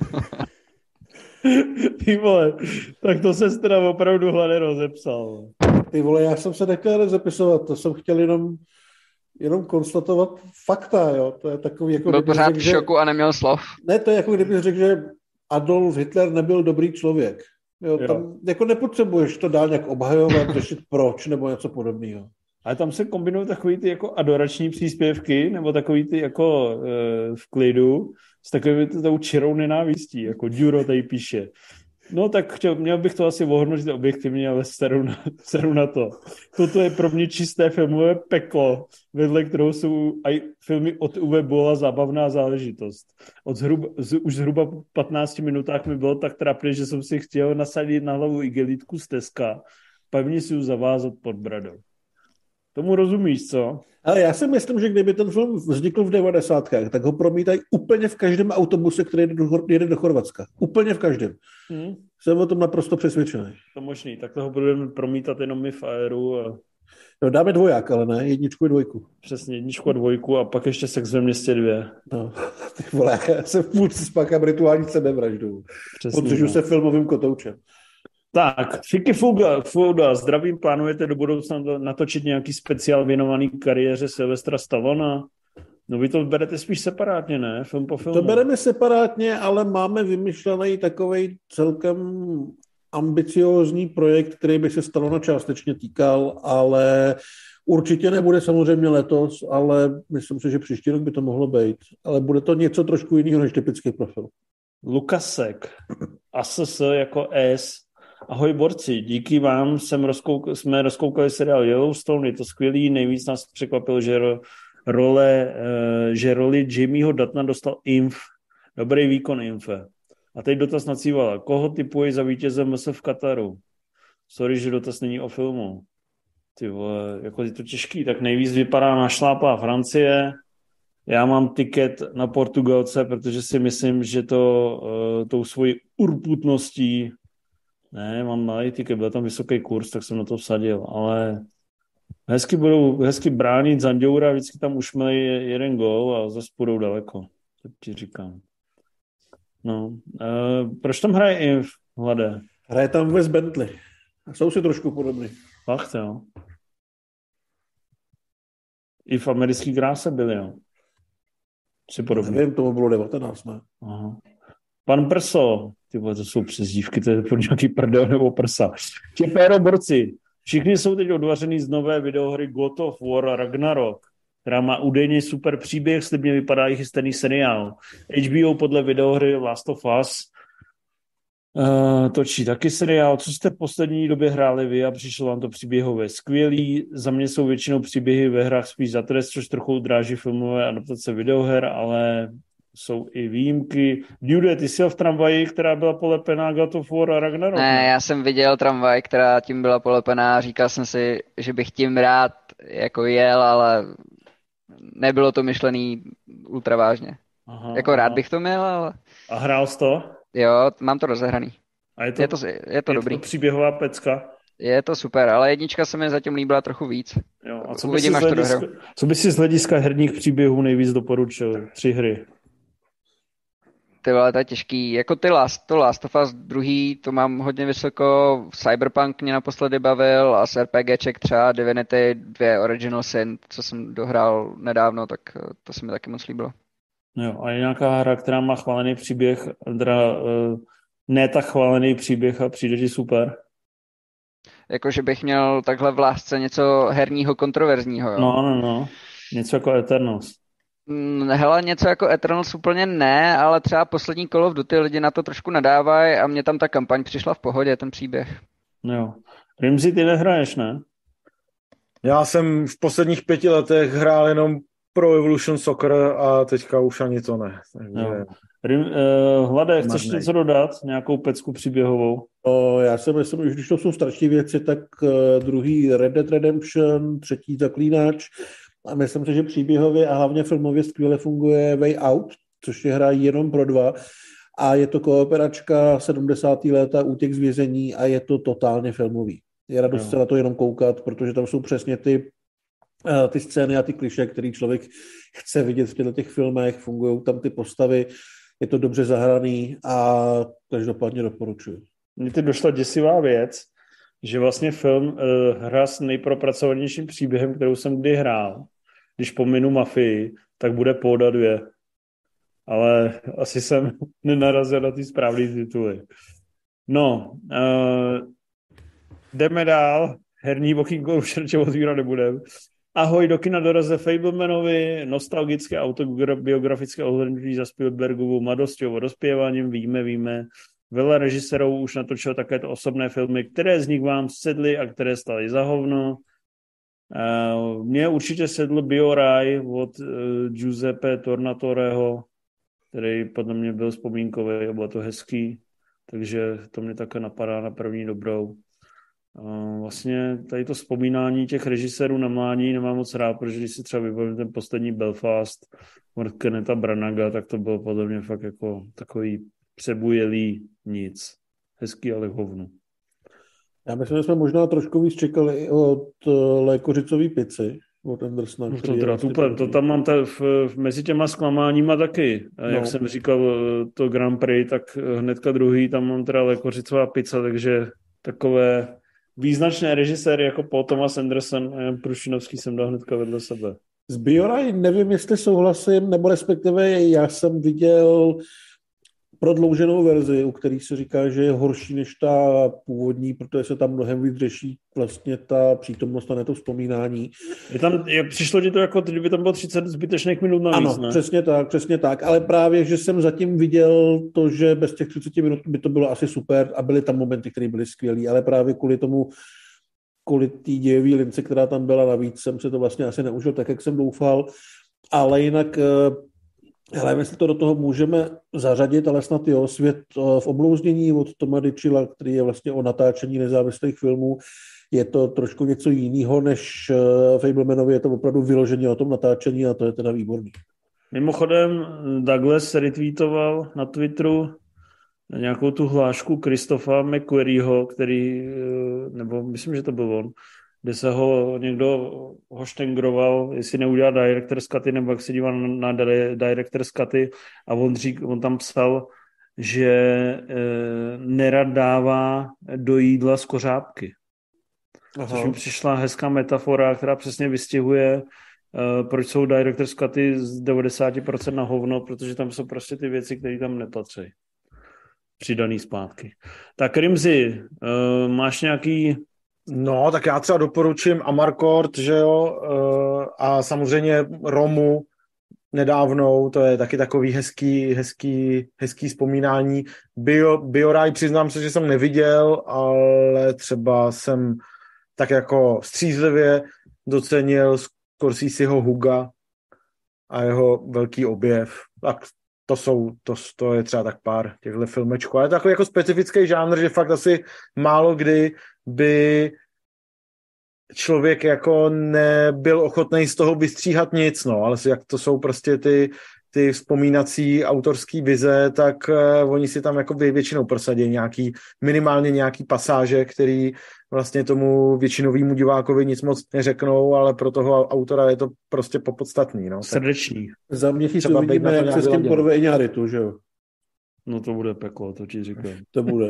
Ty vole, tak to se teda opravdu Hlade rozepsal. Ty vole, já jsem se nechtěl rozepisovat, to jsem chtěl jenom jenom konstatovat fakta, jo. To je takový, jako byl pořád v šoku a neměl slov. Ne, to je jako kdybych řekl, že Adolf Hitler nebyl dobrý člověk. Jo, jo. Tam jako nepotřebuješ to dál nějak obhajovat, řešit proč nebo něco podobného. Ale tam se kombinují takový ty jako adorační příspěvky, nebo takový ty jako e, v klidu, s takovou tou čirou nenávistí, jako Duro tady píše. No tak chtěl, měl bych to asi ohodnotit objektivně, ale seru na, seru na to. Toto je pro mě čisté filmové peklo, vedle kterou jsou aj filmy od Uwe Bolla zábavná záležitost. Od zhruba, z, už zhruba po patnácti minutách mi bylo tak trapné, že jsem si chtěl nasadit na hlavu igelitku z Teska, pevně si ji zavázat pod bradou. Tomu rozumíš, co? Ale já si myslím, že kdyby ten film vznikl v devadesátkách, tak ho promítají úplně v každém autobuse, který jede do, jede do Chorvatska. Úplně v každém. Hmm. Jsem o tom naprosto přesvědčený. To možný, tak toho budeme promítat jenom my v Aeru. A... No, dáme dvoják, ale ne, jedničku a dvojku. Přesně, jedničku a dvojku a pak ještě Sex ve městě dvě. No, ty vole, já se furt spáchám rituální sebevraždou. Podřežu no. se filmovým kotoučem. Tak, Fiky Fuga, Fuga, zdravím, plánujete do budoucna natočit nějaký speciál věnovaný kariéře Sylvestra Stallona? No vy to berete spíš separátně, ne? Film po filmu. To bereme separátně, ale máme vymyšlený takovej celkem ambiciózní projekt, který by se Stallona částečně týkal, ale určitě nebude samozřejmě letos, ale myslím si, že příští rok by to mohlo být. Ale bude to něco trošku jiného než typický profil. Lukasek, A S S jako S Ahoj borci, díky vám jsem rozkouk- jsme rozkoukali seriál Yellowstone, je to skvělý, nejvíc nás překvapilo, že ro- role, uh, že roli Jamieho Duttona dostal Inf, dobrý výkon Infe. A teď dotaz na Cívala, koho typuješ za vítěze M S v Kataru? Sorry, že dotaz není o filmu. Ty vole, jako je to těžký, tak nejvíc vypadá našlápá Francie. Já mám tiket na Portugalce, protože si myslím, že to uh, tou svojí urputností, ne, mám malý tiket, byl tam vysoký kurz, tak jsem na to vsadil, ale hezky budou, hezky bránit Zanděura, vždycky tam ušmelí jeden gól a zase půjdou daleko, to ti říkám. No, uh, proč tam hraje Inf, Hlade? Hraje tam Wes Bentley. Jsou si trošku podobný. Fakt, jo. I v americký kráse byli, jo. Si podobně. Nevím, tomu bylo devatenáct, ne? Aha. Pan Prso, ty vole, to jsou přezdívky, to je pro nějaký prdel nebo prsa. Čepéro borci, všichni jsou teď odvařený z nové videohry God of War Ragnarok, která má údajně super příběh, slibně vypadá i chystaný seriál. H B O podle videohry Last of Us Uh, točí taky seriál. Co jste v poslední době hráli vy a přišlo vám to příběhové skvělý? Za mě jsou většinou příběhy ve hrách spíš za trest, což trochu dráží filmové adaptace videoher, ale jsou i výjimky. Dude, ty jsi v tramvaji, která byla polepená God of War a Ragnarok? Ne, já jsem viděl tramvaj, která tím byla polepená. Říkal jsem si, že bych tím rád jako jel, ale nebylo to myšlený ultra vážně. Aha, jako aha. Rád bych to měl, ale... A hrál jsi to? Jo, mám to rozehraný. A je to, je to, je to je dobrý. Je to příběhová pecka? Je to super, ale jednička se mi zatím líbila trochu víc. Jo, a co by, Uvidím, až hlediska, to co by si z hlediska herních příběhů nejvíc doporučil? Tři hry. Ty vole, to je těžký. Jako ty Last, to Last of Us druhý, to mám hodně vysoko. Cyberpunk mě naposledy bavil a z RPGček třeba Divinity dva Original Sin, co jsem dohrál nedávno, tak to se mi taky moc líbilo. Jo, a je nějaká hra, která má chválený příběh, teda uh, ne tak chválený příběh a přijde ti super? Jako, že bych měl takhle v lásce něco herního kontroverzního, jo? No, no, no. Něco jako Eternals. Hele, něco jako Eternals úplně ne, ale třeba poslední Call of Duty lidi na to trošku nadávají a mně tam ta kampaň přišla v pohodě, ten příběh. Jo. Rimzi, ty nehraješ, ne? Já jsem v posledních pěti letech hrál jenom Pro Evolution Soccer a teďka už ani to ne. Takže... Rim, uh, Hlade, chceš něco dodat? Nějakou pecku příběhovou? O, já si myslím, že když to jsou starší věci, tak uh, druhý Red Dead Redemption, třetí Zaklínač a myslím si, že příběhově a hlavně filmově skvěle funguje Way Out, což je hra jenom pro dva a je to kooperačka sedmdesátá léta, útěk z vězení a je to totálně filmový. Je radost se na to jenom koukat, protože tam jsou přesně ty ty scény a ty klišé, který člověk chce vidět v těchto těch filmech, fungují tam ty postavy, je to dobře zahraný a každopádně doporučuji. Mně teď došla děsivá věc, že vlastně film uh, hra s nejpropracovanějším příběhem, kterou jsem kdy hrál, když pominu Mafii, tak bude Póda dva. Ale asi jsem nenarazil na ty správné tituly. No, uh, jdeme dál. Herní okýnko už radši otvírat nebudeme. Ahoj, do kina doraze Fablemanovi, nostalgické autobiografické ohlednutí za Spielbergovou mladosťou a dospěváním, víme, víme. Vele režisérů už natočil takéto osobné filmy, které z nich vám sedly a které staly za hovno. Uh, mně určitě sedl Bioraj od uh, Giuseppe Tornatoreho, který podle mě byl vzpomínkový a bylo to hezký, takže to mě také napadá na první dobrou. Uh, vlastně tady to vzpomínání těch režisérů na mládí nemám moc rád, protože když si třeba vybavím ten poslední Belfast od Kenneta Branaga, tak to bylo podle mě fakt jako takový přebujelý nic. Hezký, ale hovno. Já myslím, že jsme možná trošku víc čekali od lékořicové pici, od Andersona. No to, teda, to, to tam mám ta, v, v, mezi těma zklamáníma taky. A jak no. jsem říkal, to Grand Prix, tak hnedka druhý, tam mám teda lékořicová pizza, takže takové význačné režiséry jako Paul Thomas Anderson a Jan Prušinovský jsem dal hnedka vedle sebe. Z Bioraj nevím, jestli souhlasím, nebo respektive já jsem viděl prodlouženou verzi, u který se říká, že je horší než ta původní, protože se tam mnohem víc řeší vlastně ta přítomnost a ne to vzpomínání. Je tam, je, přišlo ti to jako, kdyby tam bylo třicet zbytečných minut navíc, ano, ne? přesně tak, přesně tak, ale právě, že jsem zatím viděl to, že bez těch třicet minut by to bylo asi super a byly tam momenty, které byly skvělý, ale právě kvůli tomu, kvůli té dějové lince, která tam byla navíc, jsem se to vlastně asi neužil tak, jak jsem doufal, ale jinak hele, jestli to do toho můžeme zařadit, ale snad jo, Svět v oblouznění od Toma Dichila, který je vlastně o natáčení nezávislých filmů, je to trošku něco jiného než Fablemanovi, je to opravdu vyloženě o tom natáčení a to je teda výborný. Mimochodem Douglas se retweetoval na Twitteru nějakou tu hlášku Christopha McQuarrieho, který, nebo myslím, že to byl on, kde se ho někdo hoštengroval, jestli neudělá director's cuty, nebo jak se dívá na director's cuty a on, řík, on tam psal, že e, nerad dává do jídla z kořápky. Aha. Což mi přišla hezká metafora, která přesně vystihuje, e, proč jsou director's cuty z devadesát procent na hovno, protože tam jsou prostě ty věci, které tam nepatří. Přidaný zpátky. Tak Rimzi, e, máš nějaký... No, tak já třeba doporučím Amarcord, že jo, a samozřejmě Romu nedávnou, to je taky takový hezký, hezký, hezký vzpomínání. Bio, Bioraj, přiznám se, že jsem neviděl, ale třeba jsem tak jako střízlivě docenil Scorseseho Huga a jeho velký objev. Tak to jsou, to, to je třeba tak pár těchto filmečků. Ale je to takový jako specifický žánr, že fakt asi málo kdy by člověk jako nebyl ochotný z toho vystříhat nic, no, ale jak to jsou prostě ty, ty vzpomínací autorský vize, tak uh, oni si tam jako většinou prosadí nějaký, minimálně nějaký pasáže, který vlastně tomu většinovému divákovi nic moc neřeknou, ale pro toho autora je to prostě popodstatný, no. Srdeční. Za měsíc uvidíme, jak se s tím porve Iñárritu, že jo? No to bude peklo, to ti říkám. To bude.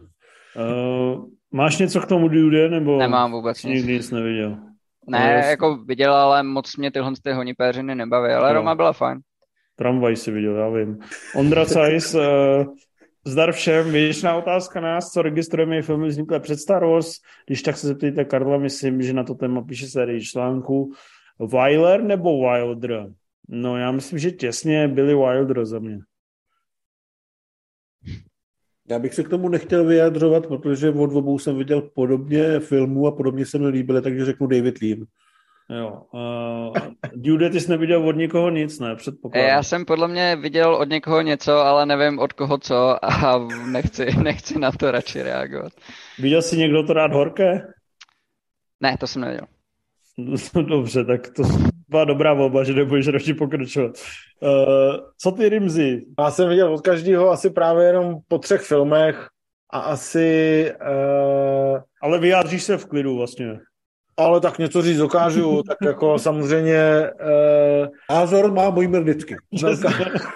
Uh, máš něco k tomu Dude, nebo nemám vůbec nic. Nikdy nic neviděl? Ne, ale jako viděl, ale moc mě tyhle ty honipéřiny nebaví, ale no. Roma byla fajn. Tramvaj si viděl, já vím. Ondra Cajs, uh, zdar všem, věčná otázka nás, co registrujeme filmy vzniklé před Star Wars, když tak se zeptejte Karla, myslím, že na to téma píše sérii článků. Wyler nebo Wilder? No já myslím, že těsně Billy Wilder za mě. Já bych se k tomu nechtěl vyjadřovat, protože od obou jsem viděl podobně filmů a podobně se mi líbily, takže řeknu David Lean. Jo. Uh, Dude, ty jsi neviděl od nikoho nic, ne? Předpokládám. Já jsem podle mě viděl od někoho něco, ale nevím od koho co a nechci, nechci na to radši reagovat. Viděl jsi někdo to rád horké? Ne, to jsem neviděl. Dobře, tak to byla dobrá volba, že nebudeš radši pokračovat. Uh, co ty, Rimzi? Já jsem viděl od každého asi právě jenom po třech filmech a asi... Uh... Ale vyjádříš se v klidu vlastně. Ale tak něco říct dokážu, tak jako samozřejmě... Uh... Názor má Mojmír vždycky. Velká...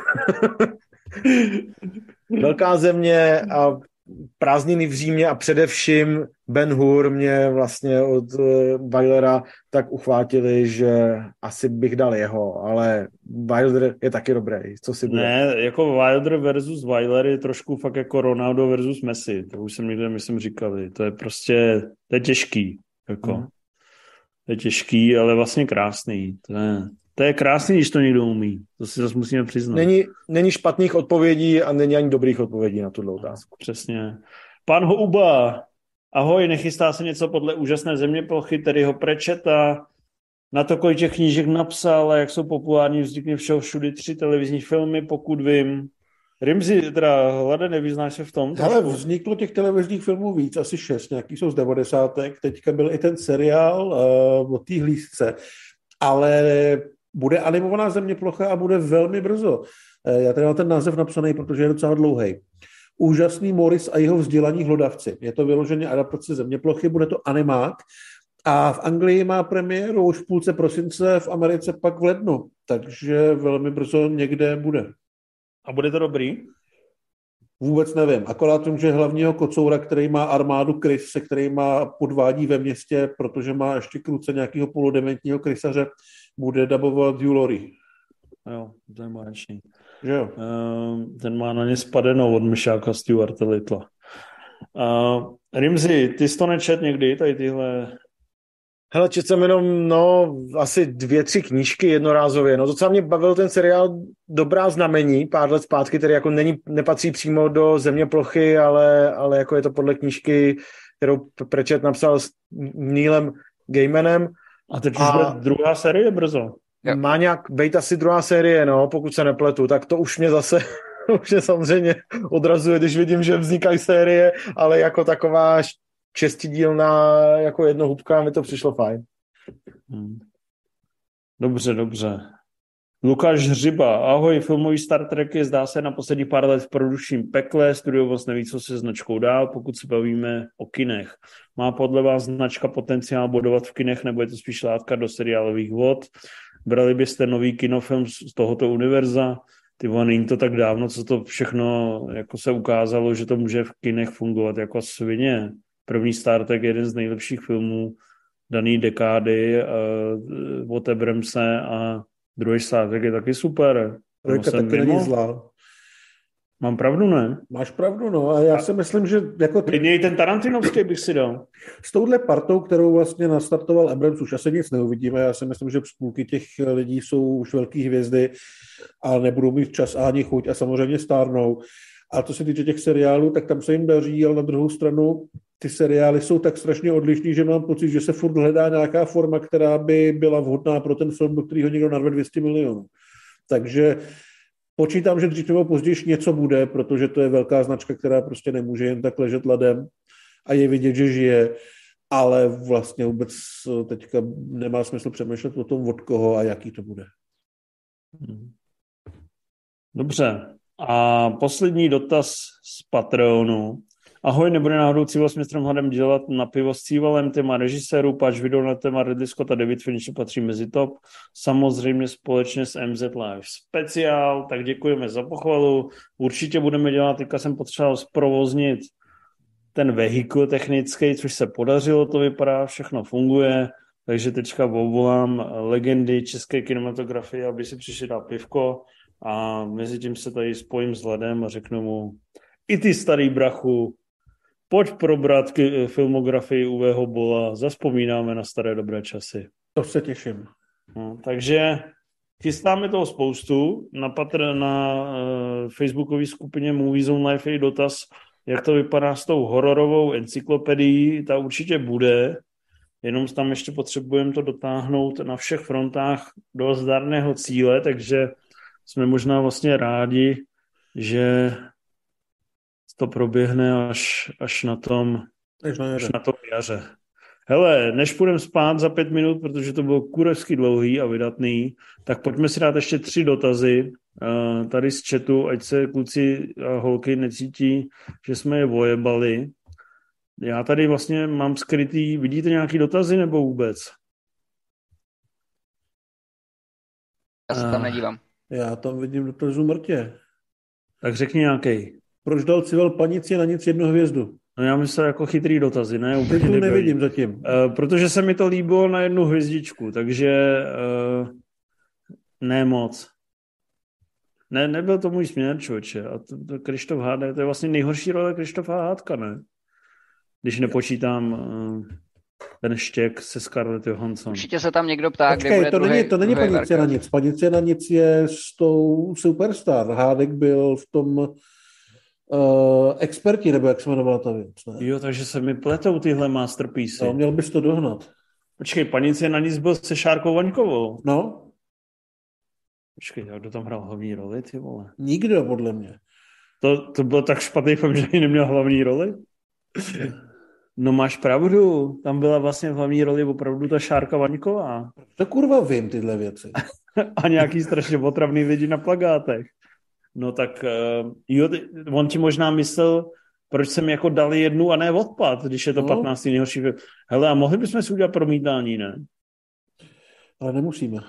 Velká země a prázdniny v Římě a především Ben Hur mě vlastně od Wylera tak uchvátili, že asi bych dal jeho, ale Wilder je taky dobrý. Co si bude? Ne, jako Wilder versus Wyler je trošku fakt jako Ronaldo versus Messi. To už jsem někde, myslím, říkali. To je prostě, to je těžký. Jako. Hmm. To je těžký, ale vlastně krásný. To je, to je krásný, když to někdo umí. To si zase musíme přiznat. Není, není špatných odpovědí a není ani dobrých odpovědí na tuto otázku. Přesně. Pan Houba, ahoj, nechystá se něco podle úžasné zeměplochy, tedy ho Prečeta. Na to, kolik těch knížek napsal a jak jsou populární, vznikne všeho všudy tři televizní filmy, pokud vím. Rimzi, teda Hlade, nevyznáš se v tom? Hele, vzniklo těch televizních filmů víc, asi šest, nějaký jsou z devadesátek, teďka byl i ten seriál uh, o té hlízce, ale bude animovaná zeměplocha a bude velmi brzo. Uh, já tady mám ten název napsaný, protože je docela dlouhý. Úžasný Morris a jeho vzdělaní hlodavci. Je to vyloženě adaptace zeměplochy, bude to animák a v Anglii má premiéru už v půlce prosince, v Americe pak v lednu, takže velmi brzo někde bude. A bude to dobrý? Vůbec nevím. Akorát vím, že hlavního kocoura, který má armádu krys, se kterýma podvádí ve městě, protože má ještě k ruce nějakého polodementního krysaře, bude dabovat Hugh Laurie. Jo, to je báječný. Že jo. Uh, ten má na ně spadenou od Myšáka Stuarta Littla. Uh, Rimzi, ty jsi to nečet někdy, tady tyhle... Hele, četl jsem jenom, no, asi dvě, tři knížky jednorázově. No, docela mě bavil ten seriál Dobrá znamení, pár let zpátky, který jako není, nepatří přímo do Země plochy, ale, ale jako je to podle knížky, kterou Pratchett napsal s Neilem Gaimanem. A teď už bude druhá série brzo. Má nějak být asi druhá série, no, pokud se nepletu, tak to už mě zase už mě samozřejmě odrazuje, když vidím, že vznikají série, ale jako taková šestidílná jako jednohubka, mi to přišlo fajn. Hmm. Dobře, dobře. Lukáš Hřiba, ahoj, filmový Star Trek je zdá se na poslední pár let v produkčním pekle, studio moc neví, co se značkou dál, pokud se bavíme o kinech. Má podle vás značka potenciál bodovat v kinech, nebo je to spíš látka do seriálových vod? Brali byste nový kinofilm z tohoto univerza? Ty vole, není to tak dávno, co to všechno jako se ukázalo, že to může v kinech fungovat jako svině. První Star Trek je jeden z nejlepších filmů daný dekády uh, od Abramse a druhý Star Trek je taky super. Trojka taky není zlá. Mám pravdu, ne? Máš pravdu, no. A já a si myslím, že jako... Klidně i ten Tarantinovský bych si dal. S touhle partou, kterou vlastně nastartoval Abrams, už asi nic neuvidíme. Já si myslím, že spůlky těch lidí jsou už velký hvězdy a nebudou mít čas ani chuť a samozřejmě stárnou. A co se týče těch seriálů, tak tam se jim daří, ale na druhou stranu ty seriály jsou tak strašně odlišný, že mám pocit, že se furt hledá nějaká forma, která by byla vhodná pro ten film, do kterého někdo narve dvě stě milionů. Takže počítám, že dřív nebo později něco bude, protože to je velká značka, která prostě nemůže jen tak ležet ladem a je vidět, že žije, ale vlastně vůbec teďka nemá smysl přemýšlet o tom, od koho a jaký to bude. Dobře. A poslední dotaz z Patreonu. Ahoj, nebude náhodou Cíval s mistrem Hladem dělat na pivo s Cívalem, téma režisérů, páč video na téma Ridley Scott a David Fincher patří mezi top. Samozřejmě společně s M Z Live speciál, tak děkujeme za pochvalu. Určitě budeme dělat, teďka jsem potřeboval zprovoznit ten vehikl technický, což se podařilo, to vypadá, všechno funguje, takže teďka obvolám legendy české kinematografie, aby si přišli dát pivko a mezi tím se tady spojím s Hladem a řeknu mu, i ty starý brachu, pojď probrat k- filmografii Uweho Bolla, zazpomínáme na staré dobré časy. To se těším. No, takže chystáme toho spoustu. Na, patr- na uh, facebookové skupině Movie Zone Life je dotaz, jak to vypadá s tou hororovou encyklopedií. Ta určitě bude, jenom tam ještě potřebujeme to dotáhnout na všech frontách do zdarného cíle, takže jsme možná vlastně rádi, že to proběhne až, až na tom až na, až na tom jaře. Hele, než půjdeme spát za pět minut, protože to bylo kurevsky dlouhý a vydatný, tak pojďme si dát ještě tři dotazy uh, tady z chatu, ať se kluci a holky necítí, že jsme je vojebali. Já tady vlastně mám skrytý, vidíte nějaký dotazy nebo vůbec? Já se tam nedívám. Já tam vidím dotazu mrtě. Tak řekni nějaký. Proč dal Civil panici na nic jednu hvězdu? No já myslel jako chytrý dotazy, ne? Ty tu nevidím zatím. Uh, protože se mi to líbilo na jednu hvězdičku, takže uh, ne moc. Ne, nebyl to můj směr, člověče. A to, to Krištof Hádek, to je vlastně nejhorší role Krištofa Hádka, ne? Když nepočítám uh, ten štěk se Scarlett Johansson. Určitě se tam někdo ptá, Počkej, kde bude to druhý, není, to není druhý Panice na nic. Panice na nic je s tou Superstar. Hádek byl v tom uh, Experti, nebo jak se jmenovala ta věc. Ne? Jo, takže se mi pletou tyhle masterpiece. No, měl bys to dohnat. Počkej, Panice na nic byl se Šárkou Vaňkovou. No. Počkej, kdo tam hrál hlavní roli, ty vole? Nikdo, podle mě. To, to byl tak špatný film, že ji neměl hlavní roli? No máš pravdu, tam byla vlastně v hlavní roli opravdu ta Šárka Vaňková. To kurva vím tyhle věci. A nějaký strašně otravný lidi na plakátech. No tak uh, jo, on ti možná myslel, proč jsem jako dal jednu a ne odpad, když je to no. patnáctý nejhorší film. Hele, a mohli bychom si udělat promítání, ne? Ale nemusíme.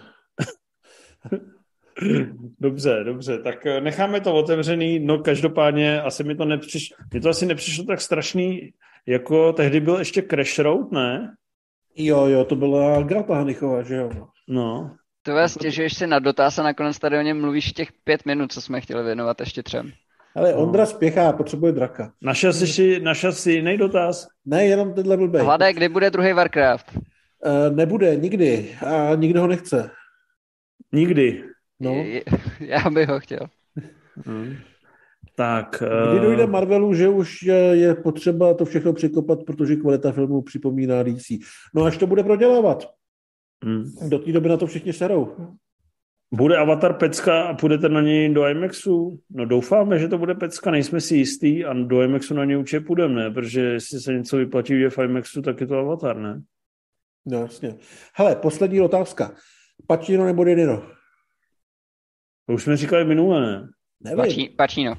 Dobře, dobře, tak necháme to otevřený, no každopádně asi mi to nepřišlo, mi to asi nepřišlo tak strašný, jako tehdy byl ještě Crash Road, ne? Jo, jo, to byla Agáta Hanichová, že jo? No, To vás stěžuješ si na dotaz a nakonec tady o něm mluvíš těch pět minut, co jsme chtěli věnovat ještě třem. Ale Ondra spěchá, potřebuje draka. Našel jsi, našel jsi jiný dotaz? Ne, jenom tenhle blbej. Hladé, kdy bude druhý Warcraft? Uh, nebude, nikdy. A nikdo ho nechce. Nikdy. No. Já bych ho chtěl. Hmm. Tak. Kdy dojde Marvelu, že už je potřeba to všechno překopat, protože kvalita filmu připomíná D C. No až to bude prodělávat. Hmm. Do té doby na to všichni serou. Bude Avatar pecka a půjdete na něj do IMAXu? No doufáme, že to bude pecka, nejsme si jistý a do IMAXu na něj určitě půjdeme, ne? Protože jestli se něco vyplatí v IMAXu, tak je to Avatar, ne? No jasně. Hele, poslední otázka. Pacino nebo De Niro? To už jsme říkali minule, ne? Nevím. Pacino.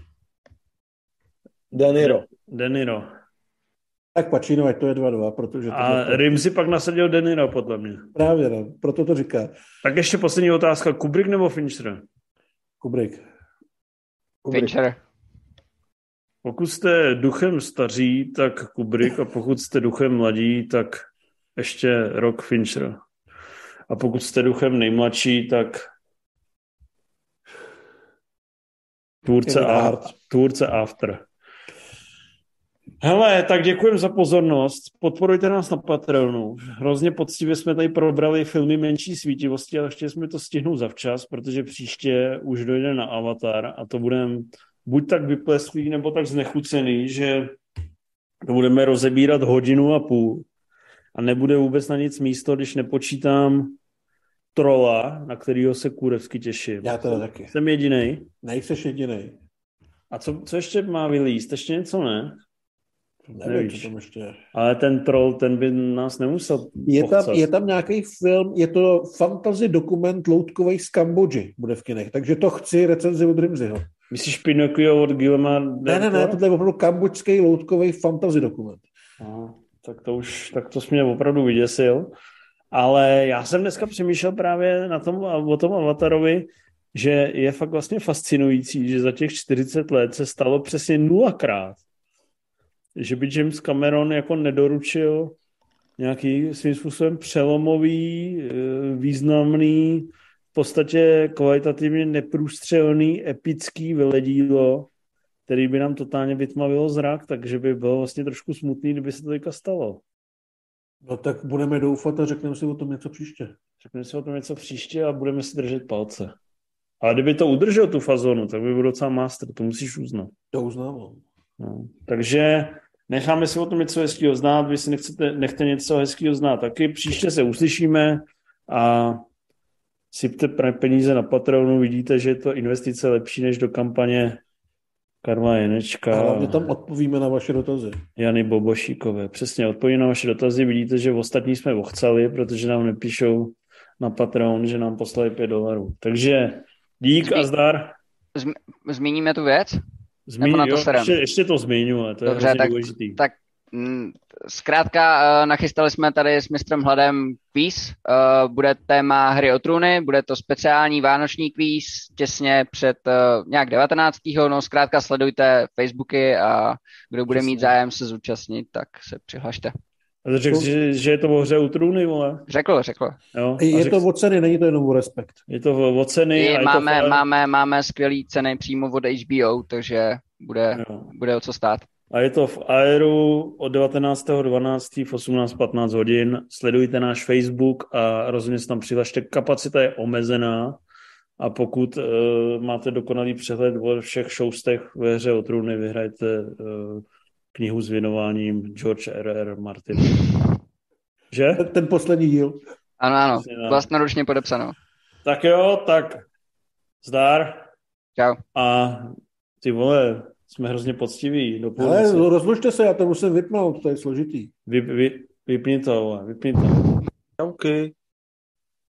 De Niro. De Niro. Tak Pacino, ať to je dva dva, protože... A to... Rim si pak nasadil De Niro, podle mě. Právě, no, proto to říká. Tak ještě poslední otázka. Kubrick nebo Fincher? Kubrick. Kubrick. Fincher. Pokud jste duchem staří, tak Kubrick, a pokud jste duchem mladí, tak ještě rok Fincher. A pokud jste duchem nejmladší, tak tvůrce, a, tvůrce After. Hele, tak děkujeme za pozornost. Podporujte nás na Patreonu. Hrozně poctivě jsme tady probrali filmy menší svítivosti, ale ještě jsme to stihnout zavčas, protože příště už dojde na Avatar a to budeme buď tak vyplesklý, nebo tak znechucený, že to budeme rozebírat hodinu a půl a nebude vůbec na nic místo, když nepočítám Trola, na kterýho se kurevsky těším. Já teda taky. Jsem jedinej. Nejseš jedinej. A co, co ještě má vylíst? Ještě něco, ne? Nevím, co tam ještě. Ale ten Troll, ten by nás nemusel je tam, je tam nějaký film, je to fantasy dokument loutkovej z Kambodži, bude v kinech, takže to chci recenzi od Rimziho. Myslíš Pinocchio od Guillerma? Ne, ne, ne, to je opravdu kambodžský loutkovej fantasy dokument. Aha, tak to už, tak to jsi mě opravdu vyděsil. Ale já jsem dneska přemýšlel právě na tom, o tom Avatarovi, že je fakt vlastně fascinující, že za těch čtyřicet let se stalo přesně nulakrát, že by James Cameron jako nedoručil nějaký svým způsobem přelomový, významný, v podstatě kvalitativně neprůstřelný, epický veledílo, který by nám totálně vytmavilo zrak, takže by bylo vlastně trošku smutný, kdyby se to teďka stalo. No tak budeme doufat a řekneme si o tom něco příště. Řekneme si o tom něco příště a budeme si držet palce. Ale kdyby to udržel tu fazonu, tak by byl docela master, to musíš uznat. To uznávám. No. Takže necháme si o tom něco hezkýho znát, vy si nechcete, nechte něco hezkýho znát taky. Příště se uslyšíme a sypte peníze na Patreonu, vidíte, že je to investice lepší než do kampaně Karla Janečka. A hlavně tam odpovíme na vaše dotazy. Jany Bobošíkové. Přesně, odpovíme na vaše dotazy. Vidíte, že v ostatní jsme ochcali, protože nám nepíšou na Patreon, že nám poslali pět dolarů. Takže dík Zmí... a zdar. Zm... Zmíníme tu věc? Zmíň, jo, ještě, ještě to zmiňu, ale to Dobře, je tak, důležitý. Tak m, zkrátka nachystali jsme tady s mistrem Hladem kvíz. Bude téma Hry o trůny, bude to speciální vánoční kvíz těsně před nějak devatenáctého No zkrátka sledujte Facebooky a kdo bude Přesně. mít zájem se zúčastnit, tak se přihlašte. A řekl, že, že je to o hře o trůny, vole? Řekl, řekl. Jo, je řekl, to o ceny, není to jenom o respekt. Je to o ceny. I a máme, je to máme, máme skvělý ceny přímo od H B O, takže bude, bude o co stát. A je to v Aeru od devatenáctého dvanáctého v osmnáct patnáct hodin. Sledujte náš Facebook a rozhodně se tam přihlašte. Kapacita je omezená a pokud uh, máte dokonalý přehled o všech showstech ve hře o trůny, vyhrajte uh, knihu s věnováním George R R. Martin. Že? Ten, ten poslední díl. Ano, ano. Vlastnoručně podepsanou. Tak jo, tak zdar. Čau. A ty vole, jsme hrozně poctiví. Ale rozlučte se, já to musím vypnout, to je složitý. Vy, vy, vypni to, vypni to. Okay.